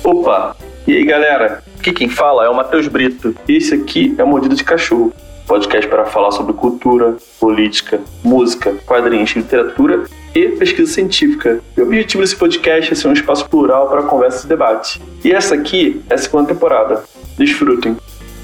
Opa! E aí, galera? Aqui quem fala é o Matheus Brito. E esse aqui é o Mordida de Cachorro, podcast para falar sobre cultura, política, música, quadrinhos, literatura e pesquisa científica. E o objetivo desse podcast é ser um espaço plural para conversa e debate. E essa aqui é a segunda temporada. Desfrutem!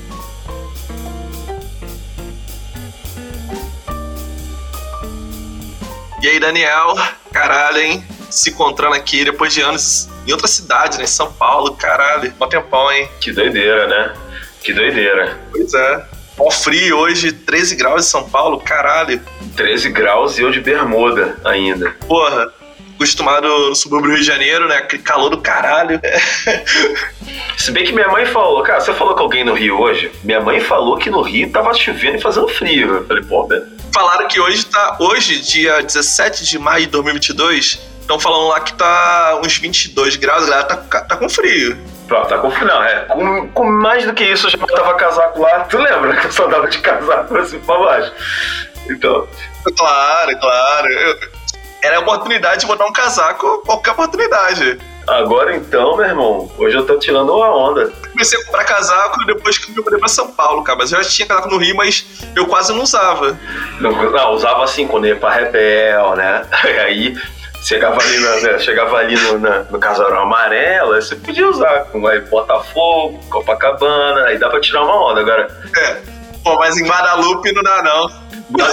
E aí, Daniel? Caralho, hein? Se encontrando aqui depois de anos em outra cidade, né? Em São Paulo, caralho. Mó tempão, hein? Que doideira, né? Que doideira. Pois é. Ó, frio hoje, 13 graus em São Paulo, caralho. 13 graus e eu de bermuda ainda. Porra, acostumado no subúrbio do Rio de Janeiro, né? Aquele calor do caralho. Se bem que minha mãe falou, cara, você falou com alguém no Rio hoje? Minha mãe falou que no Rio tava chovendo e fazendo frio. Eu falei, pô, velho. Falaram que hoje, dia 17 de maio de 2022, estão falando lá que tá uns 22 graus, a galera tá com frio. Pronto, tá com frio, não, é. Com mais do que isso, eu já tava casaco lá. Tu lembra que eu só dava de casaco assim pra baixo? Então... Claro. Era a oportunidade de botar um casaco, qualquer oportunidade. Agora então, meu irmão, hoje eu tô tirando uma onda. Comecei a comprar casaco depois que eu mudei pra São Paulo, cara. Mas eu já tinha casaco no Rio, mas eu quase não usava. Não, usava assim quando ia pra Rebel, né? Aí chegava ali no Casarão Amarelo, aí você podia usar com aí Botafogo, Copacabana, aí dá pra tirar uma onda. Agora... Pô, mas em Guadalupe não dá, não.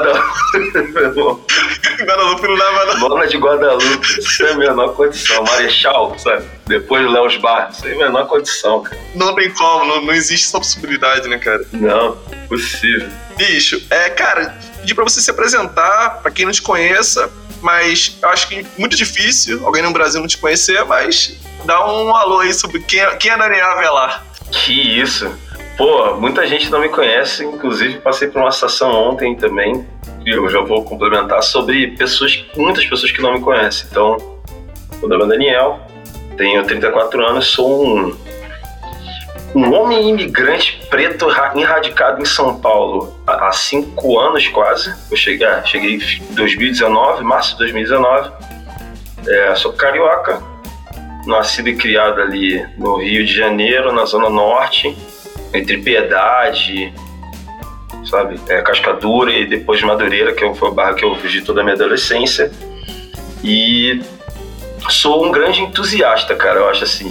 Guadalupe não dava, não. Lona de Guadalupe, isso é a menor condição. Marechal, sabe? Depois do Léo Bar, isso é a menor condição, cara. Não tem como, não existe essa possibilidade, né, cara? Não, possível. Bicho, cara, pedi pra você se apresentar, pra quem não te conheça, mas eu acho que é muito difícil alguém no Brasil não te conhecer, mas dá um alô aí sobre quem é Daniel Avelar. Que isso? Pô, muita gente não me conhece, inclusive passei por uma situação ontem também, e eu já vou complementar, sobre muitas pessoas que não me conhecem. Então, meu nome é Daniel, tenho 34 anos, sou um homem imigrante preto enradicado em São Paulo há 5 anos quase. Eu cheguei em 2019, março de 2019. Sou carioca, nascido e criado ali no Rio de Janeiro, na Zona Norte, entre Piedade, sabe, Cascadura e depois Madureira, que foi o bairro que eu vivi toda a minha adolescência. E sou um grande entusiasta, cara, eu acho assim,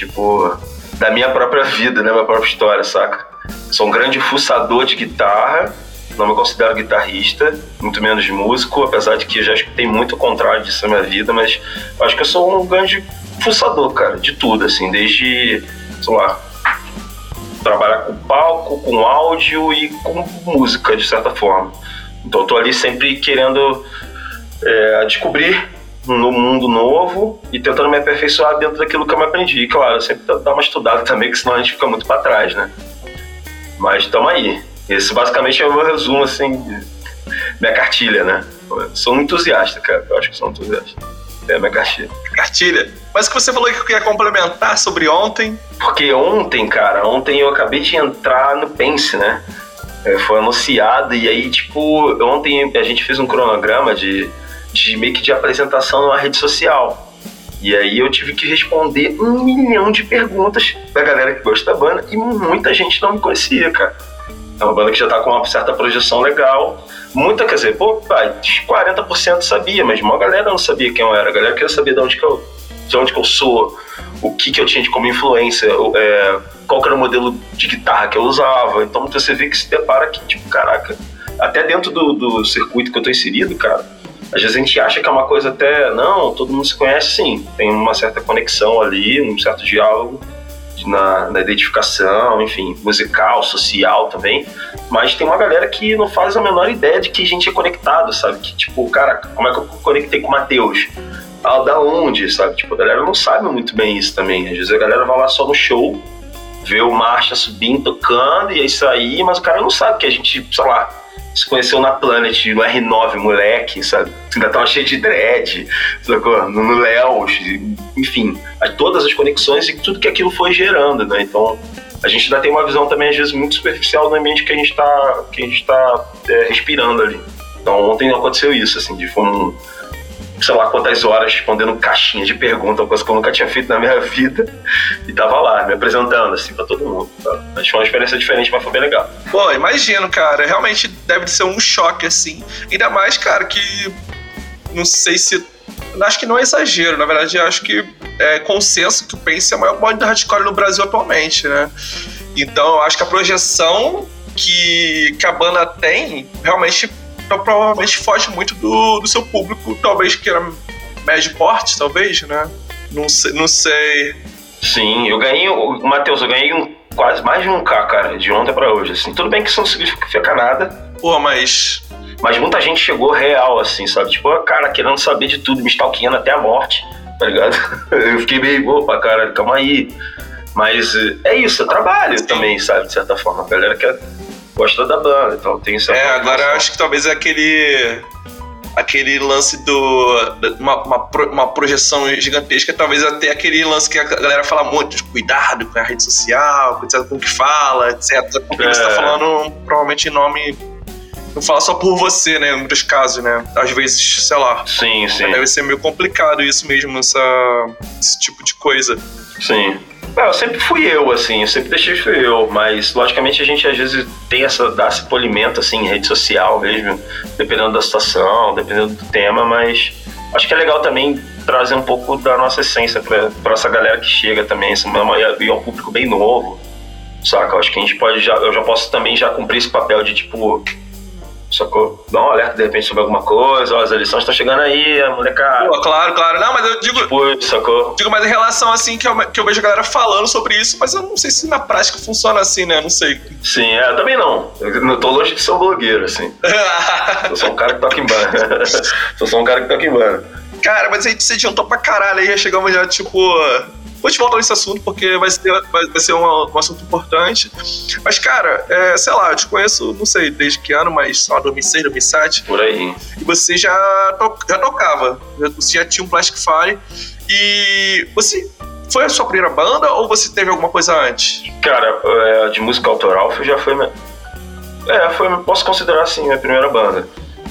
da minha própria vida, né, minha própria história, saca? Sou um grande fuçador de guitarra, não me considero guitarrista, muito menos músico, apesar de que eu já escutei muito o contrário disso na minha vida, mas acho que eu sou um grande fuçador, cara, de tudo, assim, desde, sei lá, trabalhar com palco, com áudio e com música, de certa forma. Então eu tô ali sempre querendo descobrir um mundo novo e tentando me aperfeiçoar dentro daquilo que eu me aprendi. E claro, eu sempre tento dar uma estudada também, que senão a gente fica muito pra trás, né? Mas tamo aí. Esse basicamente é o meu resumo, assim, minha cartilha, né? Eu sou um entusiasta, cara. Eu acho que sou um entusiasta. É a minha cartilha. Cartilha? Mas que você falou que queria complementar sobre ontem. Porque ontem eu acabei de entrar no Pense, né? Foi anunciado e aí, ontem a gente fez um cronograma de meio que de apresentação numa rede social. E aí eu tive que responder 1 milhão de perguntas da galera que gosta da banda e muita gente não me conhecia, cara. É uma banda que já tá com uma certa projeção legal. Muita, quer dizer, 40% sabia, mas uma galera não sabia quem eu era. A galera queria saber de onde que eu sou, o que eu tinha de como influência, qual que era o modelo de guitarra que eu usava. Então você vê que se depara que, caraca, até dentro do circuito que eu tô inserido, cara, às vezes a gente acha que é uma coisa não, todo mundo se conhece sim, tem uma certa conexão ali, um certo diálogo na identificação, enfim, musical, social também, mas tem uma galera que não faz a menor ideia de que a gente é conectado, sabe? Que cara, como é que eu conectei com o Matheus? Da onde, sabe? A galera não sabe muito bem isso também. Às vezes a galera vai lá só no show, vê o Marcha subindo, tocando, e é isso aí, mas o cara não sabe que a gente, sei lá, se conheceu na Planet, no R9, moleque, sabe? Ainda tava cheio de dread, sacou? No Léo, enfim, todas as conexões e tudo que aquilo foi gerando, né? Então, a gente ainda tem uma visão também, às vezes, muito superficial do ambiente que a gente tá respirando ali. Então, ontem aconteceu isso, assim, foi sei lá quantas horas respondendo caixinha de pergunta, uma coisa que eu nunca tinha feito na minha vida. E tava lá, me apresentando, assim, pra todo mundo. Tá? Mas foi uma experiência diferente, mas foi bem legal. Pô, imagino, cara. Realmente deve ser um choque, assim. Ainda mais, cara, que... Não sei se... Acho que não é exagero. Na verdade, acho que é consenso que o Pense é a maior banda hardcore no Brasil atualmente, né? Então, eu acho que a projeção que a banda tem realmente provavelmente foge muito do seu público, talvez que era médio porte, talvez, né? Não sei. Sim, Matheus, eu ganhei quase mais de 1K, cara, de ontem pra hoje, assim. Tudo bem que isso não significa nada. Pô, mas muita gente chegou real, assim, sabe? Tipo, cara, querendo saber de tudo, me stalkeando até a morte, tá ligado? Eu fiquei meio, opa, cara, calma aí. Mas é isso, é trabalho também, sabe? De certa forma, a galera que gosta da banda, então tem essa... agora eu acho que talvez é aquele lance uma projeção gigantesca, talvez até aquele lance que a galera fala muito de cuidado com a rede social, cuidado com o que fala, etc. Porque você tá falando provavelmente em nome... Não fala só por você, né? Em muitos casos, né? Às vezes, sei lá. Sim. Deve ser meio complicado isso mesmo, esse tipo de coisa. Sim. Eu sempre fui eu, assim, eu sempre deixei de ser eu, mas logicamente a gente às vezes dá esse polimento, assim, em rede social mesmo, dependendo da situação, dependendo do tema, mas acho que é legal também trazer um pouco da nossa essência pra essa galera que chega também, e é um público bem novo, saca? Eu acho que a gente eu já posso também já cumprir esse papel de, tipo, sacou? Dá um alerta de repente sobre alguma coisa, as eleições estão chegando aí, a molecada. Pô, claro. Não, mas eu digo... Tipo, sacou? Digo, mas em relação, assim, que eu vejo a galera falando sobre isso, mas eu não sei se na prática funciona assim, né? Não sei. Sim, eu também não. Eu não tô longe de ser um blogueiro, assim. Eu sou um cara que toca em banda. Cara, mas a gente se adiantou pra caralho aí, já chegamos já, tipo... Vou te voltar nesse assunto, porque vai ser um assunto importante. Mas, cara, sei lá, eu te conheço, não sei desde que ano, mas sei lá, 2006, 2007. Por aí. E você já tocava. Você já tinha um Plastic Fire. E você... Foi a sua primeira banda ou você teve alguma coisa antes? Cara, de música autoral já foi... posso considerar, assim, minha primeira banda.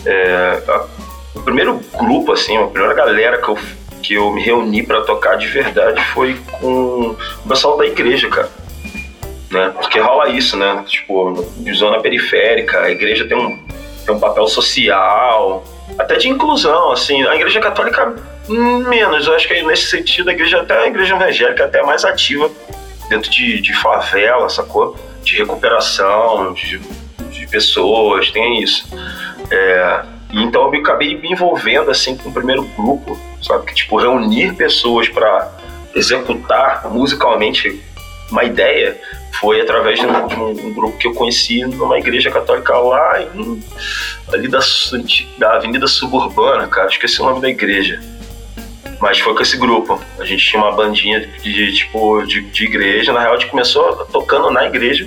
O primeiro grupo, assim, a primeira galera que eu me reuni pra tocar de verdade foi com o pessoal da igreja, cara. Né? Porque rola isso, né? Tipo, de zona periférica, a igreja tem um papel social, até de inclusão, assim. A igreja católica, menos. Eu acho que nesse sentido, a igreja evangélica é até mais ativa dentro de favela, sacou? De recuperação, de pessoas, tem isso. Então eu acabei me envolvendo assim com o primeiro grupo, sabe? Que, tipo, reunir pessoas para executar musicalmente uma ideia foi através de um grupo que eu conheci numa igreja católica lá ali da Avenida Suburbana, cara, esqueci o nome da igreja. Mas foi com esse grupo. A gente tinha uma bandinha de igreja. Na real, a gente começou tocando na igreja.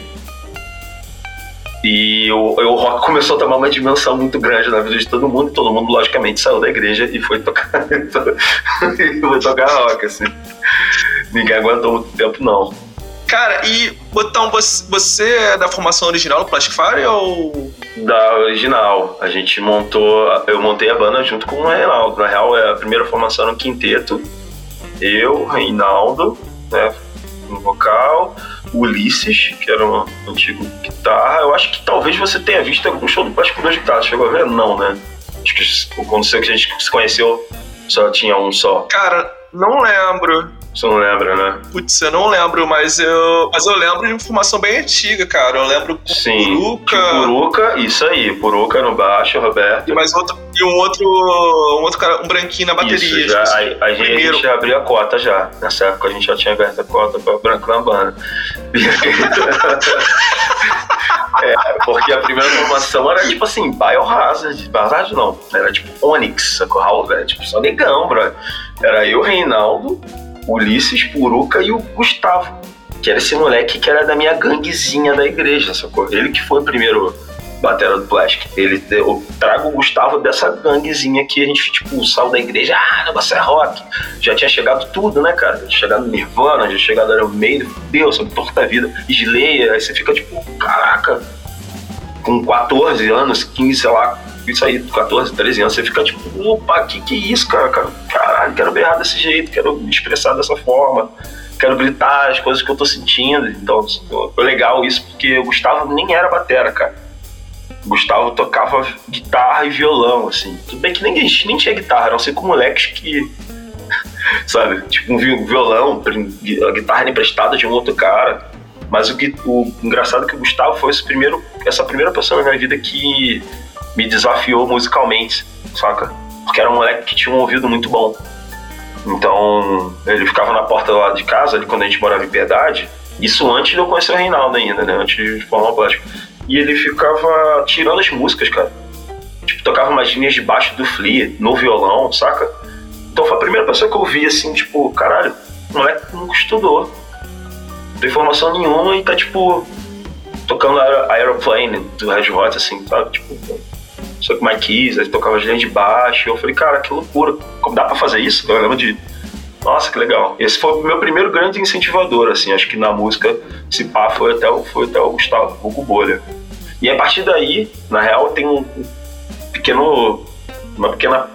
E o rock começou a tomar uma dimensão muito grande na vida de todo mundo. E todo mundo, logicamente, saiu da igreja e foi tocar rock, assim. Ninguém aguentou muito tempo, não. Cara, e então você é da formação original do Plastic Fire ou... Da original. Eu montei a banda junto com o Reinaldo. Na real, a primeira formação era um quinteto. Eu, Reinaldo, né, no vocal, Ulisses, que era um antigo guitarra. Eu acho que talvez você tenha visto algum show do Plastic com 2 guitarras. Chegou a ver? Não, né? Acho que aconteceu que a gente se conheceu, só tinha um só. Cara, não lembro. Você não lembra, né? Putz, eu não lembro, mas eu lembro de informação bem antiga, cara. Eu lembro Puruca. Puruca, isso aí. Puruca no baixo, Roberto. E um outro cara, um branquinho na bateria. Isso, já, a gente já abriu a cota já. Nessa época a gente já tinha aberto a cota para branco na banda. Porque a primeira formação era tipo assim, Biohazard. Biohazard não, era tipo Onyx, sacou? Era tipo só negão, bro. Era eu, Reinaldo, Ulisses, Puruca e o Gustavo, que era esse moleque que era da minha ganguezinha da igreja, sacou? Ele que foi o primeiro batera do Plastic. Eu trago o Gustavo dessa ganguezinha que a gente, tipo, saiu da igreja, você é rock. Já tinha chegado tudo, né, cara? Já tinha chegado Nirvana, já tinha chegado Iron Maiden, fudeu, sobre Torta Vida, Slayer, aí você fica tipo, caraca, com 14 anos, 15, sei lá, isso aí, 14, 13 anos, você fica tipo, opa, que é isso, cara? Caralho, quero berrar desse jeito, quero me expressar dessa forma, quero gritar as coisas que eu tô sentindo. Então, foi legal isso, porque o Gustavo nem era batera, cara. O Gustavo tocava guitarra e violão, assim. Tudo bem que nem tinha guitarra, não sei, com moleques que... sabe, tipo um violão, a guitarra emprestada de um outro cara. Mas o engraçado é que o Gustavo foi essa primeira pessoa na minha vida que me desafiou musicalmente, saca? Porque era um moleque que tinha um ouvido muito bom. Então, ele ficava na porta lá de casa, ali quando a gente morava em Piedade. Isso antes de eu conhecer o Reinaldo ainda, né? Antes de formar o Plástico. E ele ficava tirando as músicas, cara. Tipo, tocava umas linhas de baixo do Flea no violão, saca? Então foi a primeira pessoa que eu vi, assim, tipo, caralho, o moleque nunca estudou. Não tem formação nenhuma e tá, tipo, tocando Aeroplane do Red Hot, assim, sabe? Tipo, só que Mike Keys, aí tocava as linhas de baixo. E eu falei, cara, que loucura. Como dá pra fazer isso? Eu lembro de... Nossa, que legal. Esse foi o meu primeiro grande incentivador, assim. Acho que na música, esse pá foi até o Gustavo, o Hugo Bolha. E a partir daí, na real, tem uma pequena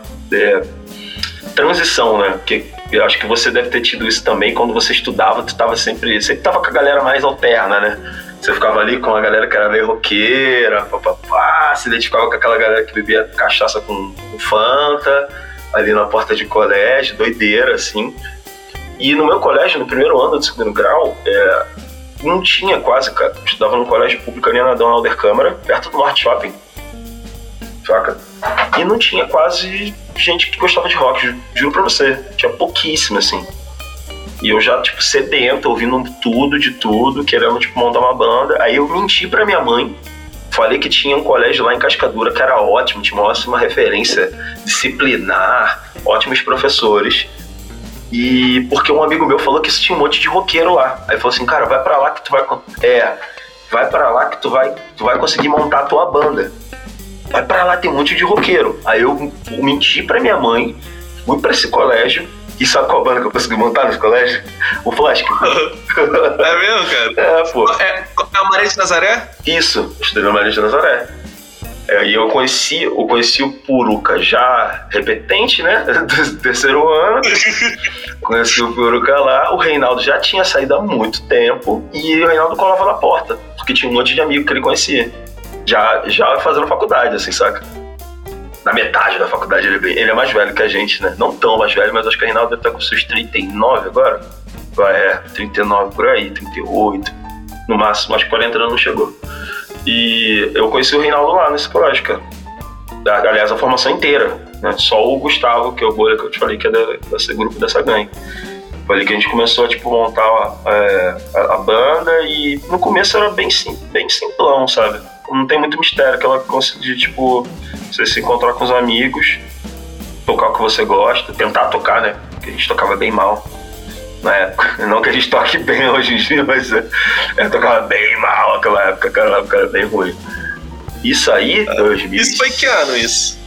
transição, né? Porque eu acho que você deve ter tido isso também. Quando você estudava, tu tava sempre tava com a galera mais alterna, né? Você ficava ali com a galera que era meio roqueira, papapá, se identificava com aquela galera que bebia cachaça com Fanta, ali na porta de colégio, doideira, assim. E no meu colégio, no primeiro ano do segundo grau, não tinha quase, cara. Eu estudava num colégio público ali na Dona Alder Câmara, perto do Norte Shopping, saca? E não tinha quase gente que gostava de rock, juro pra você. Tinha pouquíssimo, assim. E eu já, tipo, sedento, ouvindo tudo, de tudo, querendo, tipo, montar uma banda. Aí eu menti pra minha mãe, falei que tinha um colégio lá em Cascadura que era ótimo, tinha uma referência disciplinar, ótimos professores. E porque um amigo meu falou que tinha um monte de roqueiro lá. Aí falou assim, cara, vai pra lá que tu vai... vai pra lá que tu vai conseguir montar a tua banda. Vai pra lá, tem um monte de roqueiro. Aí eu menti pra minha mãe, fui pra esse colégio. E sabe qual banda que eu consegui montar nesse colégio? O Plástico. É mesmo, cara? Pô. É a Maria de Nazaré? Isso, eu estudei na Maria de Nazaré. E eu conheci o Puruca já repetente, né? Do terceiro ano. Conheci o Puruca lá. O Reinaldo já tinha saído há muito tempo. E o Reinaldo colava na porta, porque tinha um monte de amigo que ele conhecia. Já fazendo faculdade, assim, saca? Na metade da faculdade, ele é mais velho que a gente, né? Não tão mais velho, mas acho que o Reinaldo deve estar com seus 39 agora. 39 por aí, 38. No máximo, acho que 40 anos não chegou. E eu conheci o Reinaldo lá nesse colégio, cara. Aliás, a formação inteira, né? Só o Gustavo, que é o Bolha, que eu te falei que é desse grupo dessa gangue. Foi ali que a gente começou a, tipo, montar a banda. E no começo era bem simplão, sabe? Não tem muito mistério, aquela coisa de, tipo, você se encontrar com os amigos, tocar o que você gosta, tentar tocar, né? Porque a gente tocava bem mal na época. Não que a gente toque bem hoje em dia, mas tocava bem mal aquela época era bem ruim. Isso aí, 2000... Isso foi que ano, isso?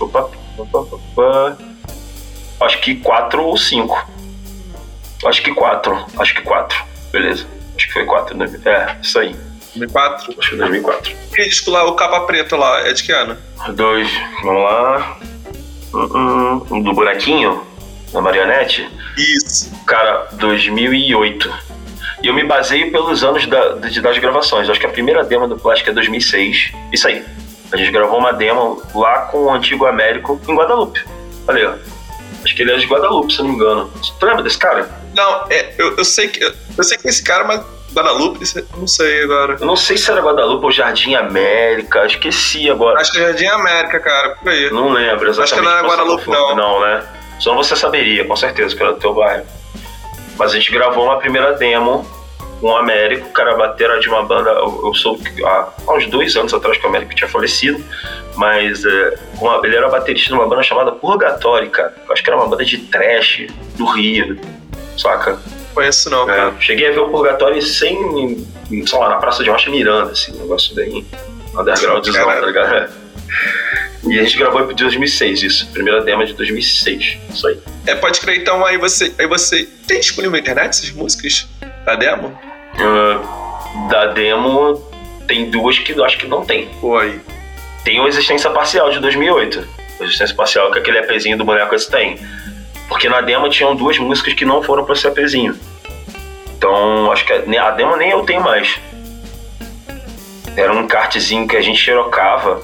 Acho que 4 ou 5. Acho que 4. Beleza. Acho que foi 4, né? Isso aí. 2004? Acho que 2004. E disco lá, o Capa Preta lá, é de que ano? 2, vamos lá. Do bonequinho, da marionete? Isso. Cara, 2008. E eu me baseio pelos anos das gravações. Acho que a primeira demo do Plástico é 2006. Isso aí. A gente gravou uma demo lá com o antigo Américo em Guadalupe. Olha aí, ó. Acho que ele é de Guadalupe, se eu não me engano. Tu lembra desse cara? Não, eu sei que esse cara, mas Guadalupe, não sei agora. Eu não sei se era Guadalupe ou Jardim América, esqueci agora. Acho que é Jardim América, cara, por aí. Não lembro exatamente. Acho que não era Guadalupe, não. Não, né? Só você saberia, com certeza, que era do teu bairro. Mas a gente gravou uma primeira demo com o Américo, o cara batera de uma banda, eu soube que há uns 2 anos atrás que o Américo tinha falecido, mas ele era baterista de uma banda chamada Purgatório, cara. Eu acho que era uma banda de thrash do Rio, saca? Conheço não, cara. Cheguei a ver o Purgatório sei lá, na Praça de Rocha Miranda, assim, um negócio bem undergroundzão, tá ligado? E a gente gravou em 2006 isso, primeira demo de 2006, isso aí. Pode crer, então aí você tem disponível na internet essas músicas da demo? Da demo tem 2 que eu acho que não tem. Pô, aí. tem o Existência Parcial de 2008. O Existência Parcial, que é aquele EPzinho do Boneco Esse Tem. Porque na demo tinham 2 músicas que não foram pra esse EPzinho. Então, acho que a demo nem eu tenho mais. Era um encartezinho que a gente xerocava,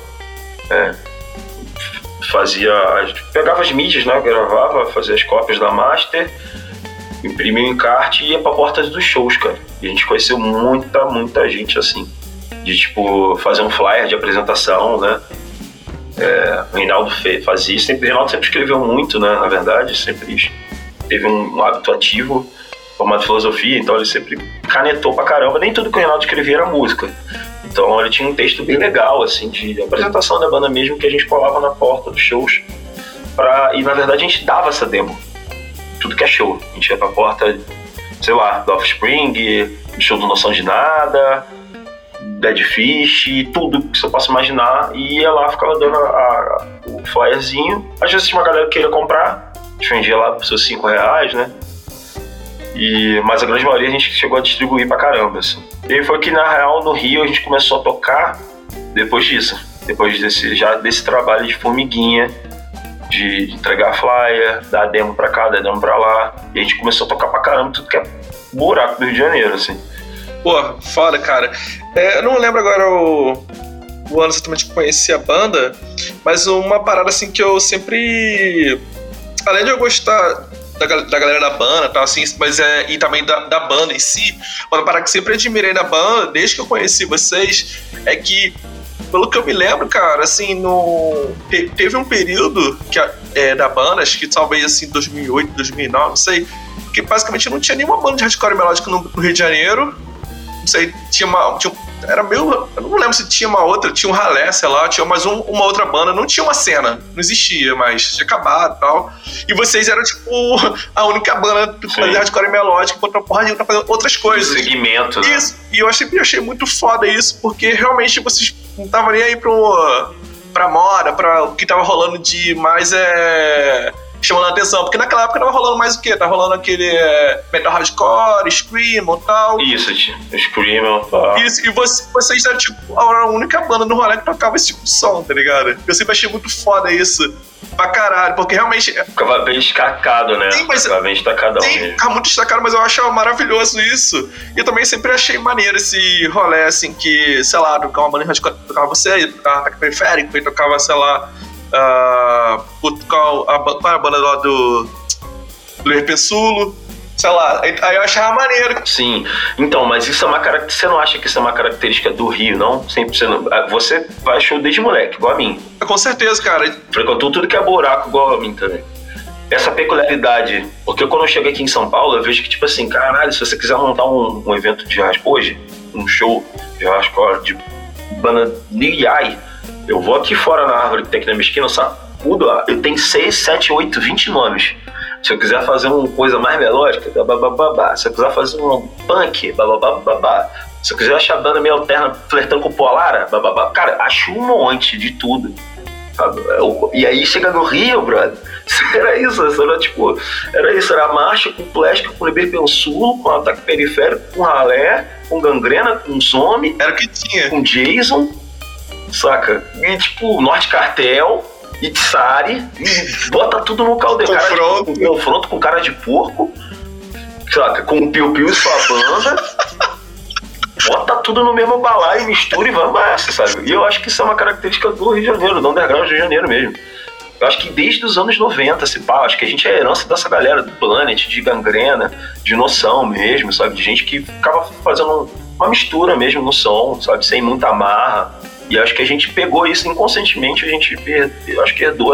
pegava as mídias, né, gravava, fazia as cópias da master, imprimia o encarte e ia pra porta dos shows, cara. E a gente conheceu muita gente assim, de tipo fazer um flyer de apresentação, né. O Reinaldo fazia isso, o Reinaldo sempre escreveu muito, né, na verdade, sempre teve um hábito ativo, formado em filosofia, então ele sempre canetou pra caramba. Nem tudo que o Reinaldo escrevia era música. Então ele tinha um texto bem legal, assim, de apresentação da banda mesmo, que a gente colava na porta dos shows. E na verdade a gente dava essa demo. Tudo que é show. A gente ia pra porta, sei lá, do Offspring, do show do Noção de Nada, Dead Fish, tudo que você possa imaginar. E ia lá, ficava dando o flyerzinho. Às vezes tinha uma galera que queria comprar, a gente vendia lá por seus R$5, né? Mas a grande maioria a gente chegou a distribuir pra caramba, assim. E aí foi que, na real, no Rio a gente começou a tocar depois disso. Depois desse trabalho de formiguinha, de entregar flyer, dar demo pra cá, dar demo pra lá. E a gente começou a tocar pra caramba tudo que é buraco do Rio de Janeiro, assim. Pô, foda, cara. Eu não lembro agora o ano exatamente que eu conheci a banda, mas uma parada assim que eu sempre... Além de eu gostar da galera da banda, tal, assim, e também da banda em si, uma parada que sempre admirei na banda, desde que eu conheci vocês, é que, pelo que eu me lembro, cara, assim, teve um período da banda, acho que talvez assim 2008, 2009, não sei, que basicamente não tinha nenhuma banda de hardcore melódico no Rio de Janeiro. Não sei, era meio... Eu não lembro se tinha uma outra, tinha um ralé, sei lá, tinha mais uma outra banda, não tinha uma cena, não existia mais, tinha acabado e tal. E vocês eram, tipo, a única banda que fazia hardcore melódico, botou porra de fazer outras coisas. Segmento, né? Isso, e eu sempre achei muito foda isso, porque realmente vocês não estavam nem aí pra moda, pra o que tava rolando de mais chamando a atenção, porque naquela época tava rolando mais o quê? Tava rolando aquele metal hardcore, screamo e tal. Isso, screamo e tal. Isso, e vocês eram tipo a única banda no rolê que tocava esse tipo de som, tá ligado? Eu sempre achei muito foda isso, pra caralho, porque realmente... Ficava bem destacado, né? Ficava bem destacadão mesmo. Ficava muito destacado, mas eu achava maravilhoso isso. E eu também sempre achei maneiro esse rolê, assim, que, sei lá, tocava uma banda de hardcore, tocava você, tocava Ataque Periférico, e tocava, sei lá... qual a banda lá do Pensulo, sei lá, aí eu achava maneiro. Sim, então, mas isso é uma característica. Você não acha que isso é uma característica do Rio, não? Sempre você vai show desde moleque, igual a mim. Com certeza, cara. Frequentou tudo que é buraco, igual a mim também. Essa peculiaridade, porque quando eu chego aqui em São Paulo, eu vejo que, tipo assim, caralho, se você quiser montar um evento de hardcore hoje, um show de hardcore de banda Liai, eu vou aqui fora na árvore que tem aqui na minha esquina, eu sacudo, eu tenho 6, 7, 8, 20 nomes. Se eu quiser fazer uma coisa mais melódica, babababá. Se eu quiser fazer um punk, babababá. Se eu quiser achar a banda meio alterna, flertando com o Polara, bababá. Cara, acho um monte de tudo. Sabe? E aí chega no Rio, brother, era isso, era a marcha com plástica, com Pensulo, com Ataque Periférico, com Ralé, com Gangrena, com Some. Era o que tinha. Com Jason. Saca? E tipo, Norte Cartel, Itzari, e bota tudo no caldeirão. Confronto com cara de porco, saca? Com o Piu Piu e sua banda. Bota tudo no mesmo balaio, mistura e vamos essa, sabe? E eu acho que isso é uma característica do Rio de Janeiro, do underground do Rio de Janeiro mesmo. Eu acho que desde os anos 90, acho que a gente é a herança dessa galera do Planet, de Gangrena, de Noção mesmo, sabe? De gente que ficava fazendo uma mistura mesmo no som, sabe? Sem muita amarra. E acho que a gente pegou isso inconscientemente, eu acho que herdou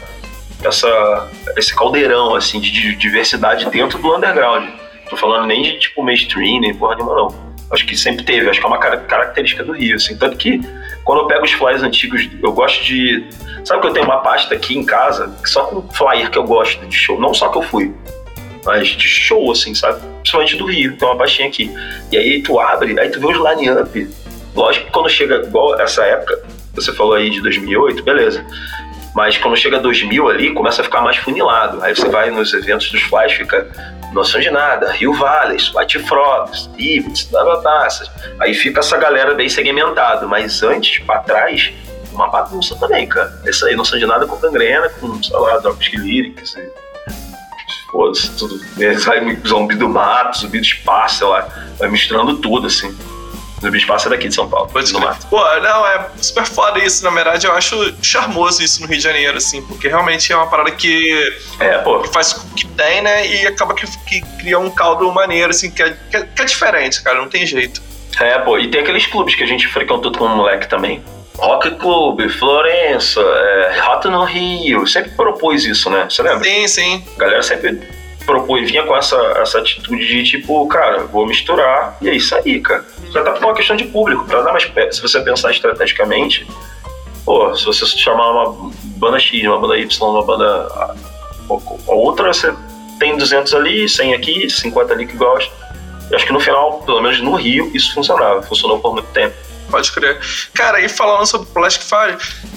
esse caldeirão, assim, de diversidade dentro do underground. Tô falando nem de, tipo, mainstream, nem porra nenhuma, não. Acho que sempre teve, acho que é uma característica do Rio, assim. Tanto que, quando eu pego os flyers antigos, eu gosto de... Sabe que eu tenho uma pasta aqui em casa, só com flyer que eu gosto de show, não só que eu fui, mas de show, assim, sabe? Principalmente do Rio, tem uma pastinha aqui. E aí tu abre, aí tu vê os line-up. Lógico que quando chega igual essa época, você falou aí de 2008, beleza. Mas quando chega 2000 ali, começa a ficar mais funilado. Aí você vai nos eventos dos flyers, fica Noção de Nada, Rio Valleys, White Frogs, Ives, blá. Aí fica essa galera bem segmentada. Mas antes, pra trás, uma bagunça também, cara. Isso aí não são de nada com Gangrena, com, sei lá, Dropkick Lyrics, foda-se, tudo. Sai Zumbi do Mato, Zumbi do Espaço, sei lá, vai misturando tudo, assim. Zumbi do Espaço é daqui de São Paulo, do Mato. Pô, não, é super foda isso, na verdade, eu acho charmoso isso no Rio de Janeiro, assim, porque realmente é uma parada que faz o que tem, né, e acaba que cria um caldo maneiro, assim, que é diferente, cara, não tem jeito. E tem aqueles clubes que a gente frequentou como moleque também. Rock Club, Florença, Rota no Rio, sempre propôs isso, né? Você lembra? Sim. A galera sempre propôs, vinha com essa atitude de tipo, cara, vou misturar, e é isso aí, cara. Já tá por uma questão de público, pra dar mais perto. Se você pensar estrategicamente, se você chamar uma banda X, uma banda Y, uma banda a outra, você tem 200 ali, 100 aqui, 50 ali que gosta. Eu acho que no final, pelo menos no Rio, isso funcionou por muito tempo. Pode crer. Cara, e falando sobre Plastic Fire,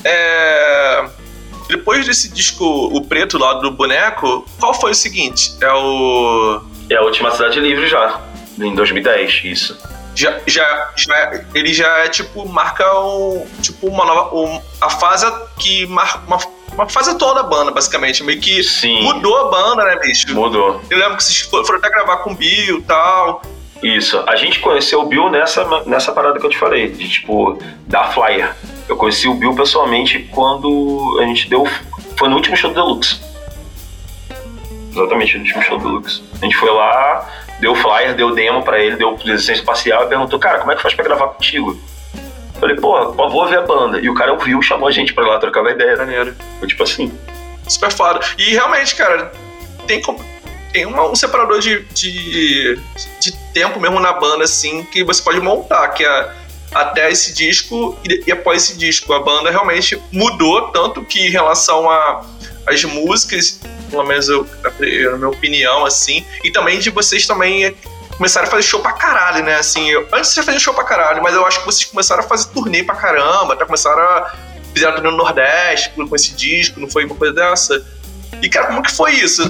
depois desse disco, o preto lá do Boneco, qual foi o seguinte? É a Última Cidade Livre já, em 2010, isso. Ele já é tipo, marca uma nova. A fase que marca uma fase toda da banda, basicamente. Meio que mudou a banda, né, bicho? Mudou. Eu lembro que vocês foram até gravar com o Bill e tal. Isso. A gente conheceu o Bill nessa parada que eu te falei, de tipo, da Flyer. Eu conheci o Bill pessoalmente quando a gente foi no último show do Deluxe. Exatamente, no último show do Deluxe. A gente foi lá, deu Flyer, deu demo pra ele, deu licença espacial e perguntou, cara, como é que faz pra gravar contigo? Eu falei, por favor, ver a banda. E o cara ouviu, chamou a gente pra ir lá trocar uma ideia. Maneiro. Foi tipo assim. Super foda. E realmente, cara, tem um separador de tempo mesmo na banda, assim, que você pode montar, que é até esse disco e após esse disco. A banda realmente mudou, tanto que em relação às músicas, pelo menos na minha opinião, assim, e também de vocês também começaram a fazer show pra caralho, né? Assim, antes vocês faziam show pra caralho, mas eu acho que vocês começaram a fazer turnê pra caramba, até fizeram turnê no Nordeste com esse disco, não foi uma coisa dessa? E, cara, como que foi isso?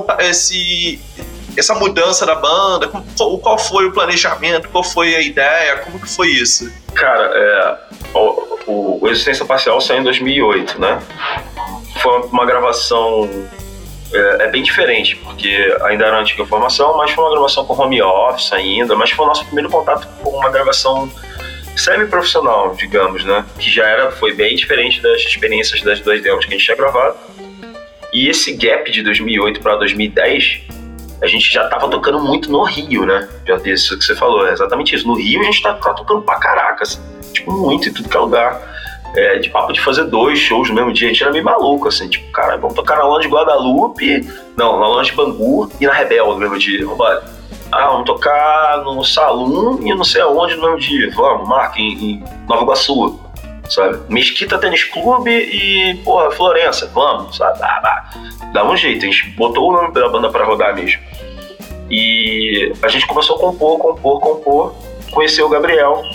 Essa mudança da banda? Qual foi o planejamento? Qual foi a ideia? Como que foi isso? Cara, o Existência Parcial saiu em 2008, né? Foi uma gravação bem diferente, porque ainda era a antiga formação, mas foi uma gravação com home office ainda, mas foi o nosso primeiro contato com uma gravação semi-profissional, digamos, né? Que foi bem diferente das experiências das duas demos que a gente tinha gravado. E esse gap de 2008 para 2010, a gente já tava tocando muito no Rio, né? Já isso que você falou, é exatamente isso. No Rio a gente tá tocando pra caraca, assim, tipo, muito, em tudo que é lugar. De papo de fazer 2 shows no mesmo dia, a gente era meio maluco, assim, tipo, cara, vamos tocar na Lounge Guadalupe, não, na Lounge Bangu e na Rebel no mesmo dia, vamos tocar no Salum e não sei aonde no mesmo dia, vamos, marca em Nova Iguaçu, sabe? Mesquita Tênis Clube e, Florença, vamos, sabe? Dá um jeito, a gente botou o nome da banda pra rodar mesmo. E a gente começou a compor, conheceu o Gabriel,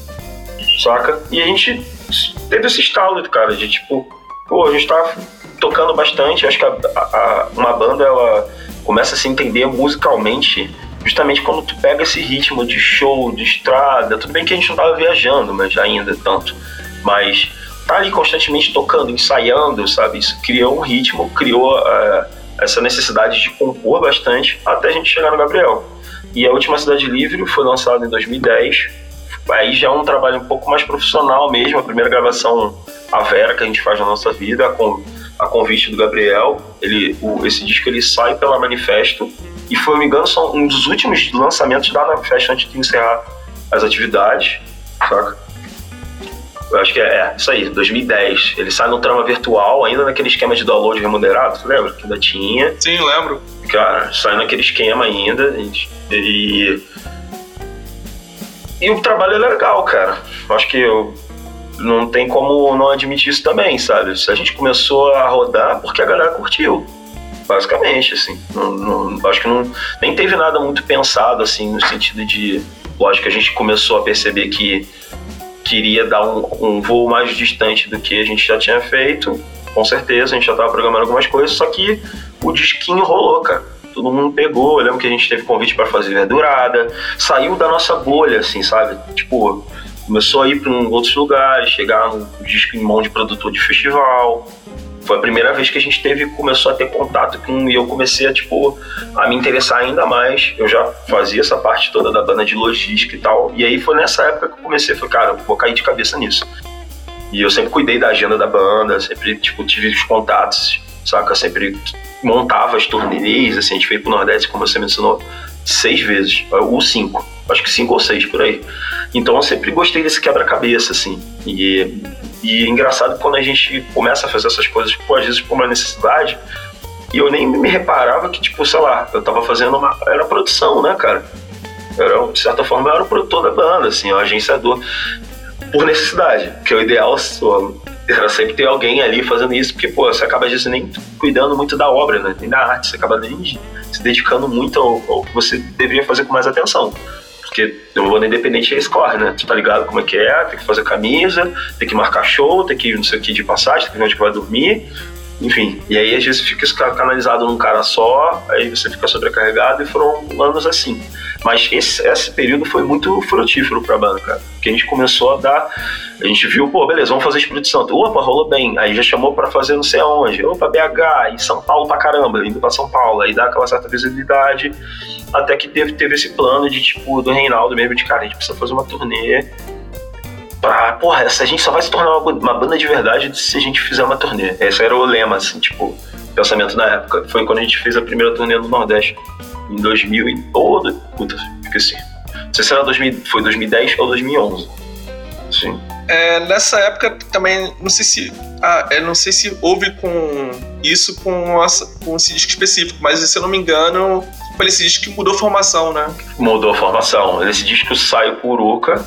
saca? E a gente teve esse estalo, cara, de tipo, a gente tá tocando bastante, acho que uma banda, ela começa a se entender musicalmente justamente quando tu pega esse ritmo de show, de estrada, tudo bem que a gente não tava viajando, mas ainda tanto, mas tá ali constantemente tocando, ensaiando, sabe, isso criou um ritmo, criou essa necessidade de compor bastante até a gente chegar no Gabriel. E a Última Cidade Livre foi lançada em 2010, aí já é um trabalho um pouco mais profissional mesmo, a primeira gravação a Vera que a gente faz na nossa vida, a convite do Gabriel. Esse disco ele sai pela Manifesto e, se não me engano, são um dos últimos lançamentos da Manifesto antes de encerrar as atividades, saca? Eu acho que é isso aí, 2010. Ele sai no Trama Virtual, ainda naquele esquema de download remunerado, você lembra? Que ainda tinha. Sim, lembro. Cara, sai naquele esquema ainda. E o trabalho é legal, cara. Acho que não tem como não admitir isso também, sabe? A gente começou a rodar porque a galera curtiu, basicamente, assim. Acho que nem teve nada muito pensado, assim, no sentido de... Lógico que a gente começou a perceber que queria dar um voo mais distante do que a gente já tinha feito. Com certeza, a gente já estava programando algumas coisas, só que o disquinho rolou, cara. Todo mundo pegou. Eu lembro que a gente teve convite para fazer Verdurada, saiu da nossa bolha, assim, sabe? Tipo, Começou a ir para outros lugares, chegar no disco em mão de produtor de festival. Foi a primeira vez que a gente começou a ter contato e eu comecei a me interessar ainda mais. Eu já fazia essa parte toda da banda de logística e tal. E aí foi nessa época que eu comecei, falei, cara, eu vou cair de cabeça nisso. E eu sempre cuidei da agenda da banda, sempre tive os contatos, saca? Sempre montava as turnês, assim, a gente veio pro Nordeste, como você mencionou, 6 vezes, ou 5, acho que 5 ou 6 por aí. Então eu sempre gostei desse quebra-cabeça, assim. E é engraçado quando a gente começa a fazer essas coisas, às vezes por uma necessidade, e eu nem me reparava que, sei lá, eu tava fazendo era produção, né, cara? De certa forma, eu era o produtor da banda, assim, o agenciador, por necessidade, porque o ideal era sempre ter alguém ali fazendo isso, porque, você acaba, às vezes, nem cuidando muito da obra, né, nem da arte, você acaba nem se dedicando muito ao que você deveria fazer com mais atenção. Porque o banda independente é escorre, né? Tu tá ligado como é que é, tem que fazer camisa, tem que marcar show, tem que ir não sei o que de passagem, tem que ver onde que vai dormir, enfim. E aí às vezes fica canalizado num cara só, aí você fica sobrecarregado e foram anos assim. Mas esse período foi muito frutífero pra banda, cara. Porque a gente começou a gente viu, beleza, vamos fazer Espírito Santo. Opa, rolou bem. Aí já chamou pra fazer não sei aonde. Opa, BH, e São Paulo pra caramba, indo pra São Paulo. Aí dá aquela certa visibilidade. Até que teve esse plano do Reinaldo mesmo, de cara, a gente precisa fazer uma turnê a gente só vai se tornar uma banda de verdade se a gente fizer uma turnê. Esse era o lema, assim, pensamento na época. Foi quando a gente fez a primeira turnê no Nordeste, em 2000 e... Puta, esqueci. Não sei se era foi 2010 ou 2011. Sim. Nessa época também, não sei se houve com esse disco específico, mas se eu não me engano, foi esse disco que mudou a formação, né? Mudou a formação. Nesse disco sai o Puruca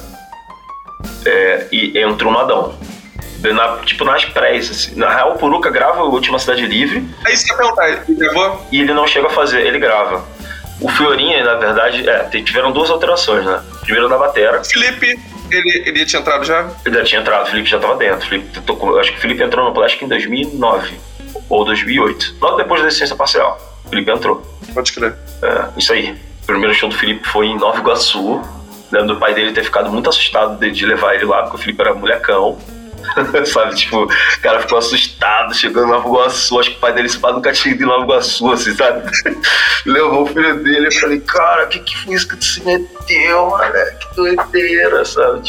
e entra o Madão. Nas prés, assim. Na real, o Puruca grava o Última Cidade Livre. É isso que eu ia perguntar, ele gravou? E ele não chega a fazer, ele grava. O Fiorinha, na verdade, tiveram 2 alterações, né? Primeiro na batera. O Felipe, ele já tinha entrado já? Ele já tinha entrado, o Felipe já tava dentro. Acho que o Felipe entrou no Plástico em 2009 ou 2008. Logo depois da licença parcial, o Felipe entrou. Pode crer. Isso aí. O primeiro show do Felipe foi em Nova Iguaçu. Lembro do pai dele ter ficado muito assustado de levar ele lá, porque o Felipe era molecão. Sabe, o cara ficou assustado, chegou em Nova Iguaçu, acho que o pai dele nunca tinha ido em Nova Iguaçu, assim, sabe? Levou o filho dele, eu falei, cara, que foi isso que tu se meteu, mano? Que doideira, sabe?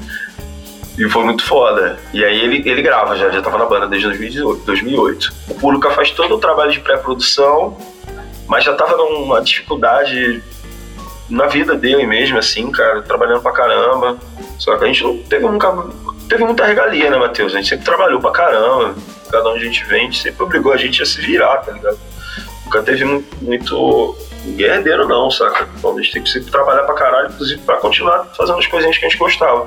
E foi muito foda. E aí ele grava, já tava na banda desde 2008. O Puruca faz todo o trabalho de pré-produção, mas já tava numa dificuldade na vida dele mesmo, assim, cara, trabalhando pra caramba. Só que a gente não teve muita regalia, né, Matheus? A gente sempre trabalhou pra caramba. Cada onde a gente vem, a gente sempre obrigou a gente a se virar, tá ligado? Nunca teve muito guerreiro, não, saca? Então a gente tem que sempre trabalhar pra caralho, inclusive pra continuar fazendo as coisinhas que a gente gostava.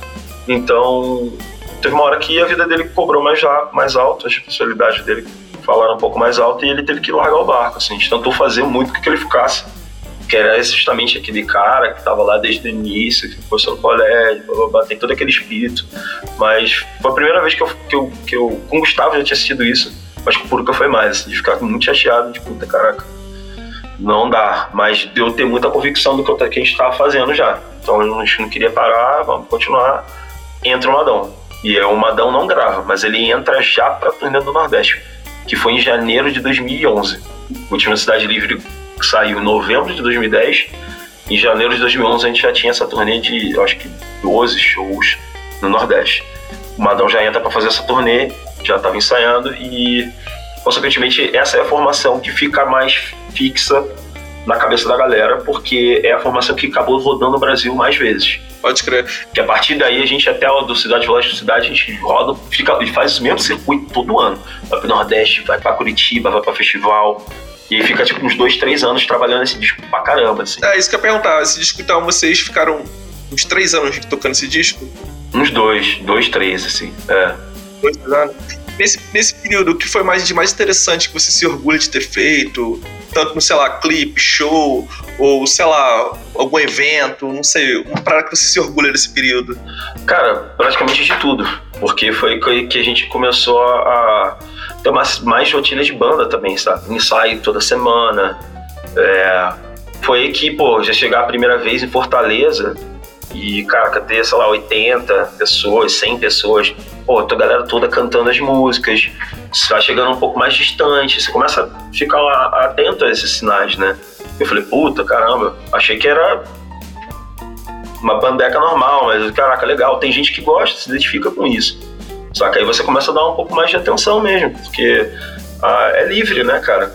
Então, teve uma hora que a vida dele cobrou mais alto, as responsabilidades dele falaram um pouco mais alto e ele teve que largar o barco, assim. A gente tentou fazer muito com que ele ficasse, que era justamente aquele cara que estava lá desde o início, que começou no colégio, tem todo aquele espírito. Mas foi a primeira vez que eu com o Gustavo já tinha assistido isso, mas com o Puruca foi mais, de ficar muito chateado, de puta, caraca, não dá. Mas deu ter muita convicção do que a gente estava fazendo já. Então a gente não queria parar, vamos continuar. Entra o Madão. E o Madão não grava, mas ele entra já pra turnê do Nordeste, que foi em janeiro de 2011. Última Cidade Livre saiu em novembro de 2010. Em janeiro de 2011 a gente já tinha essa turnê de, eu acho que 12 shows no Nordeste. O Madão já entra pra fazer essa turnê, já estava ensaiando e, consequentemente, essa é a formação que fica mais fixa na cabeça da galera, porque é a formação que acabou rodando o Brasil mais vezes. Pode crer. Que a partir daí a gente até do Cidade Velozes de Cidade, a gente roda, e faz o mesmo circuito todo ano. Vai pro Nordeste, vai pra Curitiba, vai pra festival. E aí fica uns 2-3 anos trabalhando esse disco pra caramba, assim. Isso que eu ia perguntar. Esse disco, então, vocês ficaram uns 3 anos tocando esse disco? Uns 2-3, assim. 2 anos. Nesse período, o que foi de mais interessante que você se orgulha de ter feito? Tanto no, sei lá, clipe, show, ou, sei lá, algum evento, não sei, uma parada que você se orgulha desse período? Cara, praticamente de tudo. Porque foi que a gente começou a ter mais rotina de banda também, sabe? Ensaio toda semana. Foi aí que, já chegar a primeira vez em Fortaleza E, cara, ter, sei lá, 80 pessoas, 100 pessoas, pô, a galera toda cantando as músicas, você vai chegando um pouco mais distante, você começa a ficar atento a esses sinais, né? Eu falei, puta, caramba, achei que era uma bandeca normal, mas, caraca, legal, tem gente que gosta, se identifica com isso. Só que aí você começa a dar um pouco mais de atenção mesmo, porque é livre, né, cara?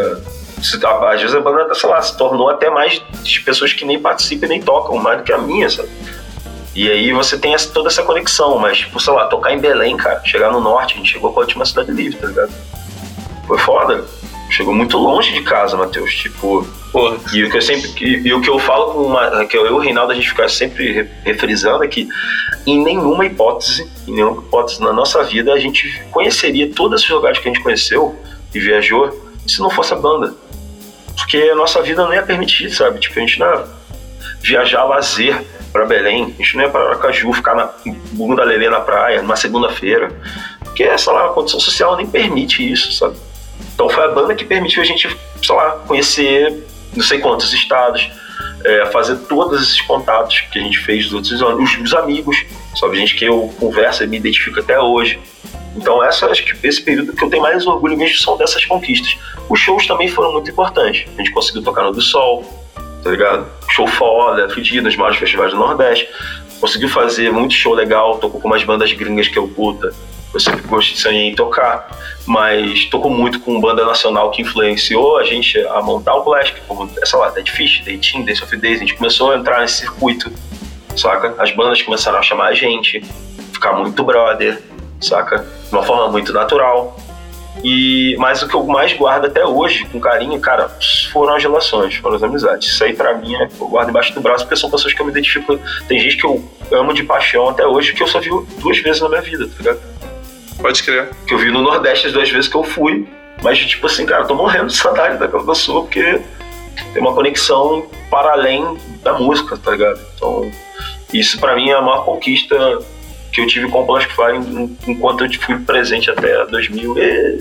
Às vezes a banda, sei lá, se tornou até mais de pessoas que nem participam e nem tocam, mais do que a minha, sabe? E aí você tem toda essa conexão, mas, tipo, sei lá, tocar em Belém, cara, chegar no norte, a gente chegou com a última cidade livre, tá ligado? Foi foda. Chegou muito longe de casa, Matheus, tipo... Porra. E o que eu falo que eu e o Reinaldo, a gente fica sempre refrisando é que em nenhuma hipótese na nossa vida a gente conheceria todos esses lugares que a gente conheceu e viajou se não fosse a banda. Porque a nossa vida não ia permitir, sabe? Tipo, a gente não ia viajar lazer pra Belém, a gente não ia pra Aracaju, ficar na bunda lelê na praia, numa segunda-feira. Porque, sei lá, a condição social nem permite isso, sabe? Então foi a banda que permitiu a gente, sei lá, conhecer não sei quantos estados, fazer todos esses contatos que a gente fez dos outros os amigos, sabe? Gente que eu converso e me identifico até hoje. Então acho que esse período que eu tenho mais orgulho mesmo são dessas conquistas. Os shows também foram muito importantes. A gente conseguiu tocar no do Sol, tá ligado? Show foda, fudido, nos maiores festivais do Nordeste. Conseguiu fazer muito show legal, tocou com umas bandas gringas que eu sempre gostei de tocar, mas tocou muito com banda nacional que influenciou a gente a montar o Blast, como, sei lá, Dead Fish, Dead Team, Days of Days. A gente começou a entrar nesse circuito, saca? As bandas começaram a chamar a gente, ficar muito brother, saca? De uma forma muito natural. Mas o que eu mais guardo até hoje, com carinho, cara, foram as relações, foram as amizades. Isso aí pra mim eu guardo embaixo do braço, porque são pessoas que eu me identifico. Tem gente que eu amo de paixão até hoje, que eu só vi 2 vezes na minha vida, tá ligado? Pode crer. Que eu vi no Nordeste as 2 vezes que eu fui, mas tipo assim, cara, eu tô morrendo de saudade daquela pessoa, porque tem uma conexão para além da música, tá ligado? Então, isso pra mim é a maior conquista que eu tive com o Plastic Fire enquanto eu fui presente até 2000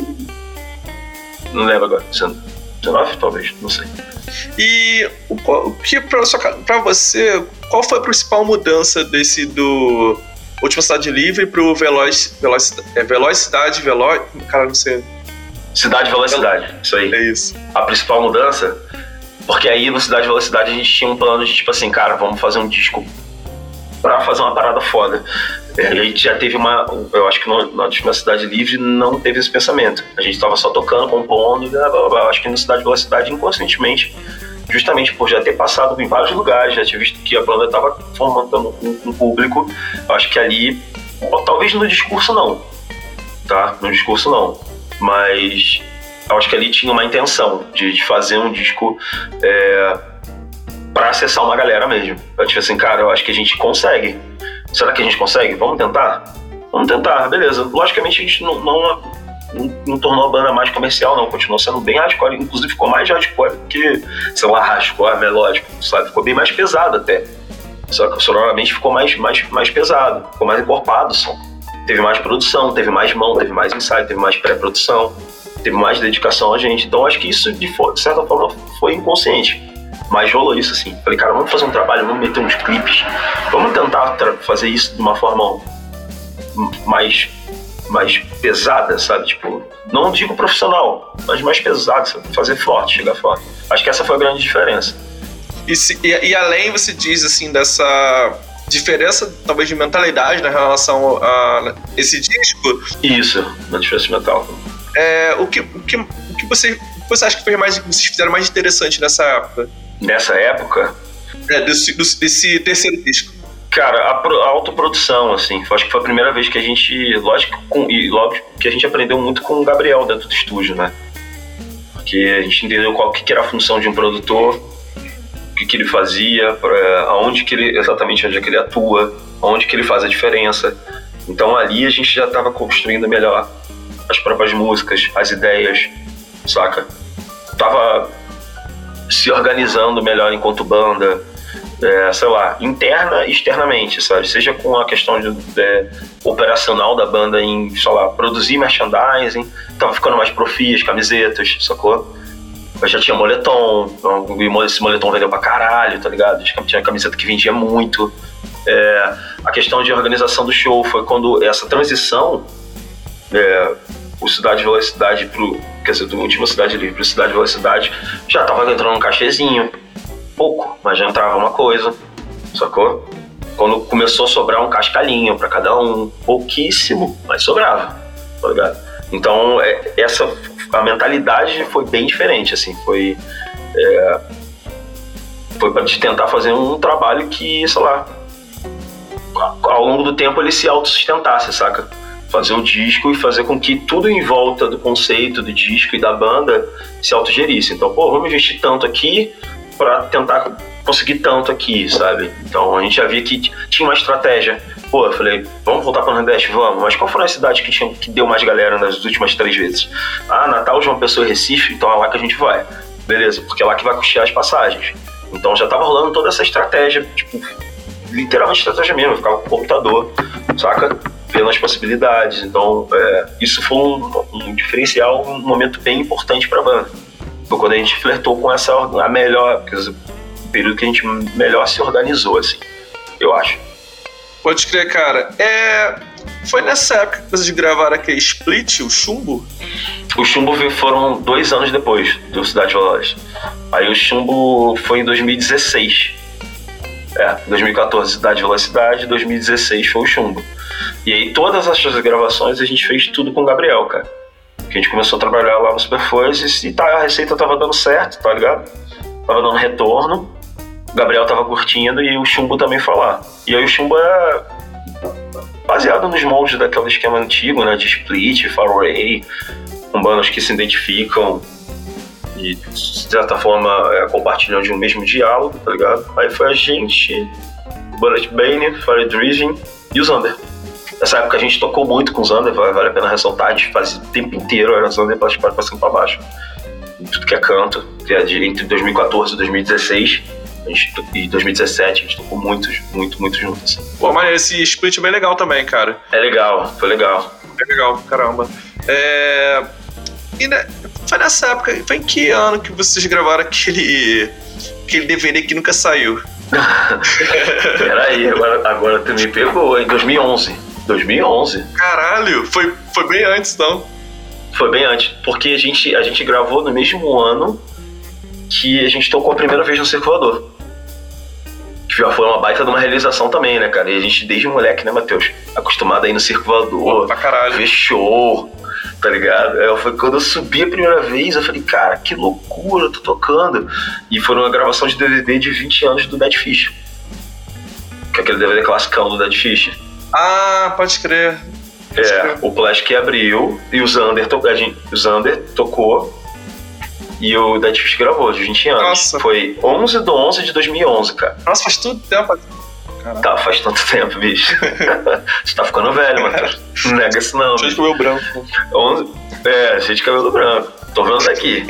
não lembro agora, 19 talvez, não sei. E o que pra você, qual foi a principal mudança do Última Cidade Livre pro Velocidade, cara, não sei. Cidade Velocidade, isso aí. É isso. A principal mudança, porque aí no Cidade Velocidade a gente tinha um plano de tipo assim, cara, vamos fazer um disco pra fazer uma parada foda. E a gente já teve eu acho que na Última Cidade Livre não teve esse pensamento. A gente tava só tocando, compondo, blá, blá, blá. Acho que no Cidade Velocidade, inconscientemente, justamente por já ter passado em vários lugares, já tinha visto que a banda estava formando um público, acho que ali, talvez no discurso não, tá? No discurso não, mas acho que ali tinha uma intenção de fazer um disco para acessar uma galera mesmo. Eu tipo assim, cara, eu acho que a gente consegue. Será que a gente consegue? Vamos tentar? Vamos tentar, beleza. Logicamente a gente não tornou a banda mais comercial, não. Continuou sendo bem hardcore. Inclusive ficou mais hardcore do que, sei lá, hardcore, melódico, sabe? Ficou bem mais pesado até. Só que sonoramente ficou mais pesado. Ficou mais encorpado o som. Teve mais produção, teve mais mão, teve mais ensaio, teve mais pré-produção, teve mais dedicação a gente. Então acho que isso, de certa forma, foi inconsciente. Mas rolou isso, assim. Falei, cara, vamos fazer um trabalho, vamos meter uns clipes. Vamos tentar fazer isso de uma forma mais pesada, sabe? Tipo, não digo profissional, mas mais pesada, sabe? Fazer forte, chegar forte. Acho que essa foi a grande diferença. E além, você diz, assim, dessa diferença, talvez, de mentalidade, né, em relação a esse disco. Isso, uma diferença mental. O que você acha que vocês fizeram mais interessante nessa época? Nessa época? Desse terceiro disco. Cara, a autoprodução, assim, acho que foi a primeira vez que a gente, lógico que a gente aprendeu muito com o Gabriel dentro do estúdio, né? Porque a gente entendeu que era a função de um produtor, o que ele fazia, exatamente onde é que ele atua, onde que ele faz a diferença. Então ali a gente já estava construindo melhor as próprias músicas, as ideias, saca? Tava se organizando melhor enquanto banda, sei lá, interna e externamente, sabe? Seja com a questão operacional da banda em, sei lá, produzir merchandising, tava ficando mais profi, as camisetas, sacou? Eu já tinha moletom, esse moletom vendeu pra caralho, tá ligado? Tinha camiseta que vendia muito, A questão de organização do show foi quando essa transição, o Cidade Velocidade do último Cidade Livre pro Cidade Velocidade, já tava entrando um cachezinho, pouco, mas já entrava uma coisa, sacou? Quando começou a sobrar um cascalhinho pra cada um, pouquíssimo, mas sobrava, tá ligado? Então, a mentalidade foi bem diferente, assim, foi pra gente tentar fazer um trabalho que, sei lá, ao longo do tempo ele se autossustentasse, saca? Fazer o disco e fazer com que tudo em volta do conceito do disco e da banda se autogerisse. Então, vamos investir tanto aqui pra tentar conseguir tanto aqui, sabe? Então, a gente já via que tinha uma estratégia. Eu falei, vamos voltar pro Nordeste? Vamos. Mas qual foi a cidade que deu mais galera nas últimas 3 vezes? Natal, João Pessoa e Recife, então é lá que a gente vai. Beleza, porque é lá que vai custear as passagens. Então, já tava rolando toda essa estratégia, tipo, literalmente estratégia mesmo. Eu ficava com o computador, saca? Vendo as possibilidades. Então, isso foi um diferencial, um momento bem importante pra banda. Foi quando a gente flertou com a melhor, o período que a gente melhor se organizou, assim, eu acho. Pode crer, cara. Foi nessa época que vocês gravaram aquele Split, o Chumbo? O Chumbo foram 2 anos depois do Cidade Veloz. Aí o Chumbo foi em 2016. 2014 Cidade Velocidade, 2016 foi o Chumbo. E aí todas essas gravações a gente fez tudo com o Gabriel, cara. Que a gente começou a trabalhar lá no Superfuzz e a receita tava dando certo, tá ligado? Tava dando retorno, o Gabriel tava curtindo e o Chumbo também foi lá. E aí o Chumbo é baseado nos moldes daquele esquema antigo, né? De Split, Far Away, com bandas que se identificam e, de certa forma, compartilham de um mesmo diálogo, tá ligado? Aí foi a gente, Bullet Bane, Fire Driven e o Zander. Nessa época a gente tocou muito com o Zander, vale a pena ressaltar, a gente fazia o tempo inteiro, era o Zander pra cima e pra baixo. Tudo que é canto, que é entre 2014 e 2016, e 2017, a gente tocou muito junto, assim. Mas esse Split é bem legal também, cara. É legal, foi legal. É legal, caramba. Foi nessa época, foi em que ano que vocês gravaram aquele DVD que nunca saiu? Peraí, agora tu me pegou, em 2011. Caralho, foi bem antes, então. Foi bem antes, porque a gente gravou no mesmo ano que a gente tocou a primeira vez no Circulador. Que já foi uma baita de uma realização também, né, cara? E a gente, desde moleque, né, Matheus? Acostumado a ir no Circulador, pra caralho. Ver show, tá ligado? Quando eu subi a primeira vez, eu falei, cara, que loucura, eu tô tocando. E foi uma gravação de DVD de 20 anos do Dead Fish. Que é aquele DVD classicão do Dead Fish. Pode crer. O Plastic abriu e o Zander tocou e o Dead Fish gravou de 20 anos. Nossa. Foi 11/11 de 2011, cara. Nossa, faz tudo tempo. Caramba. Tá, faz tanto tempo, bicho. Você tá ficando velho, Matheus. Não nega isso não. Cheio de cabelo branco. Cheio de cabelo branco. Tô vendo daqui.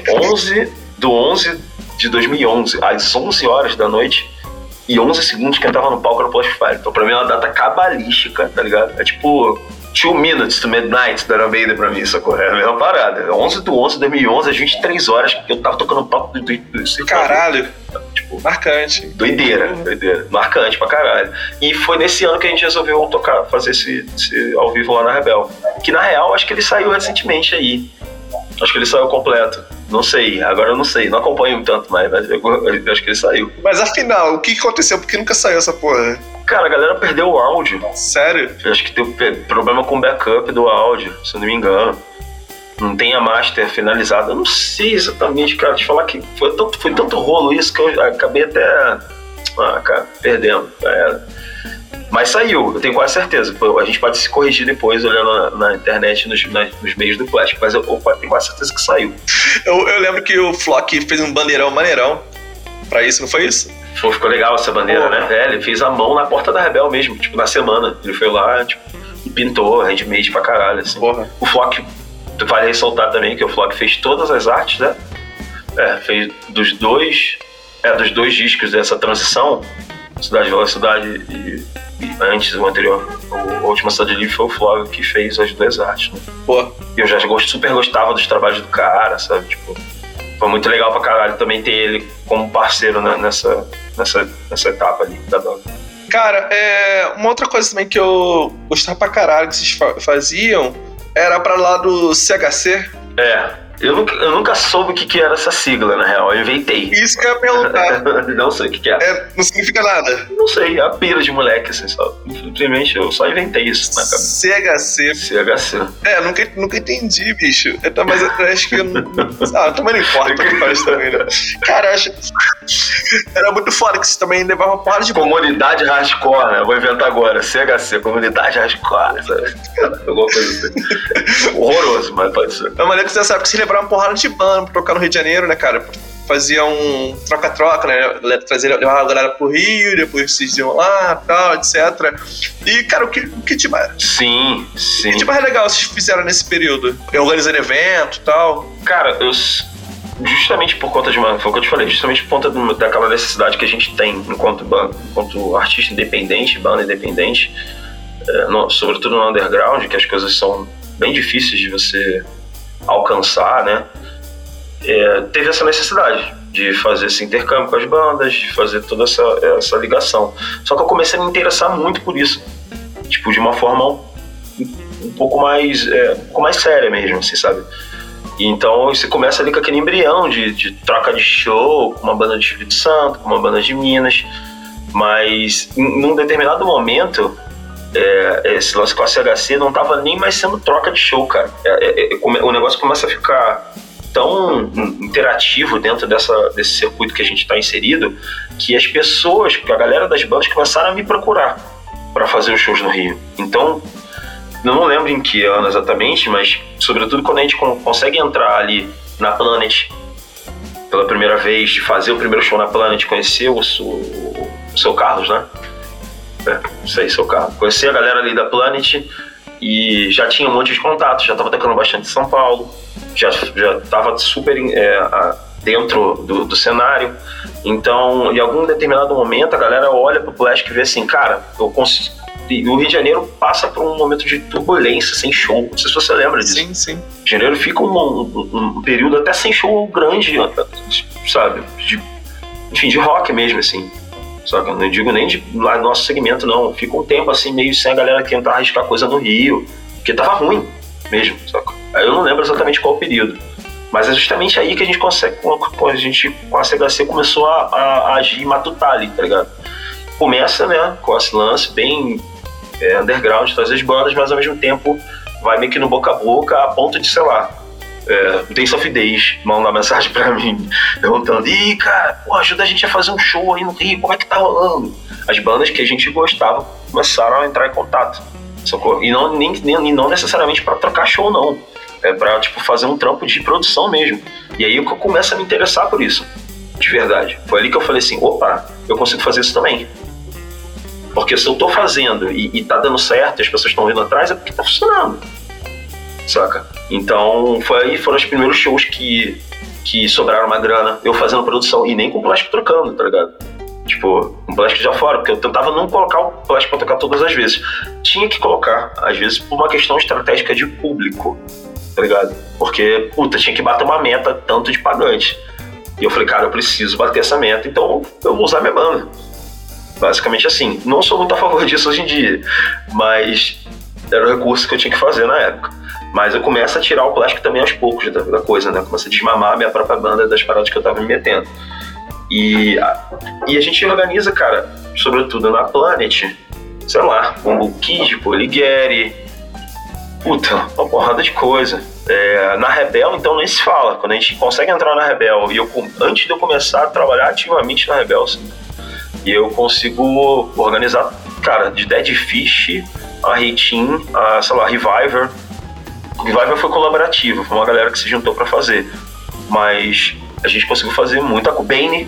11/11 de 2011, às 11 horas da noite e 11 segundos que eu tava no palco no Plastic Fire. Então pra mim é uma data cabalística, tá ligado? É tipo 2 minutes to midnight da Iron Maiden pra mim, sacou? É a mesma parada. 11/11 de 2011, às 23 horas que eu tava tocando palco do Caralho. Tipo, marcante. Doideira. Marcante pra caralho. E foi nesse ano que a gente resolveu fazer esse ao vivo lá na Rebel. Que na real, acho que ele saiu recentemente aí. Acho que ele saiu completo. Não sei, agora eu não sei. Não acompanho tanto mais, mas eu acho que ele saiu. Mas afinal, o que aconteceu? Por que nunca saiu essa porra? Cara, a galera perdeu o áudio. Sério? Eu acho que teve problema com o backup do áudio, se eu não me engano. Não tem a master finalizada. Eu não sei exatamente, cara. Te falar que foi tanto rolo isso que eu acabei até... cara, perdendo. Mas saiu, eu tenho quase certeza. A gente pode se corrigir depois olhando na internet, nos meios do Plastic, mas eu tenho quase certeza que saiu. Eu lembro que o Flock fez um bandeirão maneirão pra isso, não foi isso? Ficou legal essa bandeira, né? Ele fez a mão na porta da Rebel mesmo, tipo, na semana. Ele foi lá, tipo, e pintou, handmade pra caralho, assim. Porra. O Flock, vale ressaltar também que o Flock fez todas as artes, né? Fez dos dois discos dessa transição, Cidade Velocidade e antes, o anterior, a última Cidade Livre, foi o Flock que fez as 2 artes, né? Pô. E eu já super gostava dos trabalhos do cara, sabe? Tipo, foi muito legal pra caralho também ter ele como parceiro, né, nessa etapa ali da banda. Cara, uma outra coisa também que eu gostava pra caralho que vocês faziam era pra lá do CHC. Eu nunca soube o que era essa sigla, na real. Eu inventei. Isso que eu ia perguntar. Não sei o que é. Não significa nada. Não sei, é a pira de moleque, assim, só. Simplesmente eu só inventei isso na cabeça. CHC. Nunca entendi, bicho. Mas eu acho que eu não... também não importa o que faz também, né? Cara, eu acho... Era muito foda que você também levava uma porra de... Comunidade hardcore, né? Eu vou inventar agora. CHC, comunidade hardcore, sabe? Alguma coisa assim. Horroroso, mas pode ser. É maneiro que você sabe que você levava uma porrada de banda pra tocar no Rio de Janeiro, né, cara? Fazia um troca-troca, né? Levava a galera pro Rio, depois vocês iam lá, tal, etc. E, cara, o que de mais... Sim. O que de mais legal vocês fizeram nesse período? Organizando evento e tal? Cara, justamente por conta de foi o que eu te falei, justamente por conta daquela necessidade que a gente tem enquanto artista independente, banda independente, sobretudo no underground, que as coisas são bem difíceis de você alcançar, né? Teve essa necessidade de fazer esse intercâmbio com as bandas, de fazer toda essa ligação. Só que eu comecei a me interessar muito por isso, tipo, de uma forma um pouco mais séria mesmo, assim, sabe? Então você começa ali com aquele embrião de troca de show com uma banda de Espírito Santo, com uma banda de Minas, mas num determinado momento esse lance com a CHC não tava nem mais sendo troca de show, cara. O negócio começa a ficar tão interativo dentro desse circuito que a gente está inserido, que a galera das bandas começaram a me procurar para fazer os shows no Rio. Então, eu não lembro em que ano exatamente, mas sobretudo quando a gente consegue entrar ali na Planet pela primeira vez, de fazer o primeiro show na Planet, conhecer o seu Carlos, né? Seu Carlos. Conhecer a galera ali da Planet e já tinha um monte de contatos, já tava tocando bastante em São Paulo, já tava super dentro do cenário. Então, em algum determinado momento, a galera olha pro Plastic e vê assim, cara, o Rio de Janeiro passa por um momento de turbulência, sem show. Não sei se você lembra disso. Sim, sim. Rio de Janeiro fica um período até sem show grande, sabe? De rock mesmo, assim. Só que eu não digo nem lá do nosso segmento, não. Fica um tempo assim, meio sem a galera tentar arriscar coisa no Rio, porque tava ruim mesmo. Aí eu não lembro exatamente qual o período. Mas é justamente aí que a gente consegue, com a CHC começou a agir matutali, tá ligado? Começa, né, com esse lance bem underground, trazer as bandas, mas ao mesmo tempo vai meio que no boca a boca, a ponto de, sei lá, Days of Days mandar mensagem pra mim, perguntando: ih, cara, pô, ajuda a gente a fazer um show aí no Rio, como é que tá rolando? As bandas que a gente gostava começaram a entrar em contato, sacou? E não necessariamente pra trocar show, não. Pra, tipo, fazer um trampo de produção mesmo. E aí eu começo a me interessar por isso, de verdade. Foi ali que eu falei assim, opa, eu consigo fazer isso também. Porque se eu tô fazendo e tá dando certo, e as pessoas estão vindo atrás, é porque tá funcionando, saca? Então foram os primeiros shows que sobraram uma grana, eu fazendo produção, e nem com o plástico trocando, tá ligado? Tipo, um plástico já fora, porque eu tentava não colocar o plástico pra tocar todas as vezes. Tinha que colocar, às vezes, por uma questão estratégica de público, tá ligado? Porque, tinha que bater uma meta tanto de pagante. E eu falei, cara, eu preciso bater essa meta, então eu vou usar minha banda. Basicamente assim. Não sou muito a favor disso hoje em dia, mas era o recurso que eu tinha que fazer na época. Mas eu começo a tirar o plástico também aos poucos da coisa, né? Começo a desmamar a minha própria banda das paradas que eu tava me metendo. E a gente organiza, cara, sobretudo na Planet, sei lá, Combo Kid, Poligueri, uma porrada de coisa. Na Rebel, então, nem se fala. Quando a gente consegue entrar na Rebel, antes de eu começar a trabalhar ativamente na Rebel, assim, e eu consigo organizar, cara, de Dead Fish a Reitin, a, sei lá, Reviver. Reviver foi colaborativo, foi uma galera que se juntou pra fazer. Mas a gente conseguiu fazer muito. A Bane,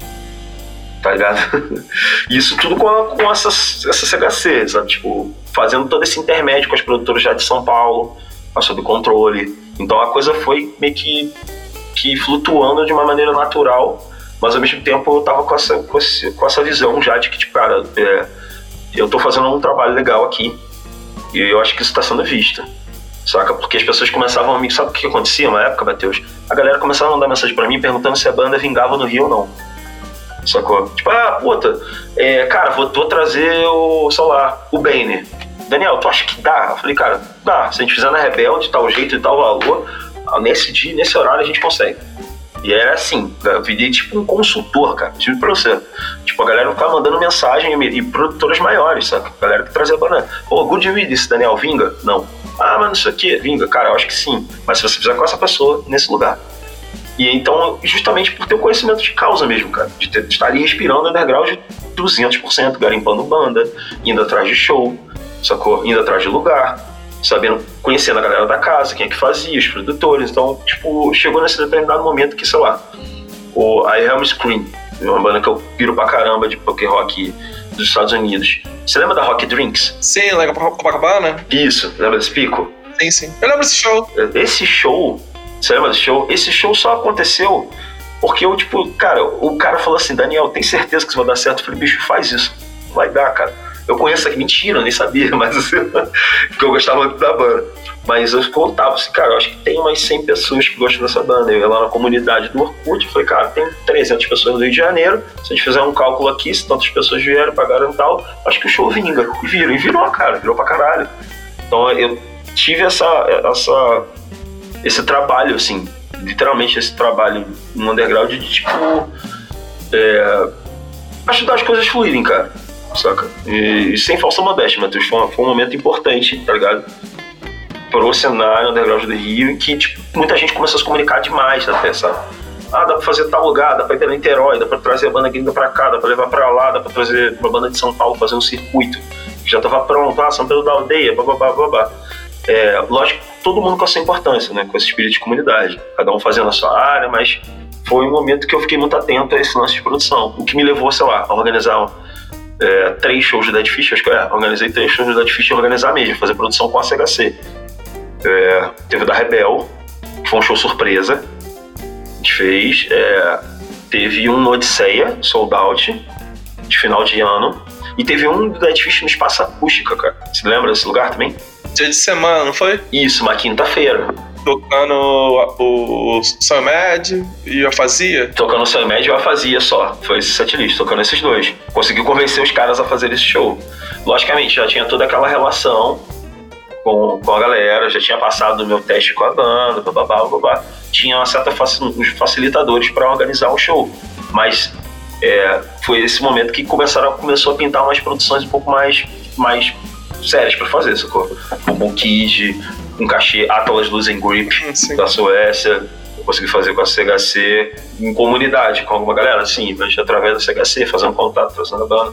tá ligado? Isso tudo com essa CHC, sabe? Tipo, fazendo todo esse intermédio com as produtoras já de São Paulo, sob controle. Então a coisa foi meio que flutuando de uma maneira natural, mas ao mesmo tempo eu tava com essa visão já de que, tipo, cara, eu tô fazendo um trabalho legal aqui e eu acho que isso tá sendo visto, saca? Porque as pessoas começavam a me... Sabe o que acontecia na época, Matheus? A galera começava a mandar mensagem pra mim perguntando se a banda vingava no Rio ou não, sacou? Tipo, puta, cara, vou trazer o, sei lá, o Banner. Daniel, tu acha que dá? Eu falei, cara, dá. Se a gente fizer na Rebelde, de tal jeito e tal valor, nesse dia, nesse horário a gente consegue. E era assim, eu virei tipo um consultor, cara, tipo pra você. Tipo, a galera ficava mandando mensagem e produtoras maiores, sabe? A galera que trazia banana. Good read esse Daniel, vinga? Não. Mas não sei o que, vinga? Cara, eu acho que sim. Mas se você fizer com essa pessoa, nesse lugar. E então, justamente por ter o conhecimento de causa mesmo, cara. De estar ali respirando underground de 200%, garimpando banda, indo atrás de show, sacou? Indo atrás de lugar, sabendo, conhecendo a galera da casa, quem é que fazia, os produtores. Então, tipo, chegou nesse determinado momento que, sei lá, o I Am Scream, uma banda que eu piro pra caramba de punk rock dos Estados Unidos. Você lembra da Rock Drinks? Sim, lembra Copacabana? Isso, lembra desse pico? Sim. Eu lembro desse show. Esse show, você lembra desse show? Esse show só aconteceu porque eu, tipo, cara, o cara falou assim, Daniel, tem certeza que isso vai dar certo? Eu falei, bicho, faz isso. Vai dar, cara. Eu conheço aqui, mentira, eu nem sabia, mas assim, porque eu gostava muito da banda. Mas eu contava assim, cara, eu acho que tem umas 100 pessoas que gostam dessa banda. Eu ia lá na comunidade do Orkut e falei, cara, tem 300 pessoas no Rio de Janeiro. Se a gente fizer um cálculo aqui, se tantas pessoas vieram, pagaram e tal, acho que o show vinga. E virou, cara, virou pra caralho. Então eu tive esse trabalho, assim, literalmente esse trabalho no underground de, tipo, ajudar as coisas a fluírem, cara. Saca? E sem falsa modéstia, Matheus, foi um momento importante, tá ligado? Pro cenário underground do Rio, em que, tipo, muita gente começou a se comunicar demais até, sabe? Dá pra fazer tal lugar, dá pra ir pra Niterói, dá pra trazer a banda gringa pra cá, dá pra levar pra lá, dá pra trazer uma banda de São Paulo, fazer um circuito que já tava pronto, São Pedro da Aldeia, babá. Lógico, todo mundo com a sua importância, né? Com esse espírito de comunidade, cada um fazendo a sua área, mas foi um momento que eu fiquei muito atento a esse lance de produção, o que me levou, sei lá, a organizar 3 shows de Dead Fish, acho que organizei 3 shows de Dead Fish e organizar mesmo, fazer produção com a CHC. Teve o da Rebel, que foi um show surpresa, a gente fez. Teve um no Odisseia, sold out, de final de ano, e teve um do Dead Fish no Espaço Acústica, cara. Você lembra desse lugar também? Dia de semana, não foi? Isso, uma quinta-feira. Tocando o Sam Med e a Fazia? Tocando o Sam Med e a Fazia só. Foi esse setlist, tocando esses dois. Consegui convencer os caras a fazer esse show. Logicamente, já tinha toda aquela relação com a galera, já tinha passado o meu teste com a banda, babá. Tinha uma certa os facilitadores para organizar o show. Mas foi esse momento que começou a pintar umas produções um pouco mais sérias para fazer, sacou? O Kid, um cachê Atlas Losing Grip da Suécia, eu consegui fazer com a CHC em comunidade, com alguma galera, sim, mas através da CHC, fazendo contato, fazendo a banda.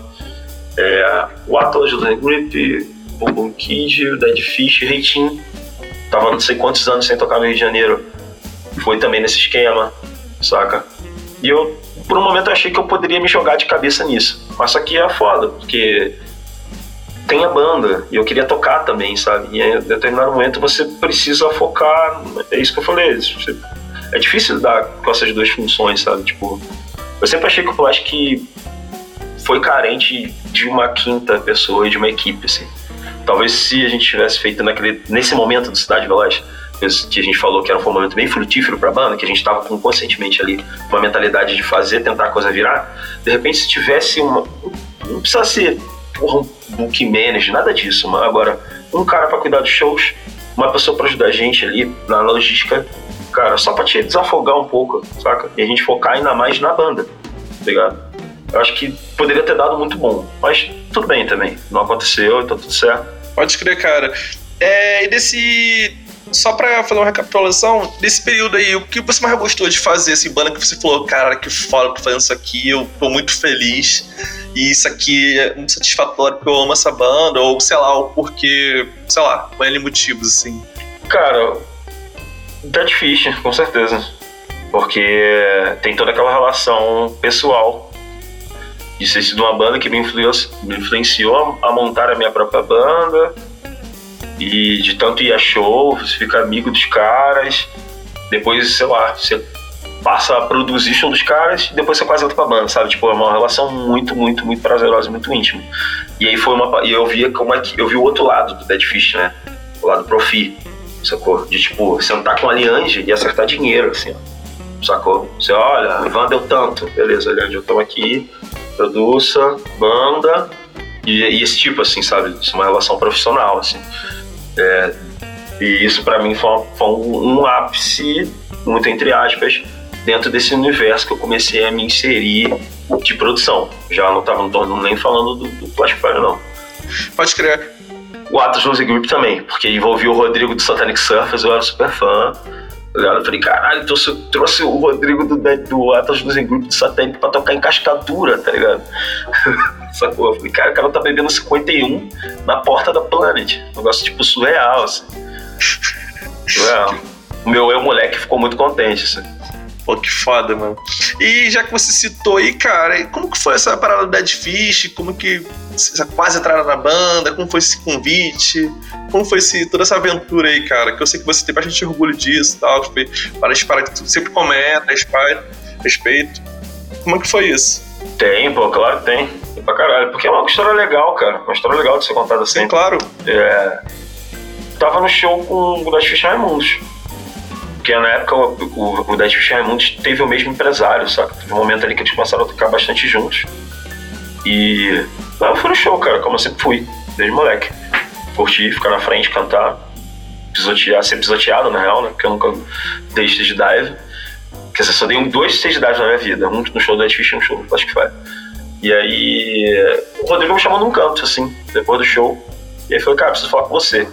O Atlas Losing Grip, o Kid, o Dead Fish, Reitinho, tava não sei quantos anos sem tocar no Rio de Janeiro, foi também nesse esquema, saca? E eu, por um momento, achei que eu poderia me jogar de cabeça nisso, mas isso aqui é foda, porque tem a banda, e eu queria tocar também, sabe? E em determinado momento você precisa focar, é isso que eu falei, é difícil dar com essas duas funções, sabe? Tipo, eu sempre achei que o Plastic foi carente de uma quinta pessoa e de uma equipe, assim. Talvez se a gente tivesse feito nesse momento do Cidade Veloz, que a gente falou que era um momento bem frutífero pra banda, que a gente tava conscientemente ali, uma mentalidade de fazer, tentar a coisa virar, de repente se tivesse não precisa ser um book manager, nada disso, mas agora um cara pra cuidar dos shows, uma pessoa pra ajudar a gente ali na logística, cara, só pra te desafogar um pouco, saca? E a gente focar ainda mais na banda, tá ligado? Eu acho que poderia ter dado muito bom, mas tudo bem também, não aconteceu, então tudo certo. Pode crer, cara. E só pra fazer uma recapitulação, desse período aí, o que você mais gostou de fazer, assim, banda que você falou, cara, que foda, tô fazendo isso aqui, eu tô muito feliz, e isso aqui é muito satisfatório porque eu amo essa banda, ou sei lá, ou porque, sei lá, com N motivos, assim. Cara, Dead Fish, com certeza, porque tem toda aquela relação pessoal de ser sido uma banda que me influenciou a montar a minha própria banda, e de tanto ir a show, você fica amigo dos caras, depois, sei lá, você passa a produzir show dos caras e depois você quase entra pra banda, sabe? Tipo, é uma relação muito, muito, muito prazerosa, muito íntima. E aí e eu via eu vi o outro lado do Dead Fish, né? O lado profi, sacou? De, tipo, sentar com a Liange e acertar dinheiro, assim, ó. sacou? Você olha, van deu tanto, beleza, eu tô aqui, produça, banda, e esse tipo, assim, sabe? Isso é uma relação profissional, assim. E isso pra mim foi um ápice, muito entre aspas, dentro desse universo que eu comecei a me inserir de produção. Já não tô nem falando do Plastic Fire, não. Pode crer. O Atlas Music Group também, porque envolvia o Rodrigo do Satanic Surfers, eu era super fã. Eu falei, caralho, então você trouxe o Rodrigo do Atlas Music Group do Satanic pra tocar em Cascadura, tá ligado? Sacou? Eu falei, cara, o cara tá bebendo 51 na porta da Planet. Um negócio tipo surreal, assim. Surreal. O meu moleque ficou muito contente, assim. Pô, que foda, mano. E já que você citou aí, cara, como que foi essa parada do Dead Fish? Como que essa quase entrada na banda? Como foi esse convite? Como foi toda essa aventura aí, cara? Que eu sei que você tem bastante orgulho disso e tal, que foi várias paradas que tu sempre comenta, respeito. Como é que foi isso? Tem, pô, claro que tem. Tem pra caralho. Porque é uma história legal, cara. Uma história legal de ser contada assim. Sim, claro. Tava no show com o Dead Fish Raimundos. Porque na época o Dead Fish Raimundos teve o mesmo empresário, saca? Teve um momento ali que eles começaram a tocar bastante juntos. E eu fui no show, cara, como eu sempre fui, desde moleque. Curti, ficar na frente, cantar, ser pisoteado, na real, né? Porque eu nunca dei stage dive. Quer dizer, só dei 2 stage dives na minha vida. Um no show do Dead Fish e um show do Plastic Fire. E aí o Rodrigo me chamou num canto, assim, depois do show. E aí falou, cara, preciso falar com você.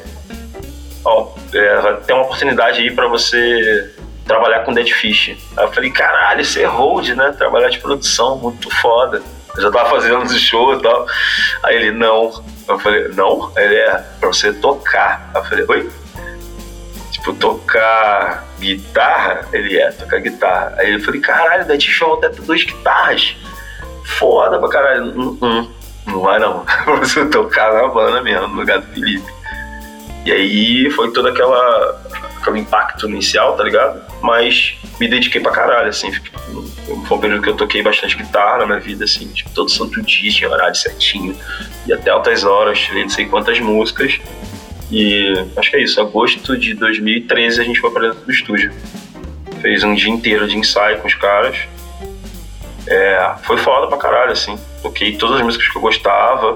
Vai ter uma oportunidade aí pra você trabalhar com Dead Fish. Aí eu falei, caralho, isso é hold, né? Trabalhar de produção, muito foda. Eu já tava fazendo os shows e tal. Aí ele, não. Eu falei, não? Ele pra você tocar. Aí eu falei, oi? Tipo, tocar guitarra? Ele tocar guitarra. Aí eu falei, caralho, Dead Fish vai ter 2 guitarras. Foda pra caralho. Não vai não. Você tocar na banda mesmo, no lugar do Felipe. E aí foi todo aquele impacto inicial, tá ligado? Mas me dediquei pra caralho, assim. Foi um período que eu toquei bastante guitarra na minha vida, assim. Tipo, todo santo dia, tinha horário certinho. E até altas horas, tirei não sei quantas músicas. E acho que é isso. Agosto de 2013 a gente foi pra dentro do estúdio. Fez um dia inteiro de ensaio com os caras. Foi foda pra caralho, assim. Toquei todas as músicas que eu gostava.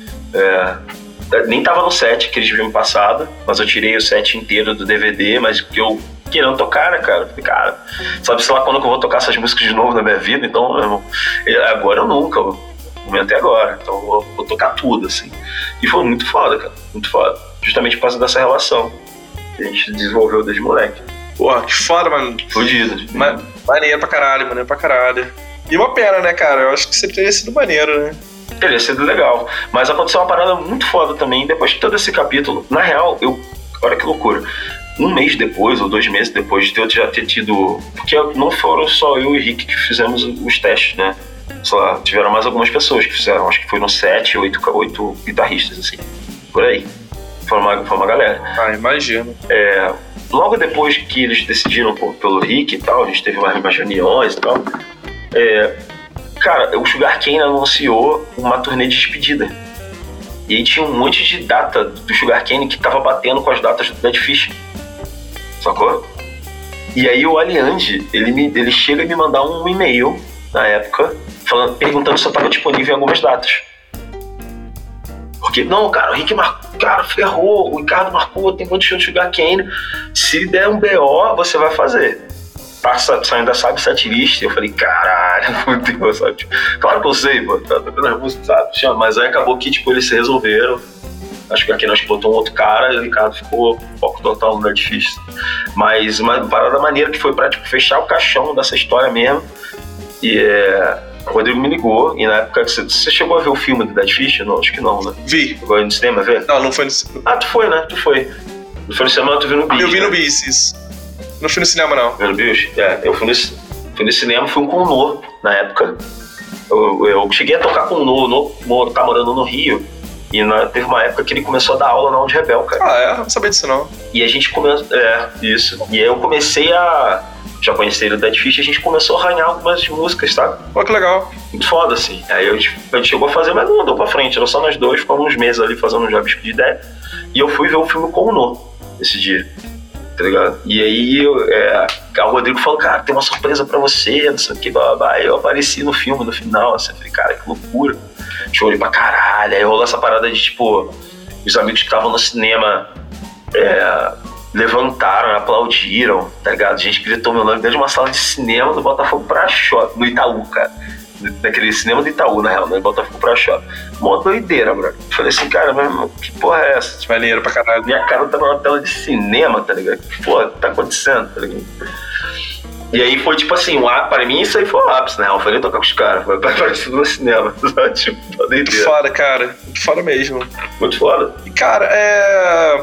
Nem tava no set que eles tinham me passado, mas eu tirei o set inteiro do DVD, mas porque eu querendo tocar, né, cara? Falei, cara, sabe, sei lá quando que eu vou tocar essas músicas de novo na minha vida, então, meu irmão, agora eu nunca, o momento é agora, então eu vou tocar tudo, assim. E foi muito foda, cara, muito foda. Justamente por causa dessa relação que a gente desenvolveu desde moleque. Porra, que foda, mano. Fodido. Maneiro pra caralho. E uma pena, né, cara? Eu acho que você teria sido maneiro, né? Teria sido legal. Mas aconteceu uma parada muito foda também, depois de todo esse capítulo. Na real, olha que loucura. 1 mês depois, ou 2 meses depois de eu já ter tido... Porque não foram só eu e o Rick que fizemos os testes, né? Sei lá, tiveram mais algumas pessoas que fizeram. Acho que foi no 7, 8 guitarristas, assim. Por aí. Foi uma galera. Ah, imagino. Logo depois que eles decidiram pelo Rick e tal, a gente teve umas reuniões e tal. Cara, o Sugar Cane anunciou uma turnê de despedida. E aí tinha um monte de data do Sugar Cane que tava batendo com as datas do Dead Fish. Sacou? E aí o Aliande, ele chega a me mandar um e-mail, na época, perguntando se eu tava disponível em algumas datas. Porque, não, cara, o Rick marcou, cara, ferrou, o Ricardo marcou, tem quanto show de Sugar Cane. Se der um BO, você vai fazer. Saindo da Sabe Satirista, eu falei, caralho, meu Deus, sabe? Tipo, claro que eu sei, pô, tá vendo música, sabe? Mas aí acabou que, tipo, eles se resolveram. Acho que aqui nós botou um outro cara e o Ricardo ficou foco total no Dead Fish. Mas uma parada maneira que foi pra, tipo, fechar o caixão dessa história mesmo. E o Rodrigo me ligou, e na época você chegou a ver o filme do Dead Fish? Não, acho que não, né? Vi. Chegou aí no cinema a ver? Não foi no cinema. Ah, tu foi, né? Tu foi. Não foi no cinema, tu viu no Bis. Eu vi no Bis, isso. Não fui no cinema, não. Viu no Bis? Eu fui no cinema, fui com o No, na época. Eu cheguei a tocar com o No tá morando no Rio, e teve uma época que ele começou a dar aula na Onde Rebel, cara. Não sabia disso, não. E a gente começou... isso. E aí eu comecei a... Já conheci o Dead Fish, e a gente começou a arranhar algumas músicas, sabe? Pô, que legal. Muito foda, assim. Aí a gente chegou a fazer, mas não andou pra frente. Era só nós dois, ficamos uns meses ali fazendo um job de ideia. E eu fui ver o filme com o No, esse dia. Tá ligado? E aí, o Rodrigo falou, cara, tem uma surpresa pra você, não sei o que, blá, blá, blá. Eu apareci no filme, no final, assim, eu falei, cara, que loucura. Chorei pra caralho. Aí rolou essa parada de, tipo, os amigos que estavam no cinema levantaram, aplaudiram, tá ligado? A gente gritou meu nome dentro de uma sala de cinema do Botafogo pra Shopping, no Itaú, cara. Daquele cinema do Itaú, na real, né? Botafogo pra Shopping. Mó doideira, bro. Falei assim, cara, mas que porra é essa? Maneiro pra caralho. Minha cara tá numa tela de cinema, tá ligado? Que porra tá acontecendo, tá ligado? E aí foi tipo assim, pra mim isso aí foi o ápice, né? Eu falei tocar com os caras, foi parecido no cinema. Tipo, muito foda, cara. Muito foda mesmo. Muito foda. E cara,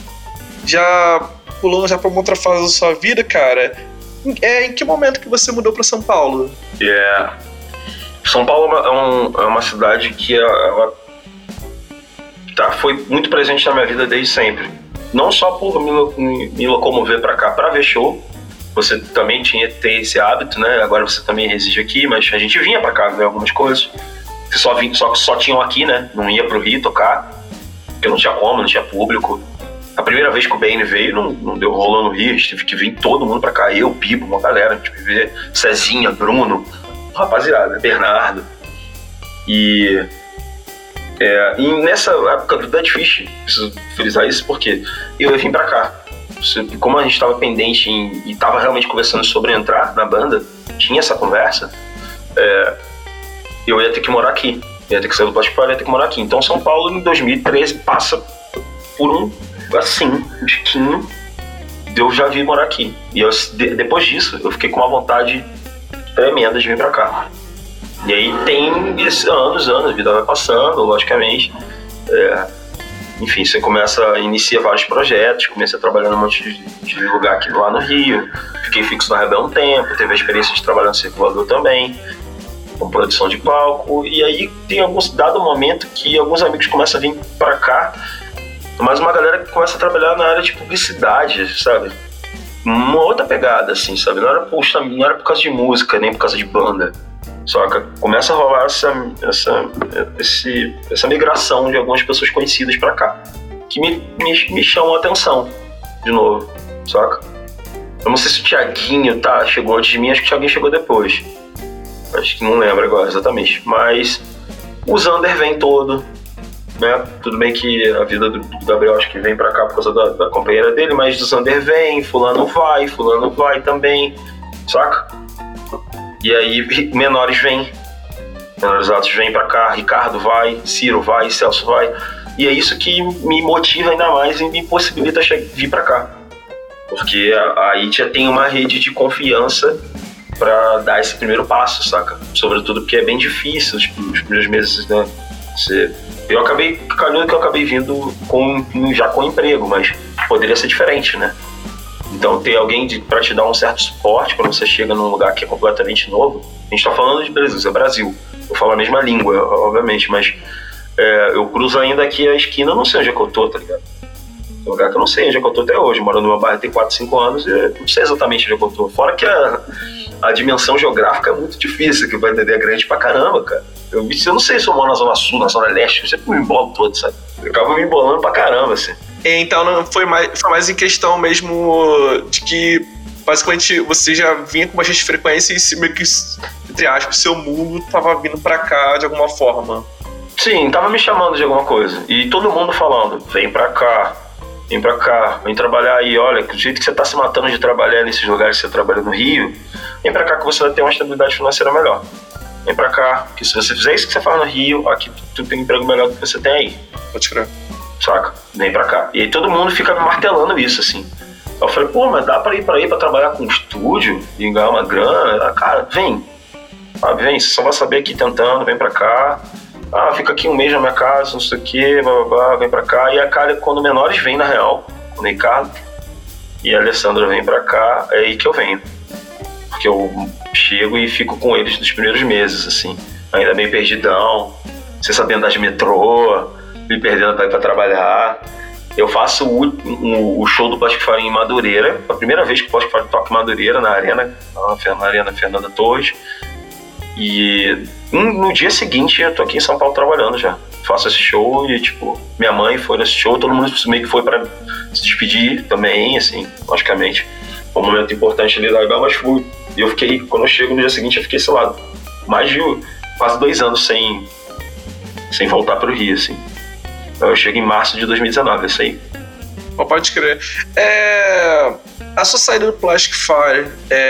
já pulando já pra uma outra fase da sua vida, cara, em que momento que você mudou pra São Paulo? São Paulo é uma cidade que ela foi muito presente na minha vida desde sempre. Não só por me locomover pra cá pra ver show, você também tinha que ter esse hábito, né? Agora você também reside aqui, mas a gente vinha pra cá ver algumas coisas. Você só tinham aqui, né? Não ia pro Rio tocar, porque não tinha como, não tinha público. A primeira vez que o BN veio, não deu rolando no Rio, a gente teve que vir todo mundo pra cá, eu, Pipo, uma galera, a gente veio ver Cezinha, Bruno, rapaziada, Bernardo. E nessa época do Dead Fish, preciso frisar isso porque eu ia vir pra cá. Como a gente estava pendente e estava realmente conversando sobre entrar na banda, tinha essa conversa, eu ia ter que morar aqui. Ia ter que sair do Plástico Palha, ia ter que morar aqui. Então São Paulo, em 2013, passa por um tiquinho de eu já vir morar aqui. E depois disso, eu fiquei com uma vontade tremenda de vir pra cá. E aí tem esses anos, a vida vai passando, logicamente. Enfim, você inicia vários projetos, comecei a trabalhar num monte de lugar aqui lá no Rio. Fiquei fixo na Rebel um tempo, teve a experiência de trabalhar no Circulador também, com produção de palco. E aí tem dado momento que alguns amigos começam a vir pra cá, mas uma galera que começa a trabalhar na área de publicidade, sabe? Uma outra pegada, assim, sabe? Não era por causa de música, nem por causa de banda. Saca? Começa a rolar essa migração de algumas pessoas conhecidas pra cá, que me chamam a atenção, de novo, saca? Eu não sei se o Thiaguinho chegou antes de mim, acho que o Thiaguinho chegou depois. Acho que não lembro agora exatamente. Mas o Zander vem todo, né? Tudo bem que a vida do Gabriel acho que vem pra cá por causa da companheira dele, mas o Zander vem, fulano vai também, saca? E aí menores altos vêm pra cá, Ricardo vai, Ciro vai, Celso vai. E é isso que me motiva ainda mais e me possibilita vir pra cá. Porque aí já tem uma rede de confiança pra dar esse primeiro passo, saca? Sobretudo porque é bem difícil os primeiros meses, né? Eu acabei vindo já com emprego, mas poderia ser diferente, né? Então ter alguém pra te dar um certo suporte quando você chega num lugar que é completamente novo. A gente tá falando de Brasil, eu falo a mesma língua, obviamente, mas eu cruzo ainda aqui a esquina, eu não sei onde é que eu tô, tá ligado? Tem um lugar que eu não sei onde é que eu tô até hoje, moro numa bairro tem 4, 5 anos e eu não sei exatamente onde é que eu tô. Fora que a dimensão geográfica é muito difícil, que vai entender, é grande pra caramba, cara. Eu não sei se eu moro na Zona Sul, na Zona Leste, eu sempre me embolo todo, sabe? Eu acabo me embolando pra caramba, assim. Então não foi mais em questão mesmo de que basicamente você já vinha com bastante frequência e meio que, entre aspas, seu mundo tava vindo pra cá de alguma forma. Sim, tava me chamando de alguma coisa. E todo mundo falando, vem pra cá, vem trabalhar aí, olha, do jeito que você tá se matando de trabalhar nesses lugares que você trabalha no Rio, vem pra cá que você vai ter uma estabilidade financeira melhor. Vem pra cá, que se você fizer isso que você faz no Rio, aqui tu tem um emprego melhor do que você tem aí. Pode crer. Saca? Vem pra cá. E aí todo mundo fica me martelando isso, assim. Eu falei, pô, mas dá pra ir pra trabalhar com um estúdio e ganhar uma grana? Cara, vem. Vem, você só vai saber aqui tentando, vem pra cá. Fica aqui um mês na minha casa, não sei o que, blá, blá, blá, vem pra cá. E a cara, quando menores vêm, na real, o Ricardo e a Alessandra vêm pra cá, é aí que eu venho. Porque eu chego e fico com eles nos primeiros meses, assim. Ainda meio perdidão, sem saber andar de metrô, me perdendo pra ir pra trabalhar. Eu faço o show do Plástico Farinha em Madureira, a primeira vez que o Plástico Farinha toca em Madureira, na Arena Fernanda Torres. E no dia seguinte eu tô aqui em São Paulo trabalhando já. Faço esse show e, tipo, minha mãe foi nesse show, todo mundo meio que foi pra se despedir também, assim, logicamente. Foi um momento importante ali legal, mas fui. E eu fiquei, quando eu chego no dia seguinte, eu fiquei, sei lá, mais de quase 2 anos sem voltar pro Rio, assim. Eu chego em março de 2019, isso aí. Pode crer. A sua saída do Plastic Fire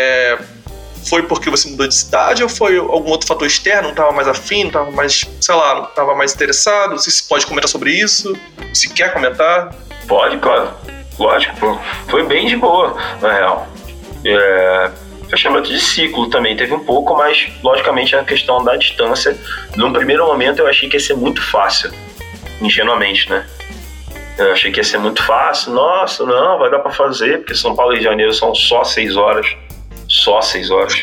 foi porque você mudou de cidade ou foi algum outro fator externo? Não estava mais afim, não estava mais, sei lá, não estava mais interessado? Não sei se pode comentar sobre isso, se quer comentar. Pode, claro. Lógico, pô. Foi bem de boa, na real. Fechamento de ciclo também teve um pouco, mas logicamente a questão da distância. Num primeiro momento eu achei que ia ser muito fácil, ingenuamente, né? Eu achei que ia ser muito fácil. Nossa, não, vai dar pra fazer, porque São Paulo e Rio de Janeiro são só 6 horas. Só 6 horas.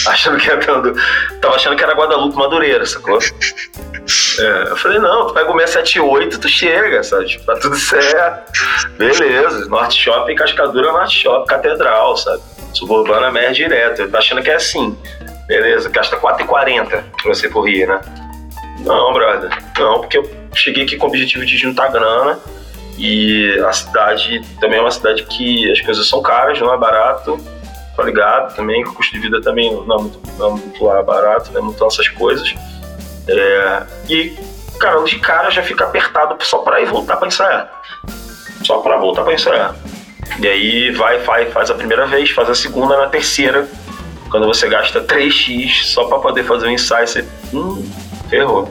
Tava achando que era Guadalupe Madureira, sacou? Eu falei, não, tu vai comer 7 e 8, tu chega, sabe? Tá tudo certo. Beleza, Norte Shopping, Cascadura, Norte Shopping, Catedral, sabe? Suburbana, Mer direto. Eu tô achando que é assim. Beleza, gasta 4,40 pra você correr, né? Não, brother. Não, porque eu cheguei aqui com o objetivo de juntar grana. E a cidade também é uma cidade que as coisas são caras, não é barato. Tá ligado? Também, o custo de vida também não é muito lá barato, não é muito essas coisas. E, cara, de cara já fica apertado só pra ir voltar pra ensaiar. Só pra voltar pra ensaiar. E aí faz a primeira vez, faz a segunda, na terceira, quando você gasta 3x só pra poder fazer o ensaio, você ferrou.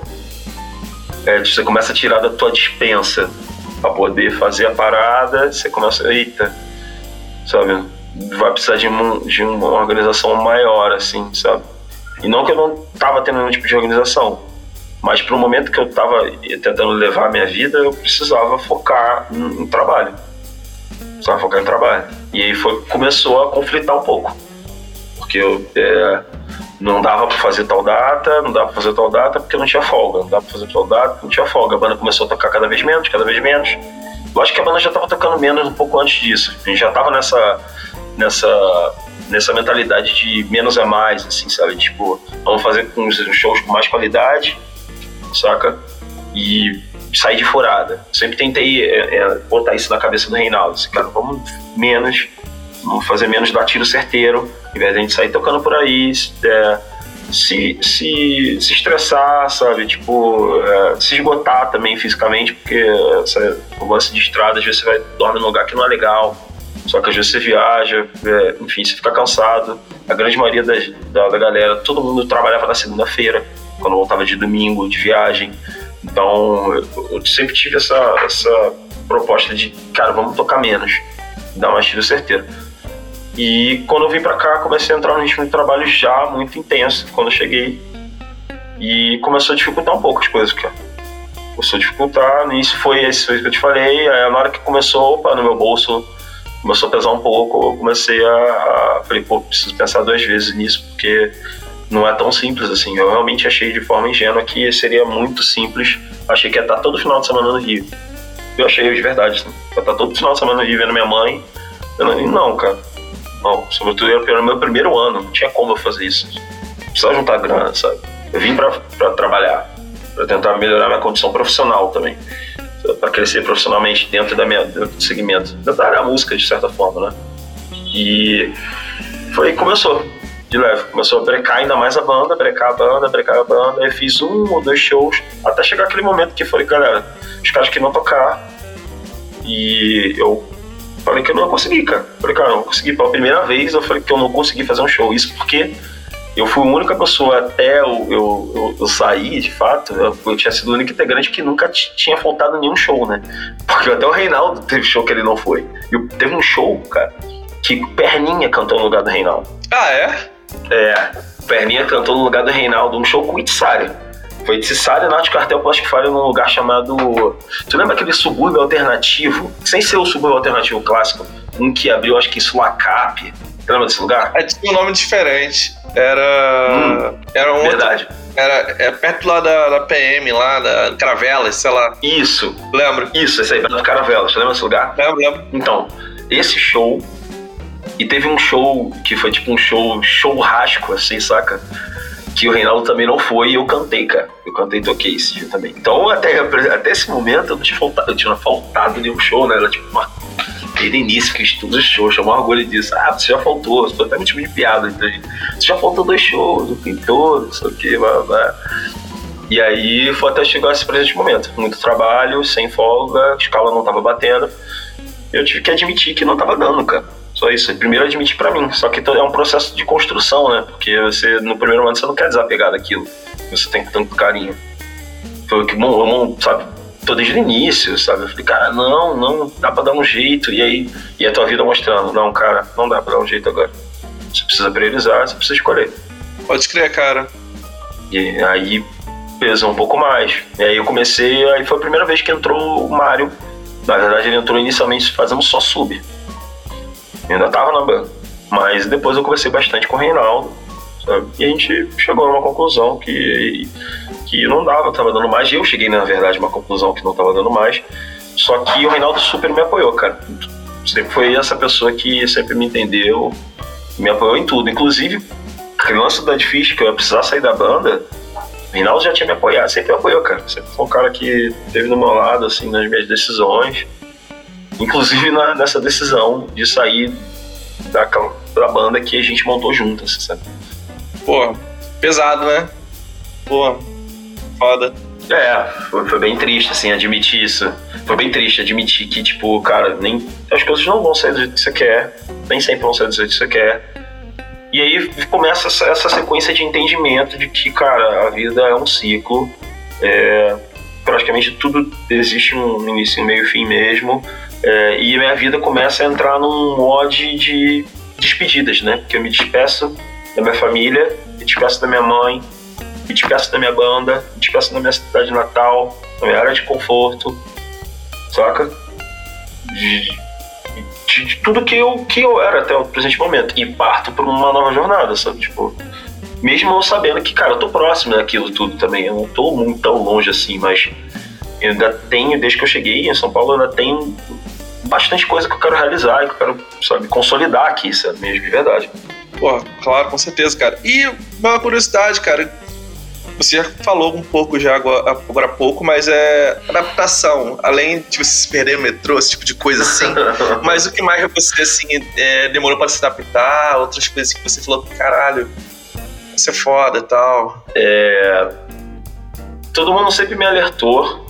Você começa a tirar da tua dispensa pra poder fazer a parada, você começa, eita, sabe? Vai precisar de uma organização maior, assim, sabe? E não que eu não tava tendo nenhum tipo de organização, mas pro momento que eu tava tentando levar a minha vida, eu precisava focar em trabalho. Precisava focar em trabalho. E aí começou a conflitar um pouco. Porque não dava pra fazer tal data, porque não tinha folga. Não dava pra fazer tal data, não tinha folga. A banda começou a tocar cada vez menos. Lógico que a banda já tava tocando menos um pouco antes disso. A gente já tava nessa mentalidade de menos é mais, assim, sabe? Tipo, vamos fazer uns shows com mais qualidade, saca? E sair de furada. Sempre tentei botar isso na cabeça do Reinaldo. Assim, cara, vamos fazer menos dar tiro certeiro, em vez de a gente sair tocando por aí, se estressar, sabe? Tipo, se esgotar também fisicamente, porque o lance de estrada, às vezes você dorme num lugar que não é legal. Só que às vezes você viaja, enfim, você fica cansado. A grande maioria da galera, todo mundo trabalhava na segunda-feira, quando voltava de domingo, de viagem. Então, eu sempre tive essa proposta de, cara, vamos tocar menos, dar mais tiro certeiro. E quando eu vim pra cá, comecei a entrar num ritmo de trabalho já muito intenso, quando eu cheguei. E começou a dificultar um pouco as coisas, cara. Começou a dificultar, no início foi isso que eu te falei, aí na hora que começou, no meu bolso, começou a pesar um pouco, eu comecei falei, preciso pensar 2 vezes nisso, porque não é tão simples assim. Eu realmente achei de forma ingênua que seria muito simples. Achei que ia estar todo final de semana no Rio. Eu achei de verdade, assim. Ia estar todo final de semana no Rio vendo minha mãe. Não, cara. Não, sobretudo era o meu primeiro ano, não tinha como eu fazer isso. Precisava juntar grana, sabe? Eu vim pra trabalhar, pra tentar melhorar minha condição profissional também. Para crescer profissionalmente dentro do segmento, dentro da área da música, de certa forma, né? E começou de leve, começou a brecar ainda mais a banda, brecar a banda, aí fiz 1 ou 2 shows, até chegar aquele momento que eu falei, galera, os caras queriam tocar, e eu falei que eu não ia conseguir, cara. Falei, cara, eu não consegui, pela primeira vez eu falei que eu não consegui fazer um show, isso porque eu fui a única pessoa até eu sair, de fato, eu tinha sido o único integrante que nunca tinha faltado nenhum show, né? Porque até o Reinaldo teve show que ele não foi. E teve um show, cara, que Perninha cantou no lugar do Reinaldo. Ah, é? Perninha cantou no lugar do Reinaldo, um show com o Itzário. Foi Itzário, Nath Cartel, Plastic Fire num lugar chamado... Tu lembra aquele subúrbio alternativo? Sem ser o subúrbio alternativo clássico, um que abriu, acho que em Sulacap. Você lembra desse lugar? Tinha um nome diferente. Era um verdade. Outro, era perto lá da PM, lá da Caravelas, sei lá. Isso. Lembro. Isso, esse aí, perto do Caravelas. Você lembra desse lugar? Lembro. Então, esse show... E teve um show que foi tipo um show rasco, assim, saca? Que o Reinaldo também não foi e eu cantei, cara. Eu cantei e toquei esse dia também. Então, até esse momento, eu tinha faltado nenhum show, né? Era tipo desde o início, fiz todos os shows, tinha um orgulho disso. Você já faltou, você foi até um tipo de piada. Então, você já faltou 2 shows, eu fui todo, não sei o que, blá, blá. E aí foi até chegar esse presente momento. Muito trabalho, sem folga, a escala não tava batendo. Eu tive que admitir que não tava dando, cara. Só isso. Primeiro admitir pra mim. Só que é um processo de construção, né? Porque você, no primeiro momento, você não quer desapegar daquilo. Você tem tanto carinho. Foi o que, bom, sabe? Tô desde o início, sabe? Eu falei, cara, não, dá pra dar um jeito. E a tua vida mostrando, não, cara, não dá pra dar um jeito agora. Você precisa priorizar, você precisa escolher. Pode crer, cara. E aí pesou um pouco mais. E aí eu comecei, aí foi a primeira vez que entrou o Mário. Na verdade, ele entrou inicialmente fazendo só sub. Eu ainda tava na banda. Mas depois eu conversei bastante com o Reinaldo, sabe? E a gente chegou numa conclusão que não dava, tava dando mais. E eu cheguei, na verdade, a uma conclusão que não tava dando mais. Só que o Reinaldo super me apoiou, cara. Sempre foi essa pessoa que sempre me entendeu, me apoiou em tudo. Inclusive, o lance da difícil que eu ia precisar sair da banda, o Reinaldo já tinha me apoiado, sempre me apoiou, cara. Sempre foi um cara que esteve do meu lado, assim, nas minhas decisões. Inclusive nessa decisão de sair da banda que a gente montou juntas, sabe? Pô, pesado, né? Pô, foda. Foi bem triste, assim, admitir isso. Foi bem triste admitir que, tipo, cara, nem as coisas não vão sair do jeito que você quer, nem sempre vão sair do jeito que você quer. E aí começa essa sequência de entendimento de que, cara, a vida é um ciclo, praticamente tudo existe um início, um meio e fim mesmo, e a minha vida começa a entrar num mod de despedidas, né? Porque eu me despeço da minha família, me despeço da minha mãe, me despeço da minha banda, me despeço da minha cidade natal, da minha área de conforto, saca? De tudo que eu era até o presente momento, e parto por uma nova jornada, sabe? Tipo, mesmo eu sabendo que, cara, eu tô próximo daquilo tudo também, eu não tô muito tão longe assim, mas eu ainda tenho, desde que eu cheguei em São Paulo, eu ainda tenho bastante coisa que eu quero realizar e que eu quero, sabe, consolidar aqui, sabe, mesmo, de verdade. Pô, claro, com certeza, cara. E uma curiosidade, cara, você já falou um pouco já agora há pouco, mas adaptação, além de você se perder no metrô, esse tipo de coisa assim, mas o que mais você, assim, demorou pra se adaptar, outras coisas que você falou, caralho, isso é foda e tal. Todo mundo sempre me alertou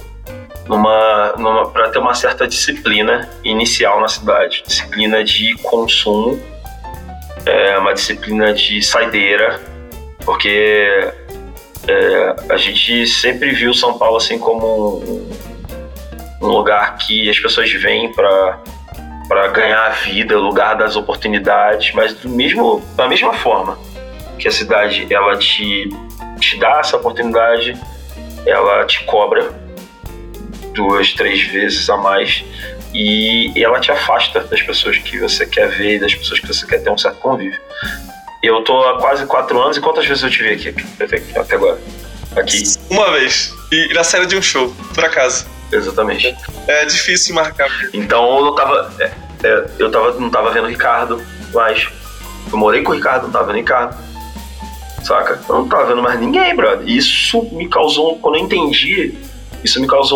pra ter uma certa disciplina inicial na cidade, disciplina de consumo, uma disciplina de saideira, porque a gente sempre viu São Paulo assim como um lugar que as pessoas vêm para ganhar a vida, lugar das oportunidades, mas da mesma forma que a cidade ela te dá essa oportunidade, ela te cobra 2, 3 vezes a mais e ela te afasta das pessoas que você quer ver e das pessoas que você quer ter um certo convívio. Eu tô há quase 4 anos e quantas vezes eu te vi aqui até agora? Aqui. Uma vez. E na saída de um show, por acaso. Exatamente. É difícil marcar. Então eu não tava vendo o Ricardo mais. Eu morei com o Ricardo, não tava vendo o Ricardo. Saca? Eu não tava vendo mais ninguém, brother. Isso me causou, quando eu entendi, isso me causou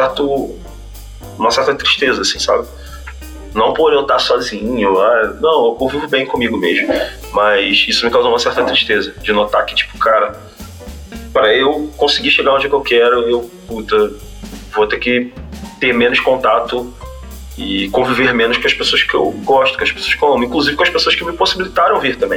uma certa tristeza, assim, sabe? Não por eu estar sozinho, não, eu convivo bem comigo mesmo. Mas isso me causou uma certa tristeza, de notar que, tipo, cara, para eu conseguir chegar onde eu quero, vou ter que ter menos contato e conviver menos com as pessoas que eu gosto, com as pessoas que eu amo, inclusive com as pessoas que me possibilitaram vir também.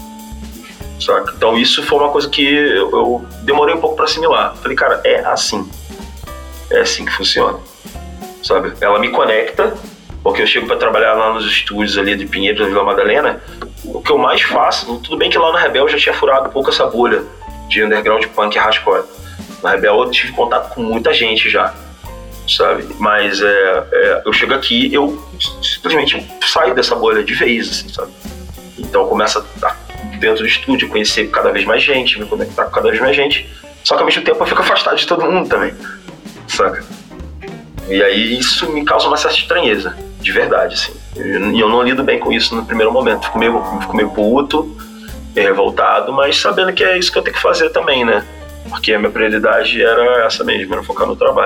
Saca? Então isso foi uma coisa que eu demorei um pouco para assimilar. Falei, cara, é assim que funciona, sabe? Ela me conecta, porque eu chego para trabalhar lá nos estúdios ali de Pinheiros, da Vila Madalena, o que eu mais faço, tudo bem que lá na Rebel eu já tinha furado um pouco essa bolha de underground punk e hardcore. Na Rebel eu tive contato com muita gente já, sabe? Mas eu chego aqui, eu simplesmente saio dessa bolha de vez, assim, sabe? Então eu começo a dentro do estúdio, conhecer cada vez mais gente, me conectar com cada vez mais gente, só que ao mesmo tempo eu fico afastado de todo mundo também, saca? E aí isso me causa uma certa estranheza, de verdade, assim. E eu não lido bem com isso no primeiro momento. Fico meio puto, meio revoltado, mas sabendo que é isso que eu tenho que fazer também, né? Porque a minha prioridade era essa mesmo, era focar no trabalho.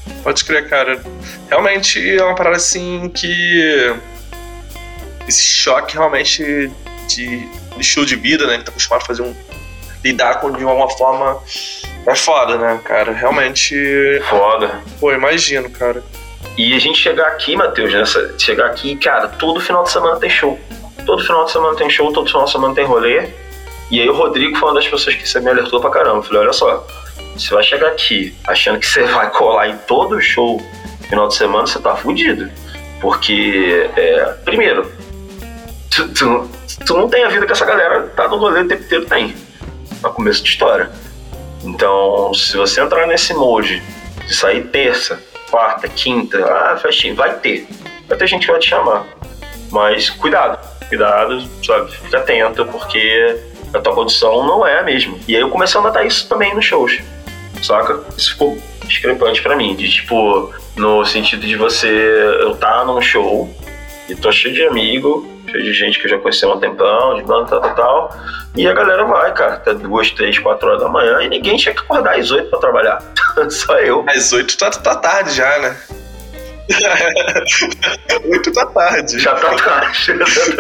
Pode crer, cara. Realmente é uma parada assim que... Esse choque realmente de estilo de vida, né? Que tá acostumado a fazer lidar com de uma forma... É foda, né, cara? Realmente... Foda. Pô, imagino, cara. E a gente chegar aqui, Matheus, chegar aqui, cara, todo final de semana tem show. Todo final de semana tem show, todo final de semana tem rolê. E aí o Rodrigo foi uma das pessoas que você me alertou pra caramba. Eu falei, olha só, você vai chegar aqui achando que você vai colar em todo show no final de semana, você tá fudido. Porque, primeiro, tu não tem a vida que essa galera tá no rolê o tempo inteiro tem. No começo de história. Então, se você entrar nesse molde de sair terça, quarta, quinta, festinha, vai ter gente que vai te chamar. Mas cuidado, sabe? Fica atento, porque a tua condição não é a mesma. E aí eu comecei a notar isso também nos shows, saca? Isso ficou discrepante pra mim, de tipo, no sentido de eu tá num show e tô cheio de amigo, cheio de gente que eu já conheci há um tempão, de banda, tal, e a galera vai, cara, até 2, 3, 4 horas da manhã e ninguém tinha que acordar às 8 pra trabalhar. Só eu. Às 8 tá tarde já, né? 8 tá tarde. Já tá tarde.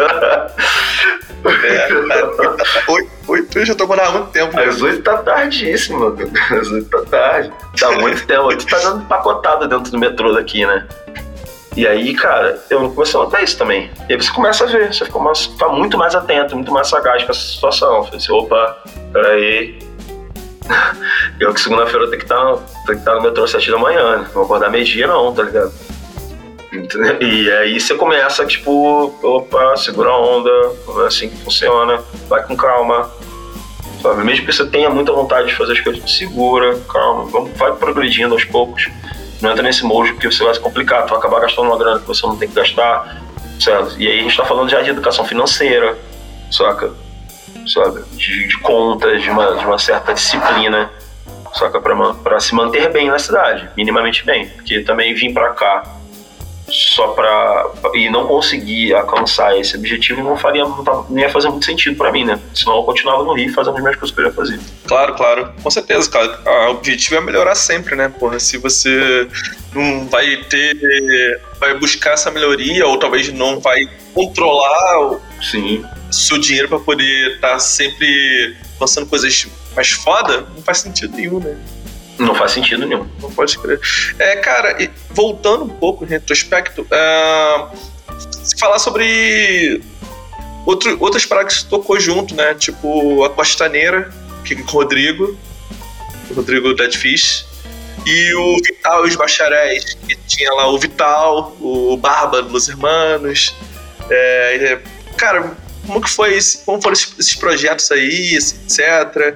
8 eu já tô acordando há muito tempo. Às 8 tá tardíssimo, mano. Às 8 tá tarde. Tá muito tempo. 8 tá dando empacotado dentro do metrô daqui, né? E aí, cara, eu comecei a notar isso também. E aí você começa a ver, você fica muito mais atento, muito mais sagaz com essa situação. Eu falei assim, opa, peraí. Eu que segunda-feira eu tenho que estar no metrô às 7 da manhã, né? Não vou acordar meio-dia não, tá ligado? E aí você começa, tipo, opa, segura a onda, é assim que funciona, vai com calma, sabe? Mesmo que você tenha muita vontade de fazer as coisas, segura, calma, vai progredindo aos poucos. Não entra nesse molde porque você vai se complicar, tu vai acabar gastando uma grana que você não tem que gastar, certo? E aí a gente tá falando já de educação financeira, saca? Sabe? De contas, de uma certa disciplina, saca? Pra se manter bem na cidade, minimamente bem. Porque também vim pra cá só e não conseguir alcançar esse objetivo não ia fazer muito sentido pra mim, né? Senão eu continuava no Rio fazendo as mesmas coisas que eu ia fazer. Claro, com certeza, cara. O objetivo é melhorar sempre, né, porra? Se você não vai buscar essa melhoria, ou talvez não vai controlar Sim. seu dinheiro pra poder estar sempre lançando coisas mais foda, não faz sentido nenhum, né? Não faz sentido nenhum. Não pode crer. Cara, voltando um pouco em retrospecto, se falar sobre outras paradas que você tocou junto, né? Tipo a Costaneira, que com o Rodrigo Deadfish, e o Vital e os Bacharéis, que tinha lá o Vital, o Barba dos Hermanos. Cara, como foram esses projetos aí, etc.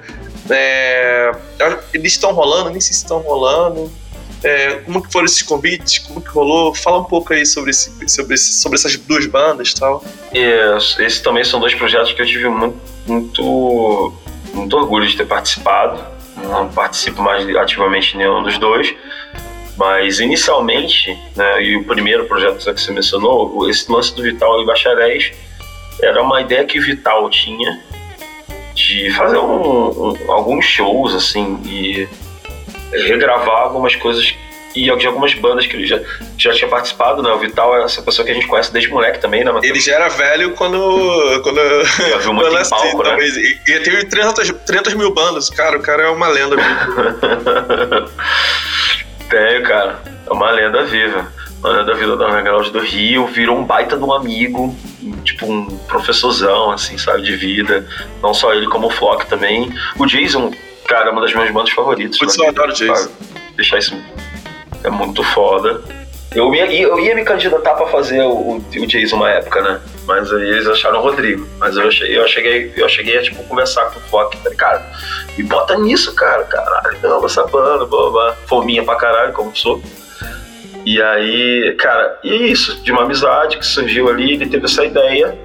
Eles estão rolando, nem sei se estão rolando. Como que foram esses convites? Como que rolou? Fala um pouco aí sobre essas duas bandas e tal. Esses também são dois projetos que eu tive muito orgulho de ter participado. Não participo mais ativamente em nenhum dos dois, mas inicialmente, né, e o primeiro projeto que você mencionou, esse lance do Vital e Bacharéis, era uma ideia que o Vital tinha de fazer alguns shows, assim, e regravar algumas coisas e de algumas bandas que ele já tinha participado, né? O Vital é essa pessoa que a gente conhece desde moleque também, né? Ele já era velho quando já viu muito em palco, né? E teve 300 mil bandas. Cara, o cara é uma lenda viva. Tenho, cara. É uma lenda viva. Uma lenda viva da Underground do Rio. Virou um baita de um amigo, tipo um professorzão, assim, sabe, de vida. Não só ele, como o Flock também. O Jason, cara, é uma das minhas bandas favoritas. Putz, eu adoro o Jason. Deixar isso é muito foda. Eu ia me candidatar pra fazer o Jason uma época, né? Mas aí eles acharam o Rodrigo. Mas eu cheguei a, tipo, conversar com o Flock. Falei, cara, me bota nisso, cara. Caralho, não, essa banda, blá, blá. Fominha pra caralho, como sou. E aí, cara, e isso, de uma amizade que surgiu ali, ele teve essa ideia.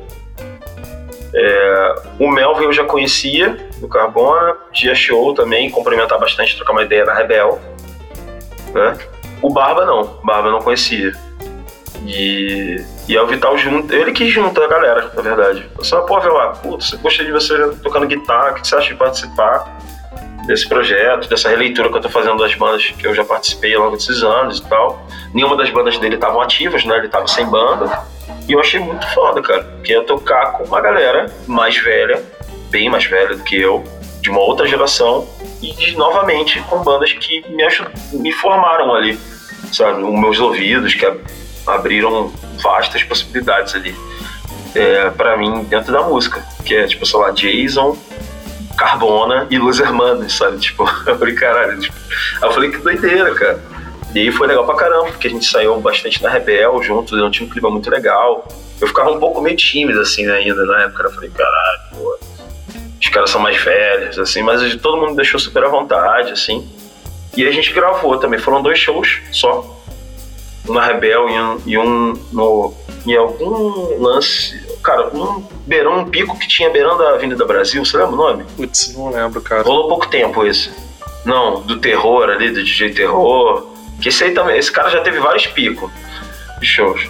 O Melvin eu já conhecia, do Carbona, dia show também, cumprimentar bastante, trocar uma ideia na Rebel, né? O Barba não conhecia. E é o Vital junto, ele que junta a galera, na verdade. Eu só, pô, ver lá, putz, gostei de você tocando guitarra, o que você acha de participar? desse projeto, dessa releitura que eu tô fazendo das bandas que eu já participei ao longo desses anos e tal. Nenhuma das bandas dele estavam ativas, né? Ele tava sem banda. E eu achei muito foda, cara, que é tocar com uma galera mais velha, bem mais velha do que eu, de uma outra geração, e novamente com bandas que me formaram ali, sabe? Os meus ouvidos, que abriram vastas possibilidades ali pra mim dentro da música, que é tipo, sei lá, Jason, Carbona e Los Hermanos, sabe? Tipo, eu falei, caralho, tipo, aí eu falei, que doideira, cara. E aí foi legal pra caramba, porque a gente saiu bastante na Rebel juntos, eu tinha um clima muito legal. Eu ficava um pouco meio tímido, assim, ainda na época. Eu falei, caralho, pô, os caras são mais velhos, assim, mas todo mundo deixou super à vontade, assim. E a gente gravou também, foram 2 shows só. Um na Rebel e um em algum lance, cara, um pico que tinha beirando a Avenida Brasil, você lembra o nome? Putz, não lembro, cara. Rolou pouco tempo esse. Não, do terror ali, do DJ Terror. Que esse aí também, esse cara já teve vários picos de shows.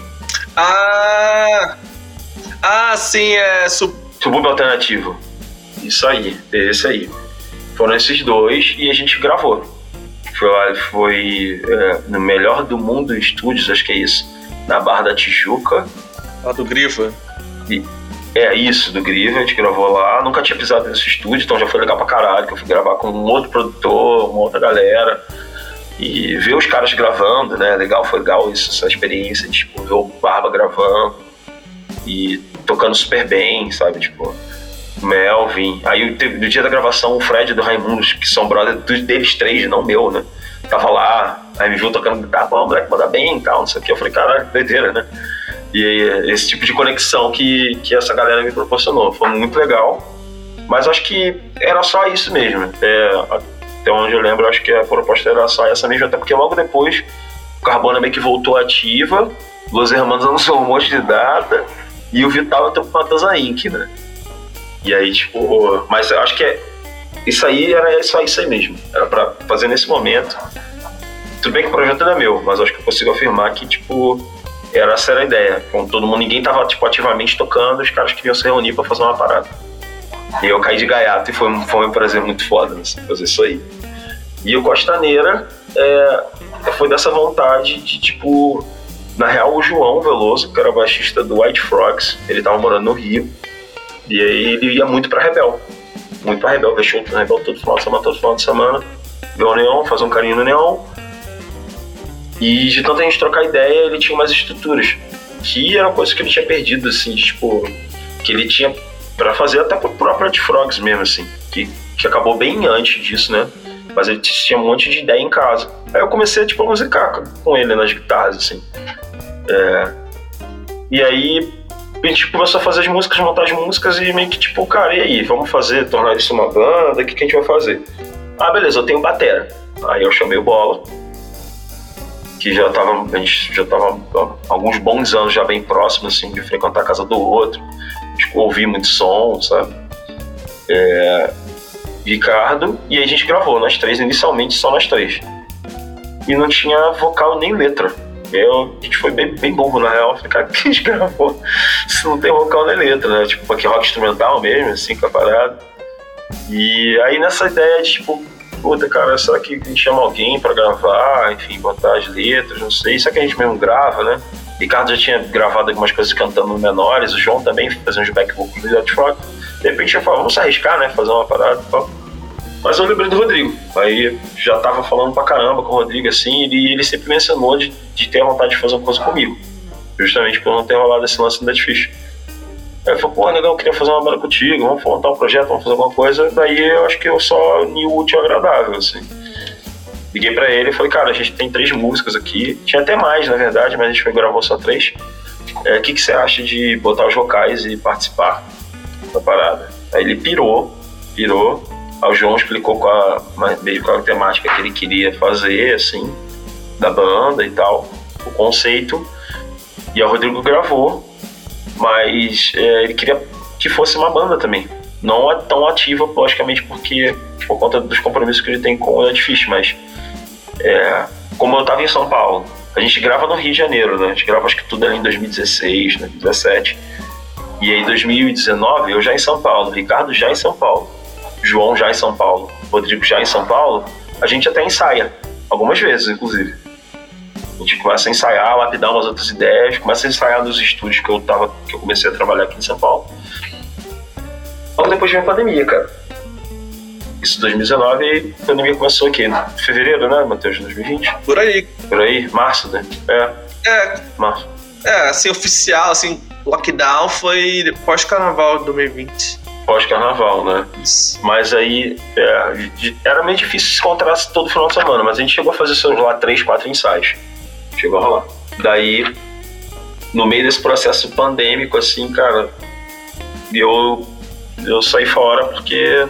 Sim, Subúrbio Alternativo. Isso aí, esse aí. Foram esses 2 e a gente gravou. Foi no Melhor do Mundo Estúdios, acho que é isso. Na Barra da Tijuca. Lá do Griva. Isso, do Griva, a gente gravou lá. Nunca tinha pisado nesse estúdio, então já foi legal pra caralho, que eu fui gravar com um outro produtor, uma outra galera. E ver os caras gravando, né? Foi legal isso, essa experiência de tipo, ver o Barba gravando e tocando super bem, sabe? Tipo, Melvin. Aí no dia da gravação, o Fred do Raimundos, que são brother deles 3, não meu, né? Tava lá, aí me viu tocando guitarra, pô, o moleque manda bem e tal, não sei o que. Eu falei, caralho, doideira, né? E esse tipo de conexão que essa galera me proporcionou. Foi muito legal, mas acho que era só isso mesmo. Até onde eu lembro, acho que a proposta era só essa mesmo, até porque logo depois o Carbona meio que voltou ativa, Los Hermanos lançou um monte de data e o Vital entrou com a Matanza Inc, né? E aí, tipo, mas eu acho que isso aí era só isso aí mesmo, era pra fazer nesse momento. Tudo bem que o projeto não é meu, mas acho que eu consigo afirmar que, tipo, essa era a ideia. Com todo mundo, ninguém tava, tipo, ativamente tocando, os caras queriam se reunir pra fazer uma parada. E eu caí de gaiato e foi um prazer muito foda, né, fazer isso aí. E o Costaneira foi dessa vontade de, tipo, na real, o João Veloso, que era baixista do White Frogs, ele tava morando no Rio, e aí ele ia muito pra Rebel, ver show na Rebel todo final de semana, ver o Neon, fazer um carinho no Neon, e de tanta gente trocar ideia, ele tinha umas estruturas, que era uma coisa que ele tinha perdido, assim, de, tipo, que ele tinha pra fazer até pro próprio White Frogs mesmo, assim, que acabou bem antes disso, né? Mas ele tinha um monte de ideia em casa. Aí eu comecei, tipo, a musicar com ele nas guitarras, assim. E aí a gente começou a fazer as músicas, montar as músicas e meio que, tipo, cara, e aí? Vamos tornar isso uma banda? O que a gente vai fazer? Beleza, eu tenho batera. Aí eu chamei o Bola, que a gente já tava há alguns bons anos já bem próximo, assim, de frequentar a casa do outro. Tipo, ouvir muito som, sabe? Ricardo, e aí a gente gravou, nós 3, inicialmente só nós 3. E não tinha vocal nem letra. A gente foi bem burro, na real. Falei, cara, que a gente gravou se não tem vocal nem letra, né? Tipo, aqui rock instrumental mesmo, assim, com a parada. E aí nessa ideia de, tipo, puta, cara, será que a gente chama alguém pra gravar, enfim, botar as letras, não sei. Será que a gente mesmo grava, né? Ricardo já tinha gravado algumas coisas cantando menores, o João também fazia uns back vocals do White Frog. De repente eu falei, vamos arriscar, né? Fazer uma parada e tal. Mas eu lembrei do Rodrigo. Aí já tava falando pra caramba com o Rodrigo, assim, e ele sempre mencionou de ter a vontade de fazer uma coisa comigo. Justamente por não ter rolado esse lance do Dead Fish. Aí eu falei, pô, legal, eu queria fazer uma banda contigo, vamos montar um projeto, vamos fazer alguma coisa. Daí eu acho que eu só uni o útil agradável, assim. Liguei pra ele e falei, cara, a gente tem 3 músicas aqui. Tinha até mais, na verdade, mas a gente gravou só 3. O que você acha de botar os vocais e participar da parada? Aí ele pirou. Aí o João explicou meio qual a temática que ele queria fazer, assim, da banda e tal, o conceito. E o Rodrigo gravou, mas ele queria que fosse uma banda também. Não é tão ativa, logicamente, porque por conta dos compromissos que ele tem com o Dead Fish, mas como eu tava em São Paulo, a gente grava no Rio de Janeiro, né? A gente grava acho que tudo ali em 2016, 2017. E aí em 2019 eu já em São Paulo, Ricardo já em São Paulo, João já em São Paulo. Rodrigo já em São Paulo, a gente até ensaia, algumas vezes, inclusive. A gente começa a ensaiar, lapidar umas outras ideias, começa a ensaiar nos estúdios que eu comecei a trabalhar aqui em São Paulo. Logo depois veio a pandemia, cara. Isso em 2019, e a pandemia começou aqui em fevereiro, né, Matheus, de 2020? Por aí. Por aí, março, né? Março. Assim, oficial, assim, lockdown foi pós-carnaval de 2020. Pós-carnaval, né? Isso. Mas aí, era meio difícil se encontrar todo final de semana, mas a gente chegou a fazer, sei lá, 3, 4 ensaios. Chegou a rolar. Daí, no meio desse processo pandêmico, assim, cara, eu saí fora porque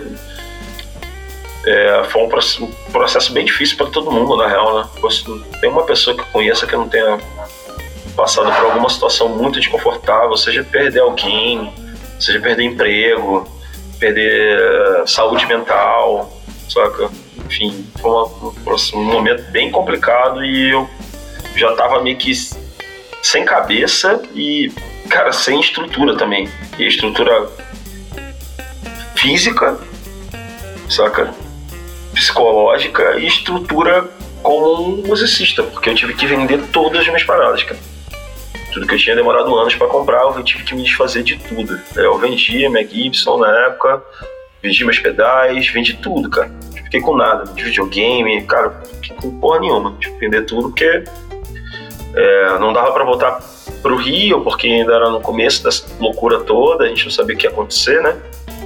foi um processo bem difícil para todo mundo, na real, né? Tem uma pessoa que eu conheço que não tenha passado por alguma situação muito desconfortável, seja perder alguém, seja perder emprego, perder saúde mental, saca? Enfim, foi um momento bem complicado e eu já tava meio que sem cabeça e, cara, sem estrutura também. E estrutura física, saca? Psicológica e estrutura como um musicista, porque eu tive que vender todas as minhas paradas, cara. Tudo que eu tinha demorado anos pra comprar, eu tive que me desfazer de tudo. Eu vendi minha Gibson na época, vendi meus pedais, vendi tudo, cara. Fiquei com nada, de videogame, cara, fiquei com porra nenhuma. Tive que vender tudo porque não dava pra voltar pro Rio, porque ainda era no começo dessa loucura toda, a gente não sabia o que ia acontecer, né?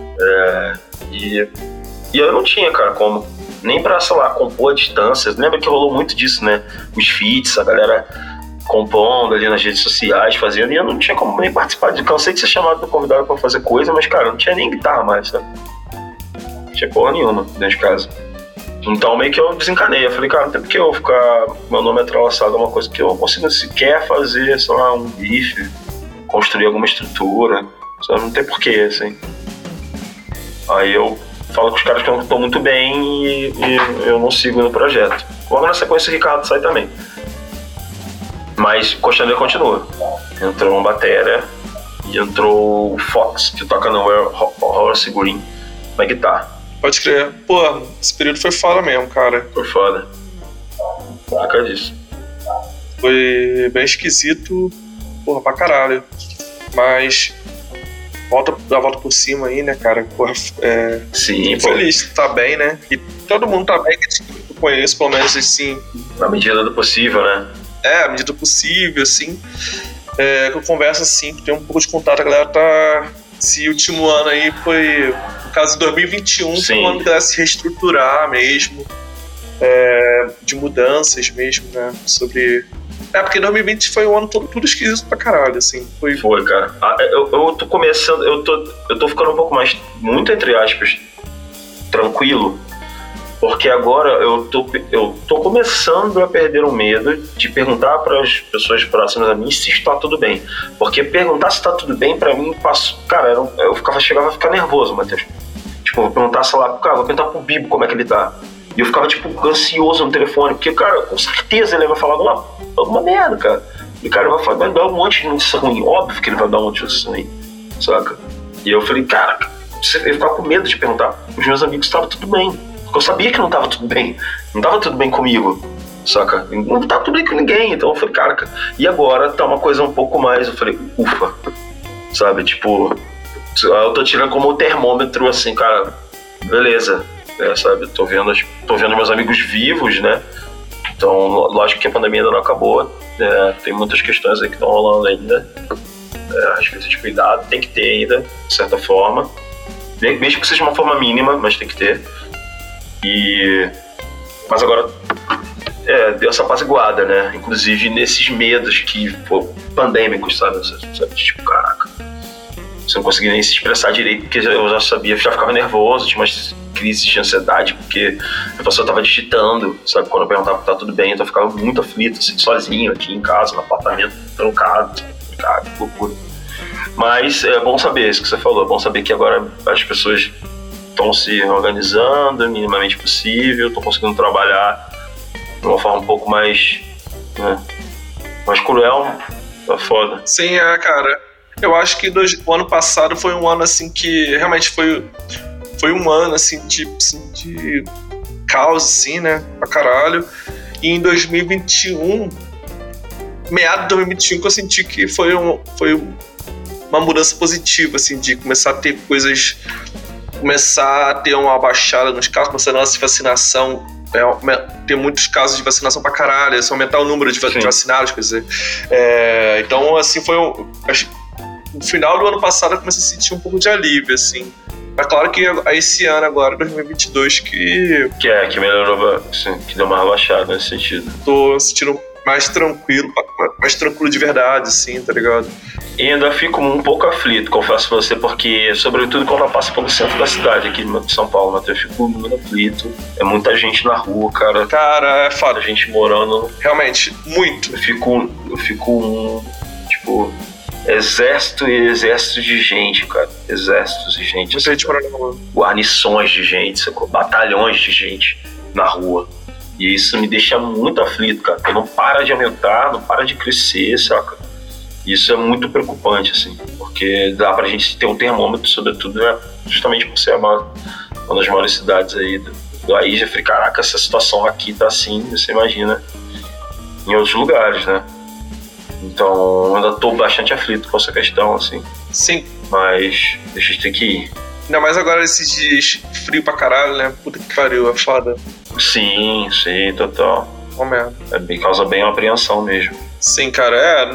E eu não tinha, cara, como. Nem pra, sei lá, compor a distância. Lembra que rolou muito disso, né? Os feats, a galera compondo ali nas redes sociais, fazendo, e eu não tinha como nem participar. Cansei de ser chamado do convidado pra fazer coisa, mas, cara, não tinha nem guitarra mais, sabe? Não tinha porra nenhuma dentro de casa. Então, meio que eu desencanei. Eu falei, cara, não tem porque eu ficar meu nome entrelaçado a uma coisa que eu não consigo sequer fazer, sei lá, um riff, construir alguma estrutura, sabe? Não tem porquê, assim. Aí eu falo com os caras que eu não estou muito bem e eu não sigo no projeto. Logo na sequência o Ricardo sai também. Mas Costaneira continua. Entrou uma bateria e entrou o Fox, que toca no Horace Green, na guitarra. Pode crer. Pô, esse período foi foda mesmo, cara. Foi foda. Complicadíssimo. Foi bem esquisito, porra, pra caralho. Mas dá a volta por cima aí, né, cara? Porra, sim, feliz que tá bem, né? E todo mundo tá bem, que eu conheço, pelo menos assim. Na medida do possível, né? À medida do possível, assim. Que eu converso assim, que tem um pouco de contato, a galera tá. Esse último ano aí foi, no caso de 2021, foi um ano que ela se reestruturar mesmo, de mudanças mesmo, né? Sobre. Porque 2020 foi um ano tudo esquisito pra caralho, assim. Foi, cara. Eu tô começando, eu tô ficando um pouco mais, muito entre aspas, tranquilo, porque agora eu tô começando a perder o medo de perguntar para as pessoas próximas a mim se está tudo bem. Porque perguntar se está tudo bem, pra mim, cara, chegava a ficar nervoso, Matheus. Tipo, eu perguntar, sei lá, cara, vou perguntar pro Bibo como é que ele tá. E eu ficava, tipo, ansioso no telefone, porque, cara, com certeza ele vai falar alguma merda, cara. E, cara, vai dar um monte de notícia ruim. Óbvio que ele vai dar um monte de notícia ruim, saca? E eu falei, cara, eu ficava com medo de perguntar. Os meus amigos estavam tudo bem. Porque eu sabia que não tava tudo bem. Não tava tudo bem comigo, saca? Não tava tudo bem com ninguém. Então eu falei, cara, e agora tá uma coisa um pouco mais. Eu falei, ufa, sabe? Tipo, eu tô tirando como um termômetro, assim, cara, beleza. Sabe, tô vendo meus amigos vivos, né? Então, lógico que a pandemia ainda não acabou, tem muitas questões aí que estão rolando ainda. Às vezes de cuidado tem que ter ainda, de certa forma, mesmo que seja uma forma mínima, mas tem que ter. Mas agora deu essa apaziguada, né? Inclusive nesses medos que pandêmicos, sabe? Tipo, caraca, você não conseguia nem se expressar direito, porque eu já sabia, já ficava nervoso, tinha umas crises de ansiedade, porque a pessoa tava digitando, sabe? Quando eu perguntava se tá tudo bem, então eu ficava muito aflito, assim, sozinho, aqui em casa, no apartamento, trancado, cara, que loucura. Mas é bom saber isso que você falou, é bom saber que agora as pessoas estão se organizando, minimamente possível, estão conseguindo trabalhar de uma forma um pouco mais, né, mais cruel, tá foda. Sim, cara. Eu acho que o ano passado foi um ano assim que realmente foi foi um ano, assim, de caos, assim, né? Pra caralho. E em 2021, meado de 2021, que eu senti que foi uma mudança positiva, assim, de começar a ter coisas, começar a ter uma baixada nos casos, começar a nossa vacinação, ter muitos casos de vacinação pra caralho, aumentar o número de vacinados, quer dizer. Então, assim, no final do ano passado eu comecei a sentir um pouco de alívio, assim. Mas claro que esse ano agora, 2022, que melhorou, assim, que deu uma relaxada nesse sentido. Tô sentindo mais tranquilo de verdade, assim, tá ligado? E ainda fico um pouco aflito, confesso pra você, porque, sobretudo quando eu passo pelo centro da cidade aqui de São Paulo, eu fico muito aflito. É muita gente na rua, cara. Cara, é foda. Gente morando. Realmente, muito. Eu fico tipo, exército e exército de gente, cara. Exércitos de gente. Muita gente morando na rua. Guarnições de gente, sacou? Batalhões de gente na rua. E isso me deixa muito aflito, cara. Porque não para de aumentar, não para de crescer, saca? Isso é muito preocupante, assim, porque dá pra gente ter um termômetro, sobretudo, né, justamente por ser uma das maiores cidades aí do país. Eu falei, caraca, essa situação aqui tá assim, você imagina, em outros lugares, né? Então, eu ainda tô bastante aflito com essa questão, assim. Sim. Mas a gente tem que ir. Ainda mais agora esses dias frio pra caralho, né? Puta que pariu, é foda. Sim, total. Merda. Causa bem uma apreensão mesmo. Sim, cara,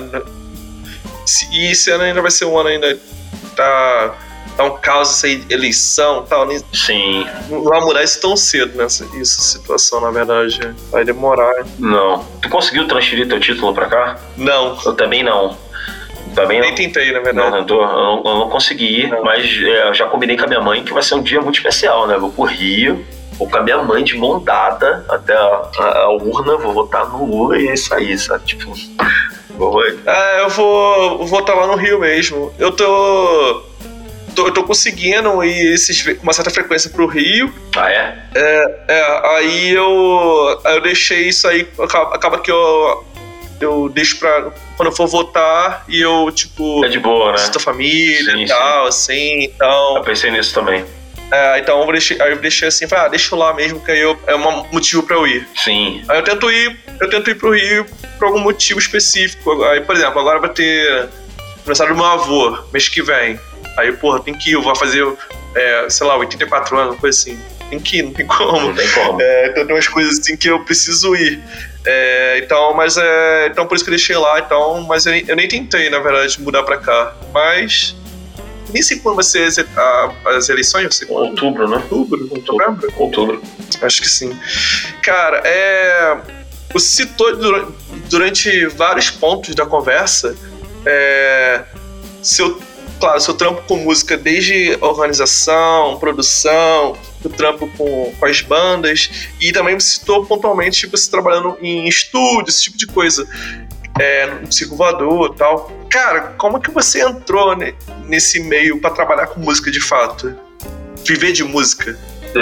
E esse ano ainda vai ser um ano ainda. Tá um caos essa eleição e tal. Sim. Não vai mudar isso tão cedo, né? Essa situação, na verdade. Vai demorar. Não. Tu conseguiu transferir teu título pra cá? Não. Eu também não. Nem tentei, na verdade. Eu não consegui, mas eu já combinei com a minha mãe que vai ser um dia muito especial, né? Vou pro Rio, vou com a minha mãe de mão dada até a urna, vou votar no Lula e é isso aí, sabe? Tipo, eu vou estar lá no Rio mesmo. Eu tô conseguindo ir com uma certa frequência pro Rio. Ah, é? Aí eu deixei isso aí, acaba que eu deixo pra quando eu for votar e eu, tipo... É de boa, né? Visito a família e tal, assim, então... Eu pensei nisso também. Então eu deixei assim, falei, deixa eu lá mesmo, que aí é um motivo pra eu ir. Sim. Aí eu tento ir pro Rio por algum motivo específico. Aí, por exemplo, agora vai ter aniversário do meu avô, mês que vem. Aí, porra, tem que ir, eu vou fazer, 84 anos, uma coisa assim. Tem que ir, não tem como. Não tem como. Então tem umas coisas assim que eu preciso ir. Então por isso que eu deixei lá, mas eu nem tentei, na verdade, mudar pra cá. Mas nem sei quando vai ser as eleições. Sei quando. Outubro, né? Outubro. Acho que sim. Cara, você citou durante vários pontos da conversa seu trampo com música, desde organização, produção, o trampo com as bandas, e também você citou pontualmente você trabalhando em estúdio, esse tipo de coisa, no Circo Voador e tal. Cara, como que você entrou nesse meio pra trabalhar com música de fato? Viver de música?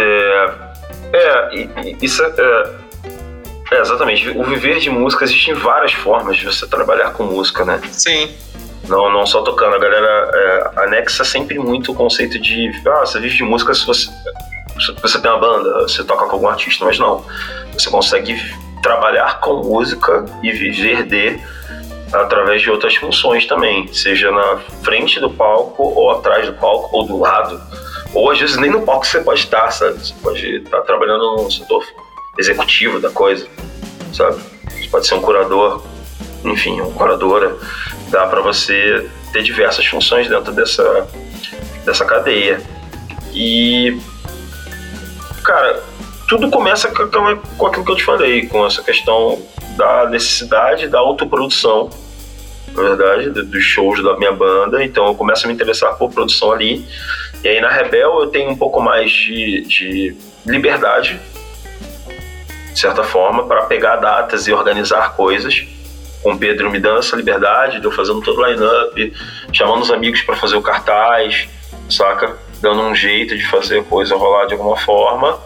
Isso exatamente. O viver de música, existem várias formas de você trabalhar com música, né? Sim. Não só tocando. A galera anexa sempre muito o conceito de você vive de música se você tem uma banda, você toca com algum artista, mas não. Você consegue trabalhar com música e viver através de outras funções também, seja na frente do palco, ou atrás do palco, ou do lado, ou às vezes nem no palco você pode estar, sabe? Você pode estar trabalhando no setor executivo da coisa, sabe? Você pode ser um curador, enfim, uma curadora. Dá para você ter diversas funções dentro dessa cadeia. E, cara, tudo começa com aquilo que eu te falei, com essa questão da necessidade da autoprodução, na verdade, dos shows da minha banda. Então eu começo a me interessar por produção ali. E aí na Rebel eu tenho um pouco mais de liberdade, de certa forma, para pegar datas e organizar coisas. Com o Pedro me dando essa liberdade de eu fazendo todo o line-up, chamando os amigos para fazer o cartaz, saca? Dando um jeito de fazer a coisa rolar de alguma forma.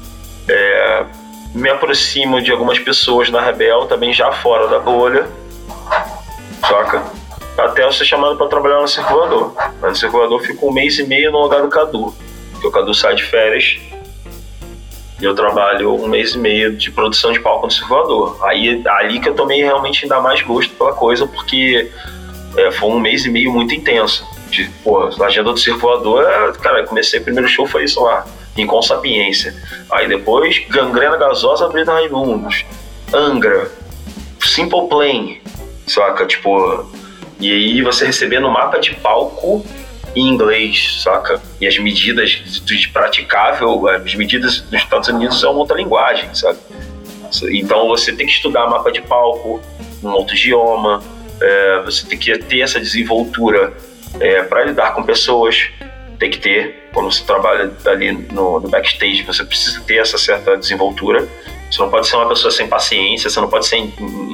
Me aproximo de algumas pessoas na Rebel, também já fora da bolha, saca? Até eu ser chamado para trabalhar no Circo Voador. No Circo Voador fico 1 mês e meio no lugar do Cadu, porque o Cadu sai de férias e eu trabalho 1 mês e meio de produção de palco no Circulador. Aí ali que eu tomei realmente ainda mais gosto pela coisa, porque foi 1 mês e meio muito intenso. A agenda do Circulador, cara, eu comecei, o primeiro show foi isso lá, em Consapiência. Aí depois, Gangrena Gasosa, Brita Raimundos, Angra, Simple Plan, saca? Tipo, e aí você recebendo mapa de palco em inglês, saca? E as medidas de praticável, as medidas dos Estados Unidos é uma outra linguagem, sabe? Então você tem que estudar mapa de palco num outro idioma, você tem que ter essa desenvoltura para lidar com pessoas, tem que ter. Quando você trabalha ali no backstage, você precisa ter essa certa desenvoltura. Você não pode ser uma pessoa sem paciência, você não pode ser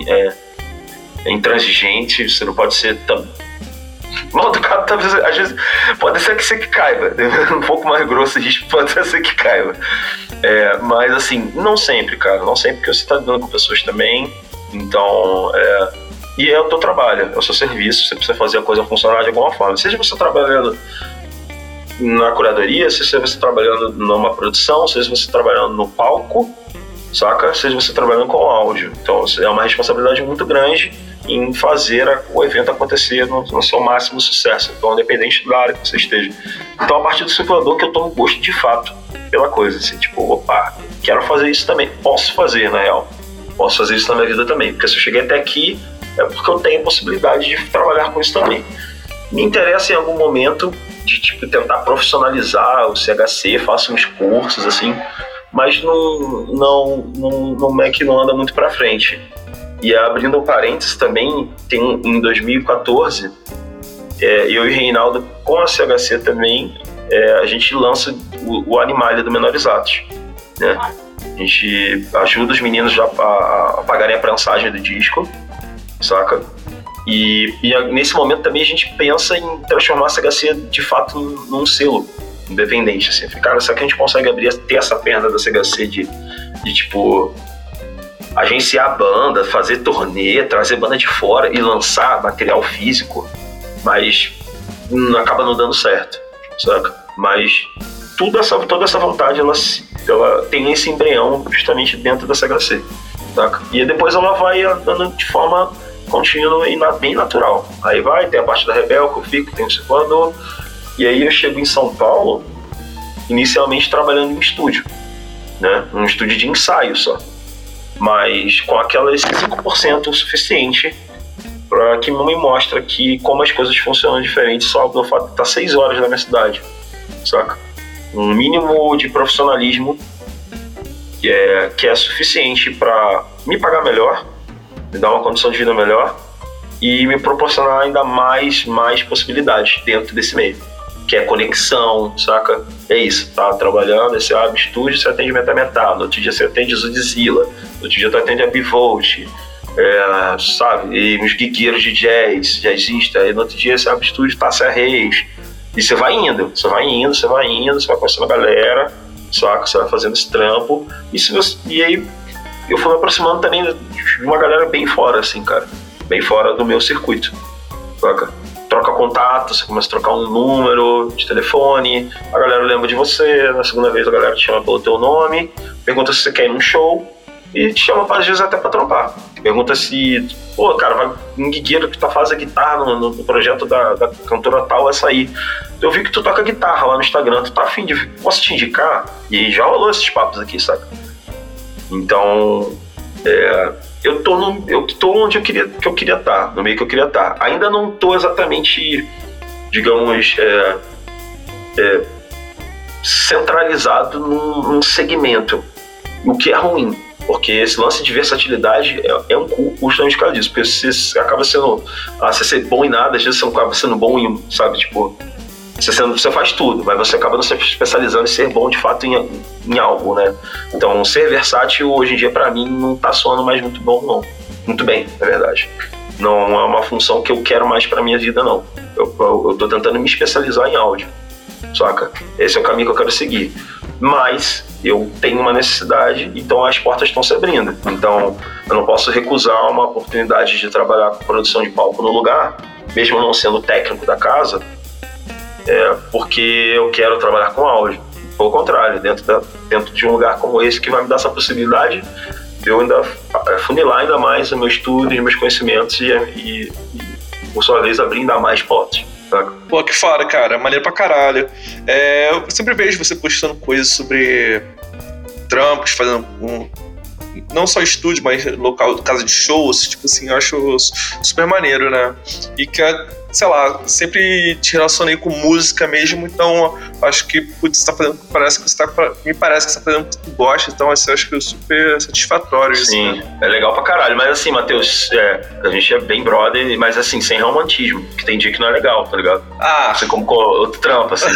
intransigente, você não pode ser mal educado, talvez, às vezes pode ser que você que caiba, um pouco mais grosso disso, pode ser que caiba, mas assim, não sempre, cara, não sempre, porque você está lidando com pessoas também, então e é o teu trabalho, é o seu serviço, você precisa fazer a coisa funcionar de alguma forma, seja você trabalhando na curadoria, seja você trabalhando numa produção, seja você trabalhando no palco, saca? Seja você trabalhando com áudio. Então é uma responsabilidade muito grande em fazer o evento acontecer no seu máximo sucesso, então independente da área que você esteja. Então a partir do Circulador que eu tomo gosto de fato pela coisa, assim, tipo, opa, quero fazer isso também, posso fazer, na real, posso fazer isso na minha vida também, porque se eu cheguei até aqui é porque eu tenho possibilidade de trabalhar com isso também. Me interessa em algum momento de tipo, tentar profissionalizar o CHC, faço uns cursos assim, mas não é que não anda muito pra frente. E abrindo um parênteses também, em 2014, eu e o Reinaldo, com a CHC também, a gente lança o Animalia do Menores Atos, né? A gente ajuda os meninos a pagarem a prensagem do disco, saca? E nesse momento também a gente pensa em transformar a CHC de fato num selo independente, assim. Cara, será que a gente consegue ter essa perna da CHC de tipo agenciar a banda, fazer turnê, trazer banda de fora e lançar material físico, mas acaba não dando certo, saca? Mas toda essa vontade ela tem esse embrião justamente dentro da CHC, saca? E depois ela vai andando de forma contínua e bem natural. Aí tem a parte da Rebel que eu fico, tem o Circulador, e aí eu chego em São Paulo, inicialmente trabalhando em estúdio, né? Um estúdio de ensaio só, mas com aquelas 5% o suficiente para que me mostra que como as coisas funcionam diferente só pelo fato de estar 6 horas na minha cidade, saca? Um mínimo de profissionalismo que é suficiente para me pagar melhor, me dar uma condição de vida melhor e me proporcionar ainda mais possibilidades dentro desse meio, que é conexão, saca? É isso, tá trabalhando, você abre estúdio, você atende Metal, no outro dia você atende Zudzilla, no outro dia tu atende a Bivolt, sabe? E uns guigueiros de jazzista, e no outro dia você abre estúdio, Tássia Reis, e você vai indo, você vai conhecendo a galera, saca? Você vai fazendo esse trampo, e aí eu fui me aproximando também de uma galera bem fora, assim, cara, bem fora do meu circuito, saca? Troca contato, você começa a trocar um número de telefone, a galera lembra de você, na segunda vez a galera te chama pelo teu nome, pergunta se você quer ir num show e te chama às vezes até pra trampar. Pergunta se, cara, vai um guigueiro que faz a guitarra no projeto da cantora tal vai sair. Eu vi que tu toca guitarra lá no Instagram, tu tá afim de, posso te indicar? E aí já rolou esses papos aqui, saca? Então, eu tô onde eu queria estar, no meio que eu queria estar. Ainda não tô exatamente, digamos, centralizado num segmento, o que é ruim, porque esse lance de versatilidade é um custo por causa disso, porque você acaba sendo, você ser bom em nada, às vezes você não acaba sendo bom em, sabe, tipo, você faz tudo, mas você acaba não se especializando em ser bom de fato em algo, né? Então, ser versátil hoje em dia pra mim não tá soando mais muito bom, não. Muito bem, na verdade. Não é uma função que eu quero mais pra minha vida, não. Eu tô tentando me especializar em áudio, saca? Esse é o caminho que eu quero seguir. Mas eu tenho uma necessidade, então as portas estão se abrindo. Então, eu não posso recusar uma oportunidade de trabalhar com produção de palco no lugar, mesmo não sendo técnico da casa, porque eu quero trabalhar com áudio. Pelo contrário, dentro de um lugar como esse que vai me dar essa possibilidade de eu ainda funilar ainda mais o meu estudo e os meus conhecimentos e por sua vez, abrir ainda mais portas. Saca? Pô, que foda, cara. Maneiro pra caralho. Eu sempre vejo você postando coisas sobre trampos, fazendo não só estúdio, mas local, casa de shows, tipo assim, eu acho super maneiro, né? E que, sei lá, sempre te relacionei com música mesmo, então acho que, putz, você tá fazendo, me parece que você tá fazendo o que tu gosta, então assim, eu acho que é super satisfatório isso. Sim, né? É legal pra caralho, mas assim, Matheus, a gente é bem brother, mas assim, sem romantismo, que tem dia que não é legal, tá ligado? Assim como com outro trampo, assim.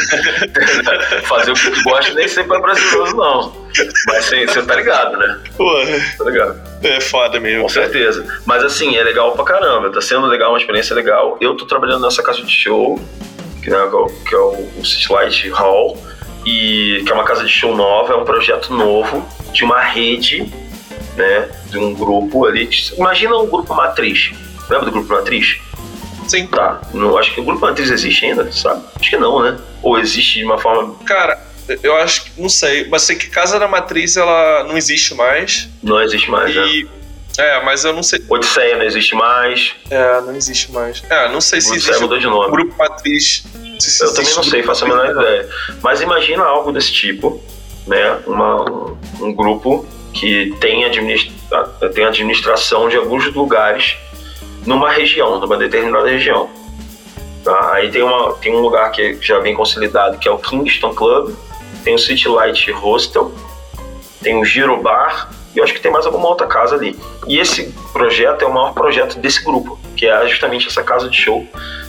Fazer o que tu gosta nem sempre é prazeroso, não. Mas você tá ligado, né? Porra. Tá ligado? É foda mesmo. Com certeza. Mas assim, é legal pra caramba. Tá sendo legal, uma experiência legal. Eu tô trabalhando nessa casa de show, que é o City Light Hall, e que é uma casa de show nova, é um projeto novo de uma rede, né? De um grupo ali. Imagina um grupo matriz. Lembra do grupo matriz? Sim. Tá. Acho que o grupo matriz existe ainda, sabe? Acho que não, né? Ou existe de uma forma... Cara, eu acho que, não sei, mas sei que Casa da Matriz, ela não existe mais. Não existe mais, né? Mas eu não sei. Odisseia não existe mais. Não existe mais. Não sei se Odisseia existe mudou de nome. o Grupo Matriz. Eu também não sei, faço a menor ideia. Mas imagina algo desse tipo, né? Um grupo que tem administração de alguns lugares numa região, numa determinada região. Tá? Aí tem um lugar que já vem consolidado, que é o Kingston Club, tem o City Light Hostel, tem o Giro Bar, e eu acho que tem mais alguma outra casa ali. E esse projeto é o maior projeto desse grupo, que é justamente essa casa de show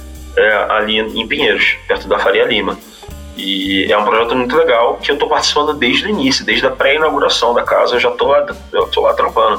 ali em Pinheiros, perto da Faria Lima. E é um projeto muito legal, que eu tô participando desde o início, desde a pré-inauguração da casa, eu tô lá trampando.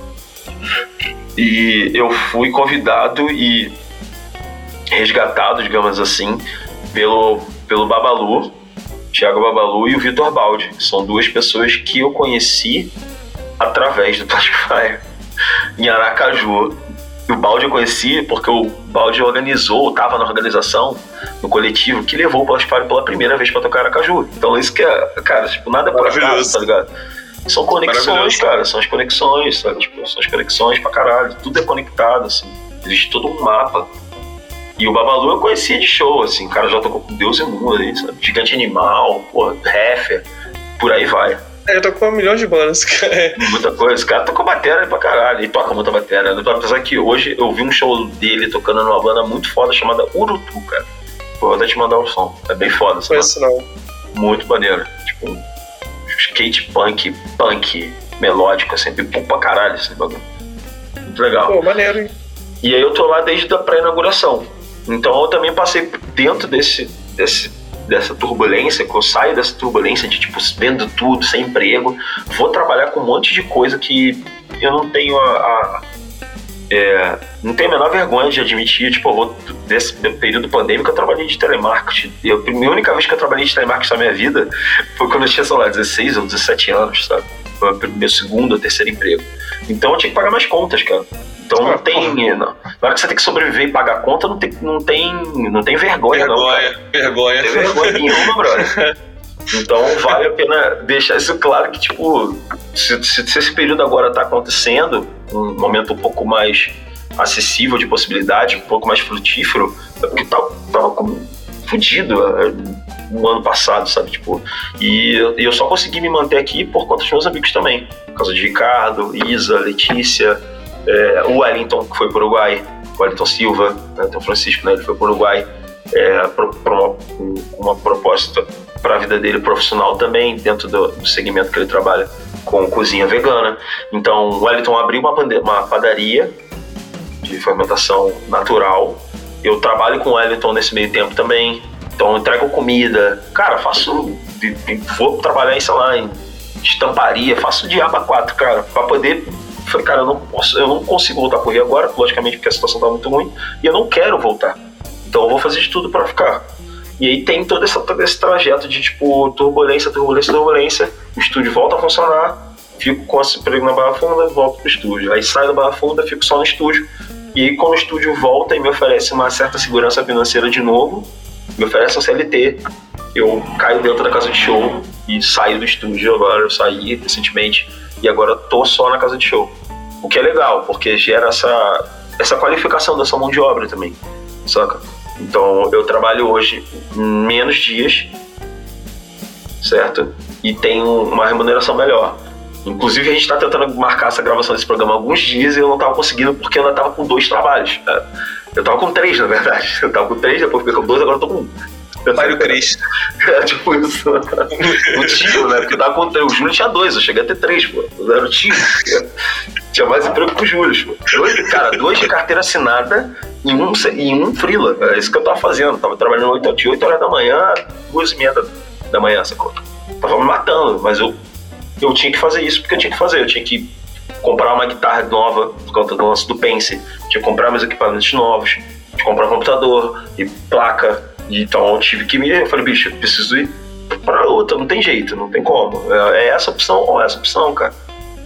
E eu fui convidado e resgatado, digamos assim, pelo Babalu, Thiago Babalu e o Vitor Baldi. São duas pessoas que eu conheci através do Plastic Fire em Aracaju. E o Baldi eu conheci porque o Baldi estava na organização, no coletivo, que levou o Plastic Fire pela primeira vez pra tocar em Aracaju. Então isso que é, cara, tipo, nada por acaso, tá ligado? São conexões, cara, são as conexões, sabe? Tipo, são as conexões pra caralho, tudo é conectado, assim, existe todo um mapa. E o Babalu eu conhecia de show, assim, o cara já tocou com Deus e Mundo aí, sabe? Gigante Animal, porra, Heffer, por aí vai. Ele tocou milhões de bandas, cara. Muita coisa, esse cara tocou bateria pra caralho, ele toca muita bateria, apesar que hoje eu vi um show dele tocando numa banda muito foda chamada Urutu, cara. Vou até te mandar o som, é bem foda, sabe? Conheço não. Muito maneiro, tipo, skate punk melódico, assim, pum pra caralho esse bagulho. Muito legal. Pô, maneiro, hein? E aí eu tô lá desde a pré-inauguração. Então eu também passei dentro dessa turbulência, que eu saio dessa turbulência de tipo, vendo tudo, sem emprego, vou trabalhar com um monte de coisa que eu não tenho não tenho a menor vergonha de admitir. Tipo, nesse período pandêmico eu trabalhei de telemarketing. A única vez que eu trabalhei de telemarketing na minha vida foi quando eu tinha, sei lá, 16 ou 17 anos, sabe? Foi o meu segundo ou terceiro emprego. Então eu tinha que pagar mais contas, cara. Então não tem. Na hora que você tem que sobreviver e pagar a conta, não tem vergonha, não. Vergonha. Não tem vergonha nenhuma, brother. Então vale a pena deixar isso claro que, tipo, se esse período agora tá acontecendo, um momento um pouco mais acessível de possibilidade, um pouco mais frutífero, é porque tava fudido no ano passado, sabe? Tipo, e eu só consegui me manter aqui por conta dos meus amigos também. Por causa de Ricardo, Isa, Letícia, o Wellington, que foi pro Uruguai, o Wellington Silva, né, tem o Francisco, né, ele foi pro Uruguai uma proposta para a vida dele profissional também, dentro do segmento que ele trabalha com cozinha vegana. Então o Wellington abriu uma padaria de fermentação natural. Eu trabalho com o Wellington nesse meio tempo também, então eu entrego comida, cara, vou trabalhar em estamparia, faço diabo a 4, cara, para poder. Falei, cara, eu não consigo voltar a correr agora, logicamente, porque a situação tá muito ruim, e eu não quero voltar. Então eu vou fazer de tudo para ficar. E aí tem todo esse trajeto de, tipo, turbulência. O estúdio volta a funcionar, fico com esse emprego na Barra Funda, volto pro estúdio. Aí saio da Barra Funda, fico só no estúdio. E aí quando o estúdio volta e me oferece uma certa segurança financeira de novo, me oferece um CLT. eu caio dentro da casa de show e saio do estúdio agora. Eu saí recentemente e agora tô só na casa de show. O que é legal, porque gera essa qualificação dessa mão de obra também, saca? Então eu trabalho hoje menos dias, certo? E tenho uma remuneração melhor. Inclusive a gente tá tentando marcar essa gravação desse programa há alguns dias e eu não tava conseguindo porque eu ainda tava com 2 trabalhos. Eu tava com 3, na verdade. Eu tava com 3, depois fiquei com 2, agora eu tô com 1. Mário Cris. Tipo isso. O tio, né? Porque tava com 3. O Júlio tinha 2, eu cheguei a ter 3, pô. Eu era o tio. Tinha mais emprego que o Júlio, pô. 2 de carteira assinada e um freela. É isso que eu tava fazendo. Tava trabalhando de 8 horas da manhã, 2h30 da manhã, sacou? Tava me matando, mas eu tinha que fazer isso porque eu tinha que fazer. Eu tinha que comprar uma guitarra nova por conta do lance do Pense. Tinha que comprar meus equipamentos novos. Tinha que comprar um computador e placa. Então eu tive que eu falei, bicho, eu preciso ir pra outra, não tem jeito, não tem como. É essa opção ou essa opção, cara.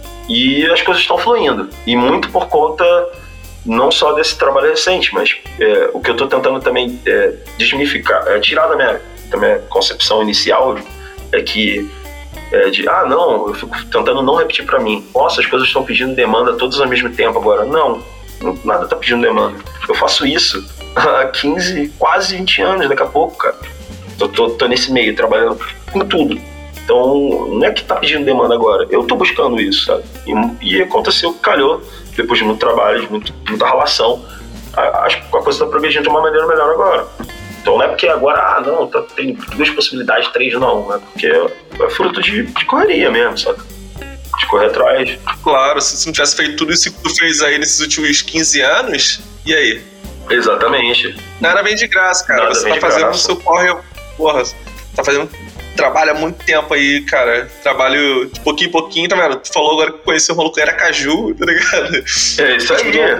E as coisas estão fluindo. E muito por conta não só desse trabalho recente, mas o que eu tô tentando também desmificar, tirar da minha concepção inicial é que não, eu fico tentando não repetir pra mim. Nossa, as coisas estão pedindo demanda todas ao mesmo tempo agora. Não, nada tá pedindo demanda. Eu faço isso há 15, quase 20 anos daqui a pouco, cara. Tô nesse meio, trabalhando com tudo. Então, não é que tá pedindo demanda agora. Eu tô buscando isso, sabe? E aconteceu, calhou, depois de muito trabalho, de muita relação, acho que a coisa tá progredindo de uma maneira melhor agora. Então não é porque agora, tem 2 possibilidades, 3 não. É porque é fruto de correria mesmo, sabe? De correr atrás. Claro, se você não tivesse feito tudo isso que tu fez aí nesses últimos 15 anos, e aí? Exatamente. Nada vem de graça, cara. Nada você tá fazendo o seu corre, porra, tá fazendo trabalho há muito tempo aí, cara. Trabalho de pouquinho em pouquinho, tá vendo? Tu falou agora que conheceu o maluco Aracaju, tá ligado? É isso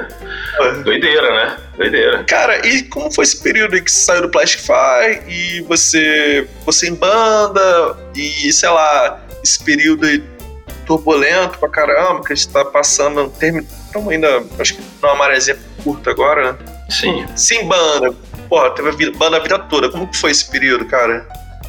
aí. Doideira, né? Doideira. Cara, e como foi esse período aí que você saiu do Plastify e você em banda e, sei lá, esse período aí turbulento pra caramba que a gente tá passando, estamos ainda, acho que numa maresia curta agora, né? Sim. Sem banda. Porra, teve banda a vida toda. Como que foi esse período, cara?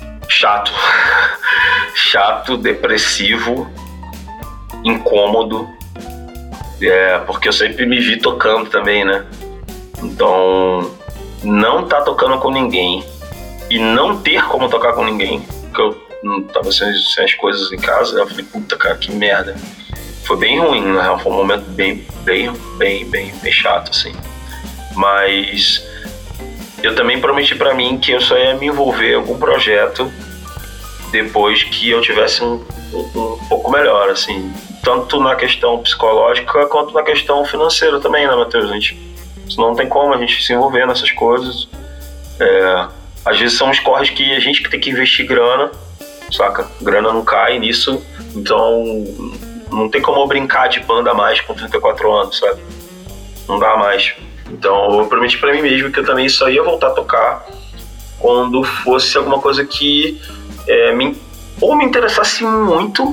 Chato, depressivo, incômodo, porque eu sempre me vi tocando também, né? Então, não tá tocando com ninguém e não ter como tocar com ninguém, porque eu não tava sem as coisas em casa, eu falei, puta, cara, que merda. Foi bem ruim, na real, foi um momento bem chato, assim. Mas eu também prometi pra mim que eu só ia me envolver em algum projeto depois que eu tivesse um pouco melhor, assim, tanto na questão psicológica quanto na questão financeira também, né, Matheus? Senão não tem como a gente se envolver nessas coisas. Às vezes são os corres que a gente tem que investir grana, saca? Grana não cai nisso, então não tem como eu brincar de banda mais com 34 anos, sabe? Não dá mais. Então eu prometi pra mim mesmo que eu também só ia voltar a tocar quando fosse alguma coisa que ou me interessasse muito,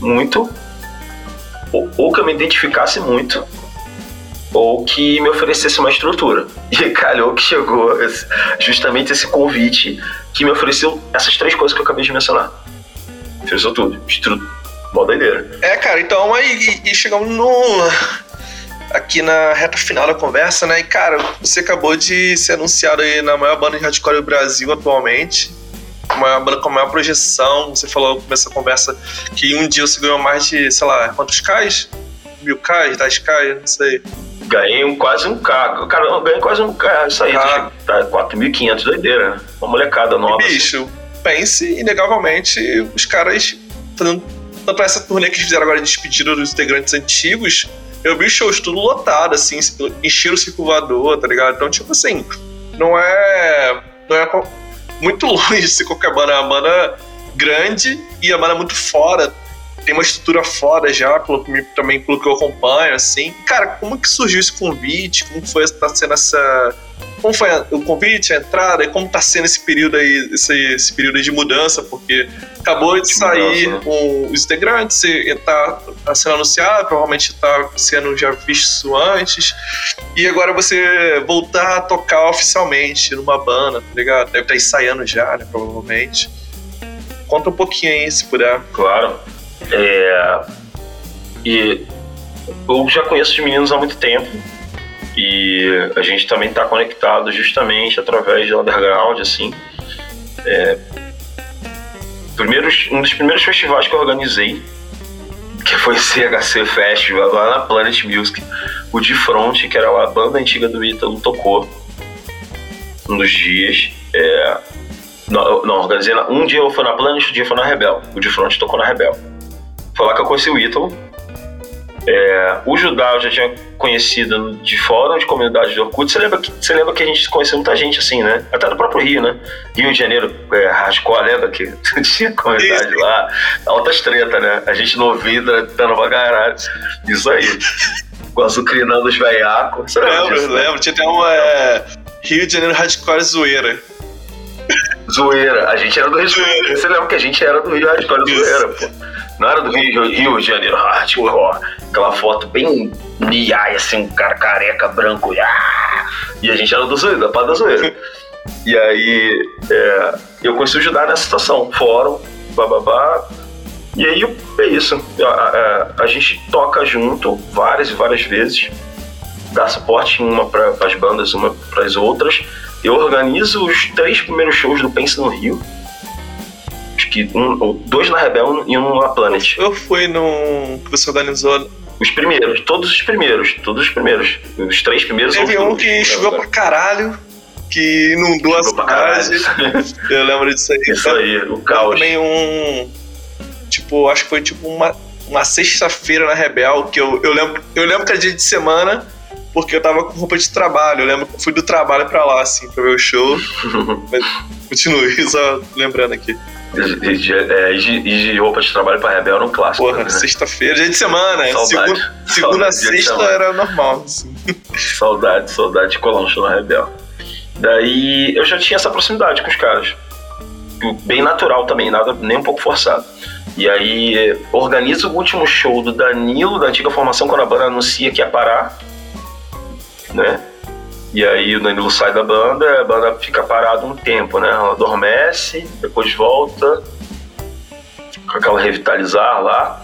ou que eu me identificasse muito, ou que me oferecesse uma estrutura. E calhou que chegou justamente esse convite que me ofereceu essas 3 coisas que eu acabei de mencionar. Ofereceu tudo. Mó doideira. Cara, então aí chegamos aqui na reta final da conversa, né? E, cara, você acabou de ser anunciado aí na maior banda de hardcore do Brasil atualmente. Uma banda com a maior projeção. Você falou no começo da conversa que um dia você ganhou mais de, sei lá, quantos Ks? 1000K, 10K, não sei. Ganhei quase 1K. Cara, eu ganhei quase 1K. Isso aí, tá 4.500, doideira, né? Uma molecada nova. E, bicho, pense, inegavelmente, os caras fazendo tanto essa turnê que eles fizeram agora de despedida dos integrantes antigos. Eu vi shows tudo lotado, assim, encheram o circo voador, tá ligado? Então, tipo assim, não é muito longe de ser qualquer banda. É uma banda grande e a banda muito fora. Tem uma estrutura foda já, também pelo que eu acompanho, assim. Cara, como que surgiu esse convite? Como foi tá sendo essa... como foi o convite, a entrada, e como tá sendo esse período aí, esse período aí de mudança, porque acabou de sair com os integrantes, tá sendo anunciado, provavelmente tá sendo já visto antes, e agora você voltar a tocar oficialmente numa banda, tá ligado? Deve estar ensaiando já, né, provavelmente. Conta um pouquinho aí, se puder. Claro. E eu já conheço os meninos há muito tempo, e a gente também está conectado justamente através do underground, assim. Um dos primeiros festivais que eu organizei, que foi o CHC Festival, lá na Planet Music, o De Front, que era a banda antiga do Ítalo, tocou um dos dias. Não, organizei um dia eu fui na Planet, outro dia foi na Rebel. O De Front tocou na Rebel. Foi lá que eu conheci o Ítalo. O Judá eu já tinha conhecido de fórum de comunidade de Orkut. Você lembra que a gente conheceu muita gente assim, né? Até do próprio Rio, né? Rio de Janeiro, hardcore, lembra que tinha comunidade lá? Altas treta, né? A gente no ouvido, tretando pra caralho. Isso aí. Com azucrinando os veiacos. Lembro. Tinha até uma Rio de Janeiro hardcore zoeira. Zoeira. A gente era do Rio. Você lembra que a gente era do Rio hardcore zoeira, pô. Não era do Rio de Janeiro hardcore. Aquela foto bem niai, assim, um cara careca, branco. E a gente era do zoeira, da pá da zoeira. E aí, eu conheci o Judá nessa situação. Fórum, bababá. E aí, é isso. A gente toca junto várias e várias vezes. Dá suporte uma para as bandas, uma para as outras. Eu organizo os 3 primeiros shows do Pense no Rio. Acho que 2 na Rebel e 1 na Planet. Eu fui no que você organizou. Os primeiros, todos os primeiros. Os 3 primeiros. Teve um que choveu pra caralho, que inundou a cidade. Eu lembro disso aí. Isso aí, o caos. Também acho que foi uma sexta-feira na Rebel, que eu lembro que era dia de semana, porque eu tava com roupa de trabalho. Eu lembro que eu fui do trabalho pra lá, assim, pra ver o show. Mas continue, só lembrando aqui. E de roupa de trabalho pra Rebel era um clássico. Porra, né? Sexta-feira, dia de semana. Saudade. Segunda, sexta era normal, assim. Saudade de colar um show na Rebel. Daí eu já tinha essa proximidade com os caras. Bem natural também, nada nem um pouco forçado. E aí organizo o último show do Danilo, da antiga formação, quando a banda anuncia que ia parar, né? E aí o Danilo sai da banda, a banda fica parada um tempo, né? Ela adormece, depois volta com aquela revitalizar lá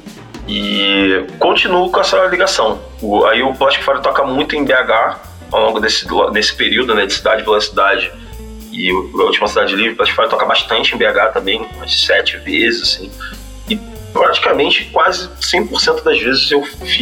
e continuo com essa ligação. Aí o Plastic Fire toca muito em BH ao longo desse período, né? De cidade pela cidade. E a última Cidade Livre, o Plastic Fire toca bastante em BH também, umas 7 vezes, assim. E praticamente quase 100% das vezes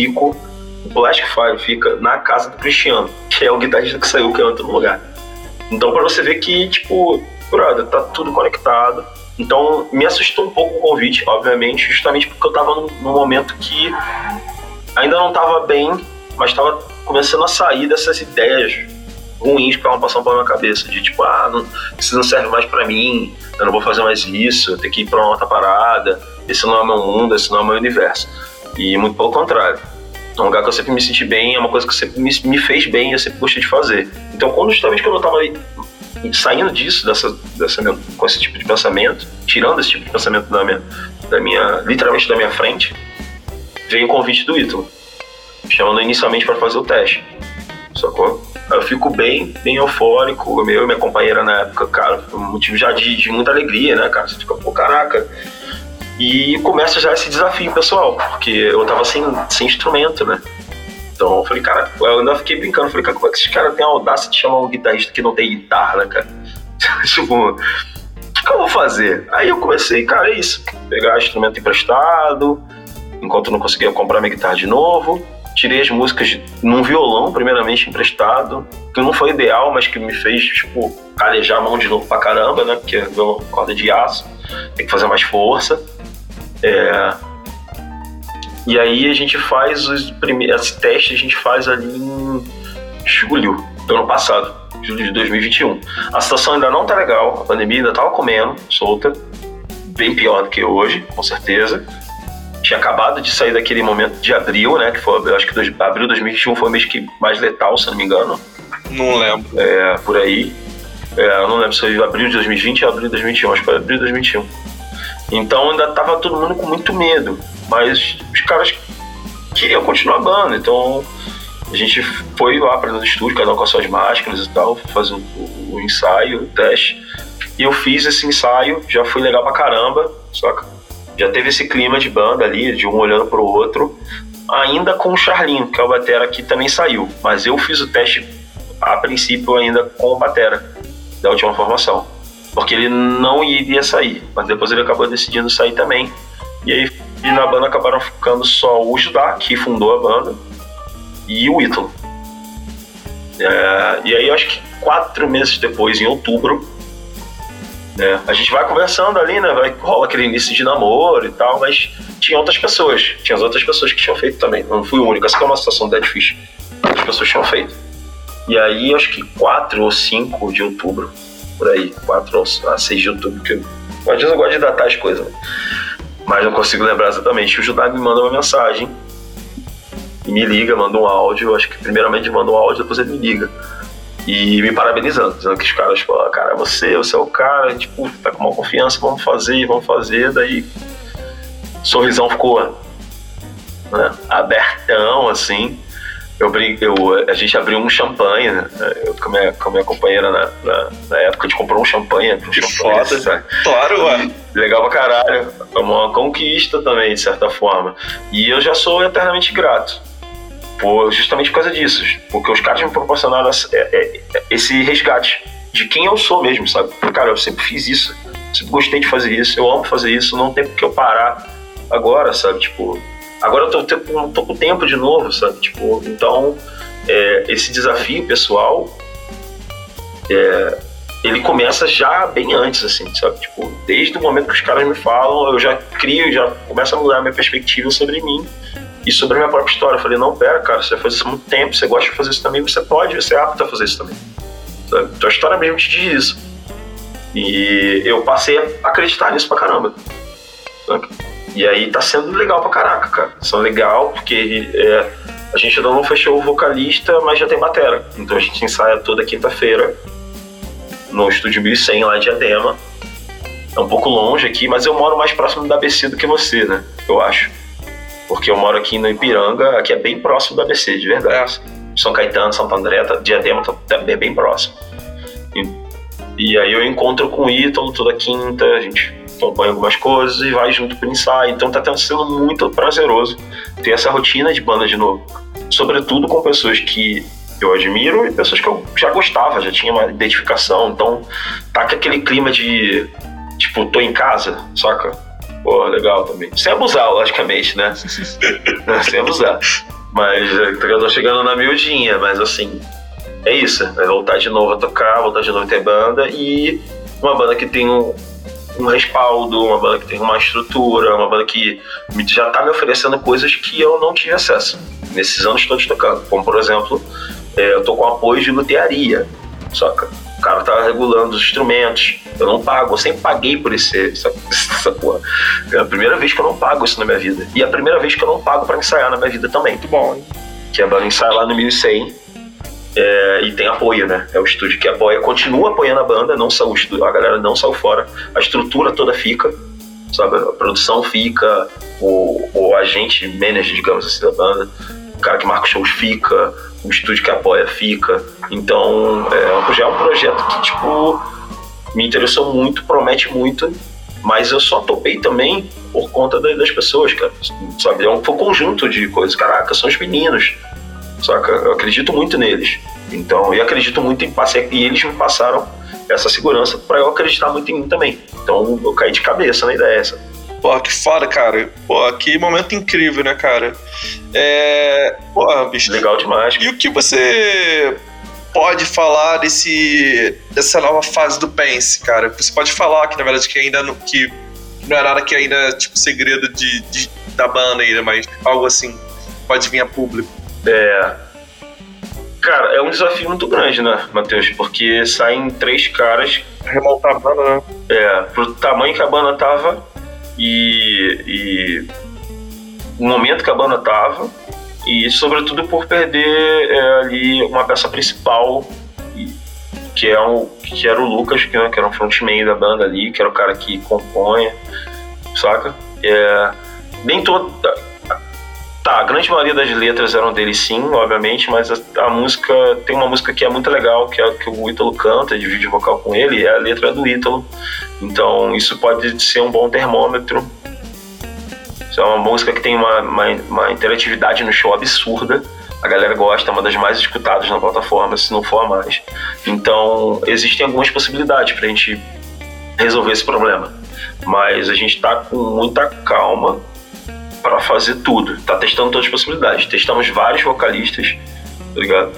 o Plastic Fire fica na casa do Cristiano, que é o guitarrista que saiu, que é outro lugar. Então, pra você ver que, brother, tá tudo conectado. Então, me assustou um pouco o convite, obviamente, justamente porque eu tava num momento que ainda não tava bem, mas tava começando a sair dessas ideias ruins que estavam passando pela minha cabeça, de isso não serve mais pra mim, eu não vou fazer mais isso, eu tenho que ir pra uma outra parada, esse não é meu mundo, esse não é meu universo. E muito pelo contrário. É um lugar que eu sempre me senti bem, é uma coisa que sempre me fez bem e eu sempre gostei de fazer. Então, justamente quando eu tava saindo disso, com esse tipo de pensamento, tirando esse tipo de pensamento literalmente da minha frente, veio o convite do Ítalo, me chamando inicialmente para fazer o teste, sacou? Aí eu fico bem eufórico, eu e minha companheira na época, cara, foi um motivo já de muita alegria, né, cara? Você fica, caraca. E começa já esse desafio pessoal, porque eu tava sem instrumento, né? Então eu falei, cara, eu ainda fiquei brincando, falei, cara, como é que esses caras têm a audácia de chamar um guitarrista que não tem guitarra, né, cara? O que eu vou fazer? Aí eu comecei, cara, é isso, pegar instrumento emprestado, enquanto eu não conseguia comprar minha guitarra de novo, tirei as músicas num violão, primeiramente emprestado, que não foi ideal, mas que me fez, calejar a mão de novo pra caramba, né? Porque é violão corda de aço, tem que fazer mais força. E aí a gente faz esse teste, a gente faz ali em julho do ano passado, julho de 2021. A situação ainda não tá legal, a pandemia ainda tava comendo, solta, bem pior do que hoje, com certeza. Tinha acabado de sair daquele momento de abril, né, que foi, eu acho que abril de 2021 foi o mês que mais letal, se não me engano, Não lembro. Por aí. Eu não lembro se foi abril de 2020 ou abril de 2021, acho que foi abril de 2021. Então ainda tava todo mundo com muito medo, mas os caras queriam continuar a banda, então a gente foi lá para dentro do estúdio, cada um com as suas máscaras e tal, fazer o ensaio, o teste, e eu fiz esse ensaio, já foi legal pra caramba, saca? Já teve esse clima de banda ali, de um olhando pro outro, ainda com o Charlinho, que é o batera, que também saiu, mas eu fiz o teste a princípio ainda com o batera da última formação, porque ele não iria sair, mas depois ele acabou decidindo sair também, e aí na banda acabaram ficando só o Judá, que fundou a banda, e o Ítalo. E aí acho que 4 meses depois, em outubro, a gente vai conversando ali, né, rola aquele início de namoro e tal, mas tinha outras pessoas, tinha as outras pessoas que tinham feito também, não fui o único, essa que é uma situação dead fish, outras pessoas tinham feito. E aí, acho que 4 ou 5 de outubro, por aí, 4 a 6 de outubro, que às vezes eu gosto de datar as coisas, né? Mas não consigo lembrar exatamente. O Judá me manda uma mensagem, e me liga, manda um áudio, acho que primeiramente manda um áudio, depois ele me liga. E me parabenizando, dizendo que os caras falam, cara, você é o cara, tipo, tá com uma confiança, vamos fazer, daí sorrisão ficou, né, abertão, assim. A gente abriu um champanhe, né? Eu com a minha companheira na época, a gente comprou um champanhe. Que foda, sabe? Claro, ué. Legal pra caralho. É uma conquista também, de certa forma. E eu já sou eternamente grato. Justamente por causa disso. Porque os caras me proporcionaram esse resgate de quem eu sou mesmo, sabe? Cara, eu sempre fiz isso. Sempre gostei de fazer isso. Eu amo fazer isso. Não tem por que eu parar agora, sabe? Tipo... Agora eu tô com tempo de novo, sabe? Tipo, então, esse desafio pessoal, ele começa já bem antes, assim, sabe? Tipo, desde o momento que os caras me falam, eu já crio, já começo a mudar a minha perspectiva sobre mim e sobre a minha própria história. Eu falei, não, pera, cara, você faz isso há muito tempo, você gosta de fazer isso também, você é apto a fazer isso também. Sabe? Tua história mesmo te diz isso. E eu passei a acreditar nisso pra caramba, sabe? E aí tá sendo legal pra caraca, cara. São legal porque a gente ainda não fechou o vocalista, mas já tem batera. Então a gente ensaia toda quinta-feira no Estúdio 1100 lá em Diadema. É um pouco longe aqui, mas eu moro mais próximo da ABC do que você, né? Eu acho. Porque eu moro aqui no Ipiranga, que é bem próximo da ABC, de verdade. São Caetano, Santo André, Diadema tá bem próximo. E aí eu encontro com o Ítalo toda quinta, a gente acompanha algumas coisas e vai junto pro ensaio. Então tá sendo muito prazeroso ter essa rotina de banda de novo. Sobretudo com pessoas que eu admiro e pessoas que eu já gostava, já tinha uma identificação. Então tá com aquele clima de, tipo, tô em casa, saca? Pô, legal também. Sem abusar, logicamente, né? Sem abusar. Mas eu tô chegando na miudinha, mas assim, é isso. É voltar de novo a tocar, voltar de novo a ter banda e uma banda que tem um respaldo, uma banda que tem uma estrutura, uma banda que já tá me oferecendo coisas que eu não tive acesso nesses anos todos tocando. Como, por exemplo, eu tô com apoio de lutearia, saca? O cara tá regulando os instrumentos, eu não pago, eu sempre paguei por essa porra. É a primeira vez que eu não pago isso na minha vida. E é a primeira vez que eu não pago pra ensaiar na minha vida também. Muito bom, hein? Que a banda ensaia lá no 1100. E tem apoio, né? É o estúdio que apoia, continua apoiando a banda, não saiu o estúdio, a galera não saiu fora, a estrutura toda fica, sabe? A produção fica, o agente manager, digamos assim, da banda, o cara que marca os shows fica, o estúdio que apoia fica. Então já é um projeto que, tipo, me interessou muito, promete muito, mas eu só topei também por conta das pessoas, cara, sabe? Foi um conjunto de coisas. Caraca, são os meninos, saca? Eu acredito muito neles. Então, eu acredito muito em e eles me passaram essa segurança pra eu acreditar muito em mim também. Então, eu caí de cabeça na ideia essa. Pô, que foda, cara. Pô, que momento incrível, né, cara? Pô, bicho. Legal demais. E o que você pode falar dessa nova fase do Pense, cara? Você pode falar que, na verdade, que ainda que não é nada que ainda, tipo, segredo da banda ainda, mas algo assim pode vir a público. Cara, é um desafio muito grande, né, Matheus? Porque saem 3 caras... Remontar a banda, né? Pro tamanho que a banda tava e o momento que a banda tava, E sobretudo por perder ali uma peça principal, que era o Lucas, que era um frontman da banda ali, que era o cara que compunha, saca? Nem toda... Tá, a grande maioria das letras eram dele sim, obviamente, mas a música, tem uma música que é muito legal, que é a que o Ítalo canta, divide vocal com ele, é a letra do Ítalo. Então isso pode ser um bom termômetro. Isso é uma música que tem uma interatividade no show absurda. A galera gosta, é uma das mais escutadas na plataforma, se não for a mais. Então existem algumas possibilidades pra gente resolver esse problema. Mas a gente tá com muita calma para fazer tudo, tá testando todas as possibilidades. Testamos vários vocalistas, tá ligado?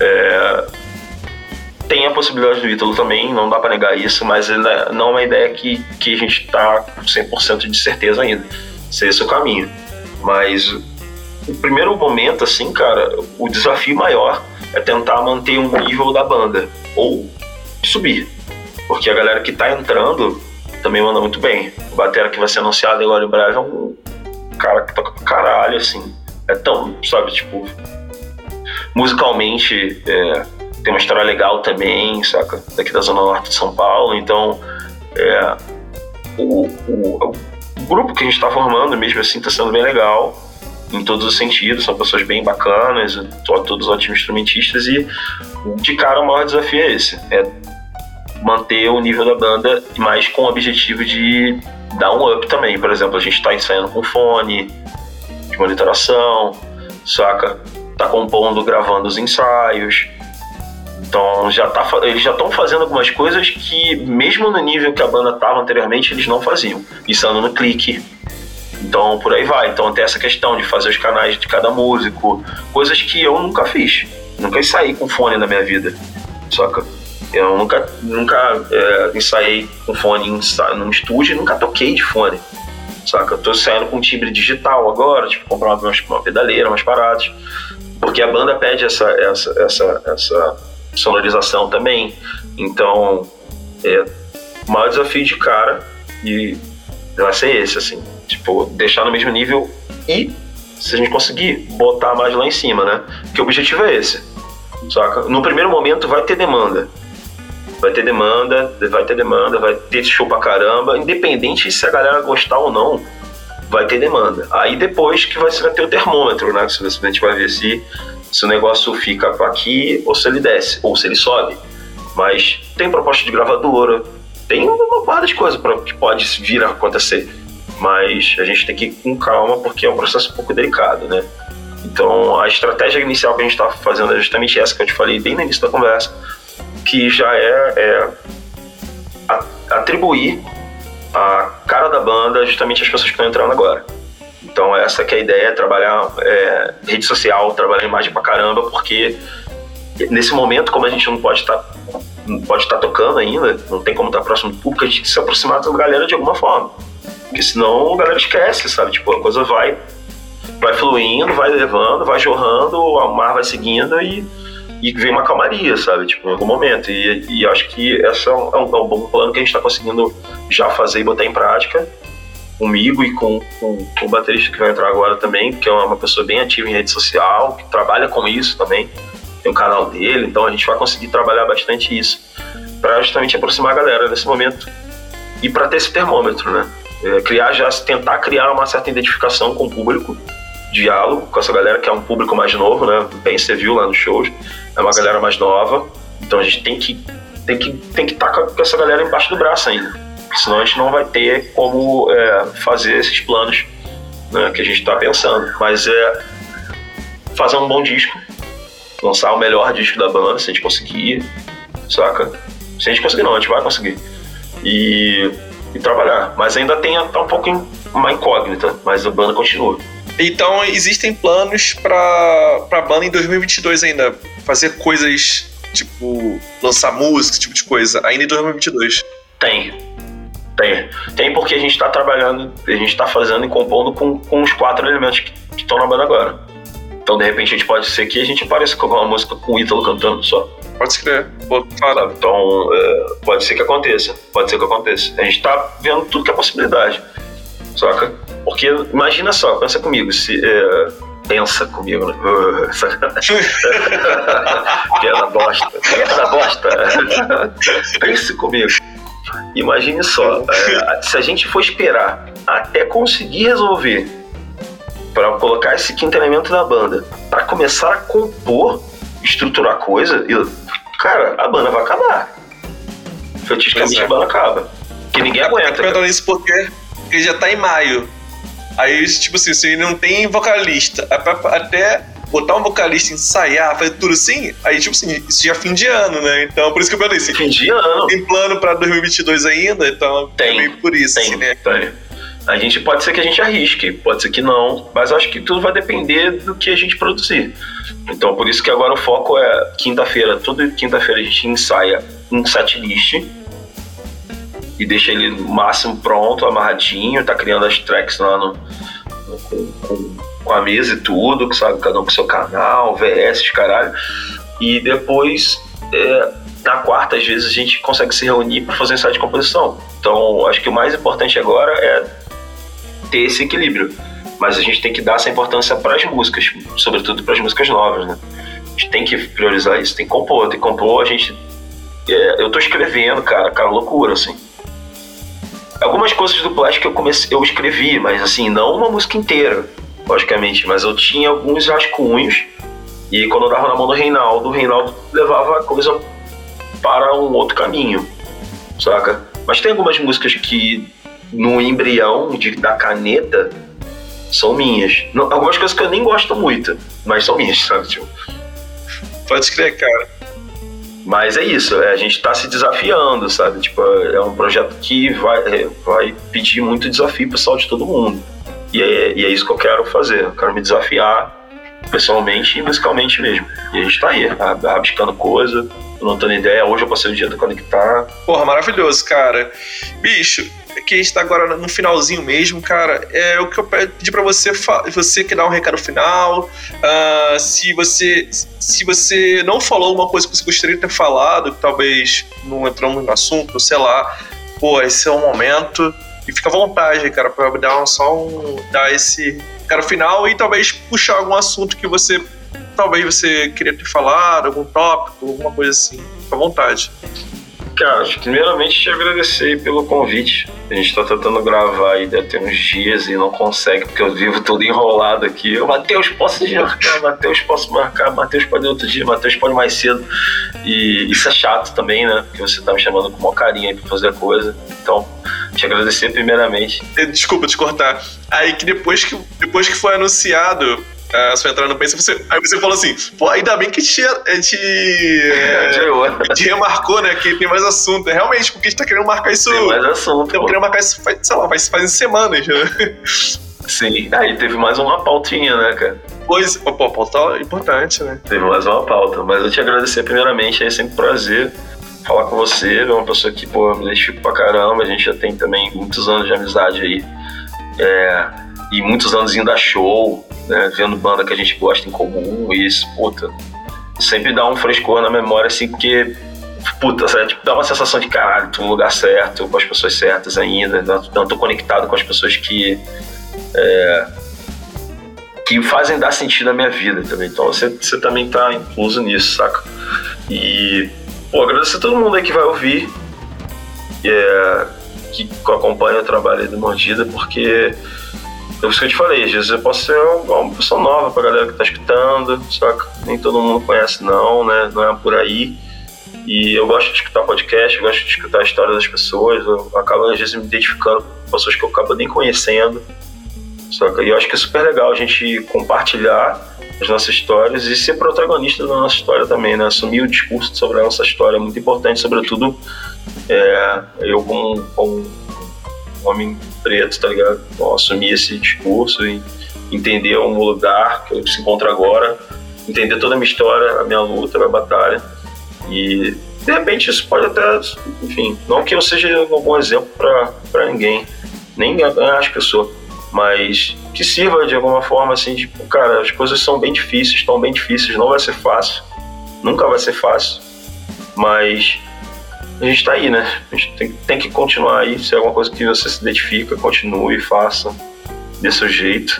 Tem a possibilidade do Ítalo também, não dá para negar isso, mas ainda não é uma ideia que a gente tá com 100% de certeza ainda. Se esse é o caminho. Mas o primeiro momento, assim, cara, o desafio maior é tentar manter um nível da banda, ou subir. Porque a galera que tá entrando também manda muito bem. O batera que vai ser anunciado agora em breve é um cara que toca pra caralho, assim. É tão, sabe, tipo... Musicalmente, tem uma história legal também, saca? Daqui da Zona Norte de São Paulo. Então, o grupo que a gente tá formando, mesmo assim, tá sendo bem legal. Em todos os sentidos. São pessoas bem bacanas, todos ótimos instrumentistas. E, de cara, o maior desafio é esse. É manter o nível da banda, mas com o objetivo de dar um up também. Por exemplo, a gente tá ensaiando com fone de monitoração, saca? Tá compondo, gravando os ensaios. Então eles já estão fazendo algumas coisas que, mesmo no nível que a banda estava anteriormente, eles não faziam. Pensando no clique. Então por aí vai. Então tem essa questão de fazer os canais de cada músico, coisas que eu nunca fiz. Nunca ensaiei com fone na minha vida, saca? Eu nunca ensaiei com fone num estúdio e nunca toquei de fone, saca? Eu tô ensaiando com timbre digital agora, tipo, comprar uma pedaleira, umas paradas, porque a banda pede essa sonorização também. Então, o maior desafio de cara e vai ser esse, assim, tipo, deixar no mesmo nível e, se a gente conseguir, botar mais lá em cima, né? Porque o objetivo é esse, saca? No primeiro momento vai ter demanda, vai ter show pra caramba, independente se a galera gostar ou não, vai ter demanda. Aí depois que vai ter o termômetro, né? Se a gente vai ver se o negócio fica aqui ou se ele desce, ou se ele sobe. Mas tem proposta de gravadora, tem uma par de coisas que pode vir a acontecer. Mas a gente tem que ir com calma, porque é um processo um pouco delicado, né? Então a estratégia inicial que a gente está fazendo é justamente essa que eu te falei bem no início da conversa, que já é atribuir a cara da banda justamente às pessoas que estão entrando agora. Então essa que é a ideia, trabalhar rede social, trabalhar imagem pra caramba, porque nesse momento, como a gente não pode estar tocando ainda, não tem como estar próximo do público, a gente tem que se aproximar da galera de alguma forma, porque senão a galera esquece, sabe? Tipo, a coisa vai fluindo, vai levando, vai jorrando, o mar vai seguindo e vem uma calmaria, sabe? Tipo, em algum momento. E acho que esse é um bom plano que a gente está conseguindo já fazer e botar em prática comigo e com o baterista que vai entrar agora também, que é uma pessoa bem ativa em rede social, que trabalha com isso também, tem um canal dele, então a gente vai conseguir trabalhar bastante isso para justamente aproximar a galera nesse momento e para ter esse termômetro, né? Tentar criar uma certa identificação com o público, diálogo com essa galera que é um público mais novo, né? Bem, você viu lá nos shows, é uma galera mais nova, então a gente tem que estar com essa galera embaixo do braço ainda, senão a gente não vai ter como fazer esses planos, né, que a gente está pensando. Mas fazer um bom disco, lançar o melhor disco da banda, se a gente conseguir, saca? Se a gente conseguir não, a gente vai conseguir. E trabalhar, mas ainda tá um pouco uma incógnita, mas a banda continua. Então existem planos pra banda em 2022 ainda, fazer coisas tipo lançar música, esse tipo de coisa, ainda em 2022? Tem porque a gente tá trabalhando, a gente tá fazendo e compondo com os 4 elementos que estão na banda agora. Então de repente a gente pode ser que a gente apareça com uma música com o Ítalo cantando só. Pode escrever. Então pode ser que aconteça. A gente tá vendo tudo que é possibilidade, saca? Porque imagina só, pensa comigo, se pensa comigo, né? Piada bosta. Pense comigo. Imagine só, se a gente for esperar até conseguir resolver para colocar esse quinto elemento na banda, para começar a compor, estruturar coisa, cara, a banda vai acabar. Feticamente a banda acaba. Que ninguém aguenta. Eu tô perguntando isso porque já tá em maio. Aí, tipo assim, se não tem vocalista, até botar um vocalista, ensaiar, fazer tudo assim, aí, tipo assim, isso já é fim de ano, né? Então, por isso que eu perguntei assim, fim de ano. Tem plano pra 2022 ainda? Então, tem, é meio por isso, tem, assim, né? Tem. A gente pode ser que a gente arrisque, pode ser que não, mas acho que tudo vai depender do que a gente produzir. Então, por isso que agora o foco é quinta-feira. Toda quinta-feira a gente ensaia um setlist e deixa ele no máximo pronto, amarradinho, tá criando as tracks lá com a mesa e tudo, sabe, cada um com seu canal, VS, caralho. E depois, na quarta, às vezes, a gente consegue se reunir para fazer um ensaio de composição. Então, acho que o mais importante agora é ter esse equilíbrio. Mas a gente tem que dar essa importância para as músicas, sobretudo para as músicas novas, né? A gente tem que priorizar isso, tem que compor, a gente... eu tô escrevendo, cara, loucura, assim. Algumas coisas do Plástico eu escrevi, mas assim, não uma música inteira, logicamente, mas eu tinha alguns rascunhos, e quando eu dava na mão do Reinaldo, o Reinaldo levava a coisa para um outro caminho, saca? Mas tem algumas músicas que no embrião da caneta são minhas. Algumas coisas que eu nem gosto muito, mas são minhas, sabe? Tipo... Pode crer, cara. Mas é isso, a gente tá se desafiando, sabe? Tipo, é um projeto que vai pedir muito desafio pessoal de todo mundo. E é isso que eu quero fazer. Eu quero me desafiar pessoalmente e musicalmente mesmo. E a gente tá aí, rabiscando coisa, anotando ideia. Hoje eu passei o dia do Conectar. Porra, maravilhoso, cara. Bicho, que a gente tá agora no finalzinho mesmo, cara, é o que eu pedi pra você, você que dá um recado final, se você não falou alguma coisa que você gostaria de ter falado, que talvez não entramos no assunto, sei lá, pô, esse é o momento, e fica à vontade, cara, pra dar esse recado final e talvez puxar algum assunto que você queria ter falado, algum tópico, alguma coisa assim, fica à vontade. Cara, primeiramente te agradecer pelo convite. A gente tá tentando gravar aí, deve ter uns dias e não consegue, porque eu vivo todo enrolado aqui. Matheus, posso marcar? Matheus pode outro dia, Matheus pode mais cedo. E isso é chato também, né? Porque você tá me chamando com uma carinha aí pra fazer a coisa. Então, te agradecer primeiramente. Desculpa te cortar. Aí que depois que foi anunciado a sua entrada no Pense, aí você falou assim, pô, ainda bem que a gente remarcou, né, que tem mais assunto. Realmente, porque a gente tá querendo marcar isso... Tem mais assunto. Estamos querendo marcar isso, sei lá, fazem semanas, né? Sim, aí teve mais uma pautinha, né, cara? Pois, pô, pauta importante, né? Teve mais uma pauta, mas eu te agradecer primeiramente, é sempre um prazer falar com você, ver uma pessoa que, pô, me identifico pra caramba, a gente já tem também muitos anos de amizade aí, e muitos anos indo a show, né, vendo banda que a gente gosta em comum, e isso, puta, sempre dá um frescor na memória, assim, porque, puta, sabe, tipo, dá uma sensação de caralho, tô no lugar certo, com as pessoas certas ainda, não tô conectado com as pessoas que fazem dar sentido na minha vida também, então você também tá incluso nisso, saca? E, pô, agradecer a todo mundo aí que vai ouvir, que acompanha o trabalho aí do Mordida, porque é isso que eu te falei, às vezes eu posso ser uma pessoa nova pra galera que tá escutando, saca? Nem todo mundo conhece não, né? Não é por aí. E eu gosto de escutar podcast, eu gosto de escutar a história das pessoas, eu acabo às vezes me identificando com pessoas que eu acabo nem conhecendo, saca? E eu acho que é super legal a gente compartilhar as nossas histórias e ser protagonista da nossa história também, né? Assumir o discurso sobre a nossa história é muito importante, sobretudo eu como um homem preto, tá ligado? Então, assumir esse discurso e entender o meu lugar que eu se encontro agora, entender toda a minha história, a minha luta, a minha batalha, e de repente isso pode até, enfim, não que eu seja um bom exemplo pra ninguém, nem acho que eu sou, mas que sirva de alguma forma assim, tipo, cara, as coisas são bem difíceis, estão bem difíceis, não vai ser fácil, nunca vai ser fácil, mas a gente tá aí, né? A gente tem que continuar aí. Se é alguma coisa que você se identifica, continue, faça desse jeito.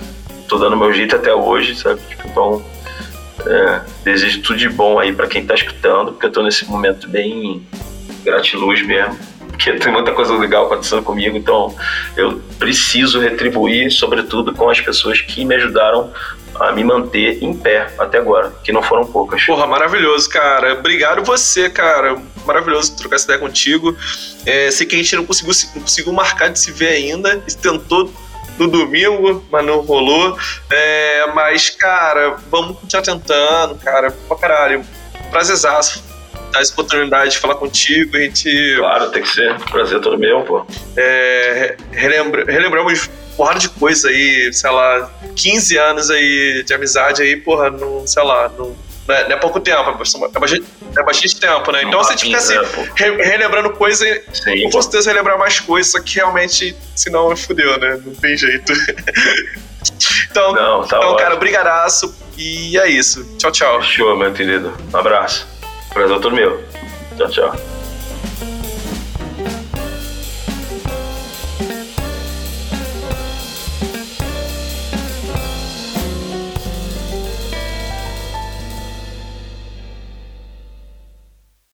tô dando meu jeito até hoje, sabe? Tipo, então, desejo tudo de bom aí pra quem tá escutando, porque eu tô nesse momento bem gratiluz mesmo, porque tem muita coisa legal acontecendo comigo, então eu preciso retribuir, sobretudo com as pessoas que me ajudaram a me manter em pé até agora, que não foram poucas. Porra, maravilhoso, cara. Obrigado você, cara. Maravilhoso trocar essa ideia contigo. Sei que a gente não conseguiu marcar de se ver ainda. A gente tentou no domingo, mas não rolou. Mas, cara, vamos continuar tentando, cara. Pra caralho. Prazerzaço dar essa oportunidade de falar contigo. A gente... Claro, tem que ser. Prazer todo meu, pô. Relembramos porrada de coisa aí, sei lá, 15 anos aí de amizade aí, porra, não, sei lá, não é pouco tempo, é bastante tempo, né? Então, se a gente ficasse relembrando coisa, com certeza relembrar mais coisas, só que realmente, senão fudeu, né? Não tem jeito. Então, cara, brigadaço, e é isso. Tchau, tchau. Show, meu querido. Um abraço. Prazer todo meu. Tchau, tchau.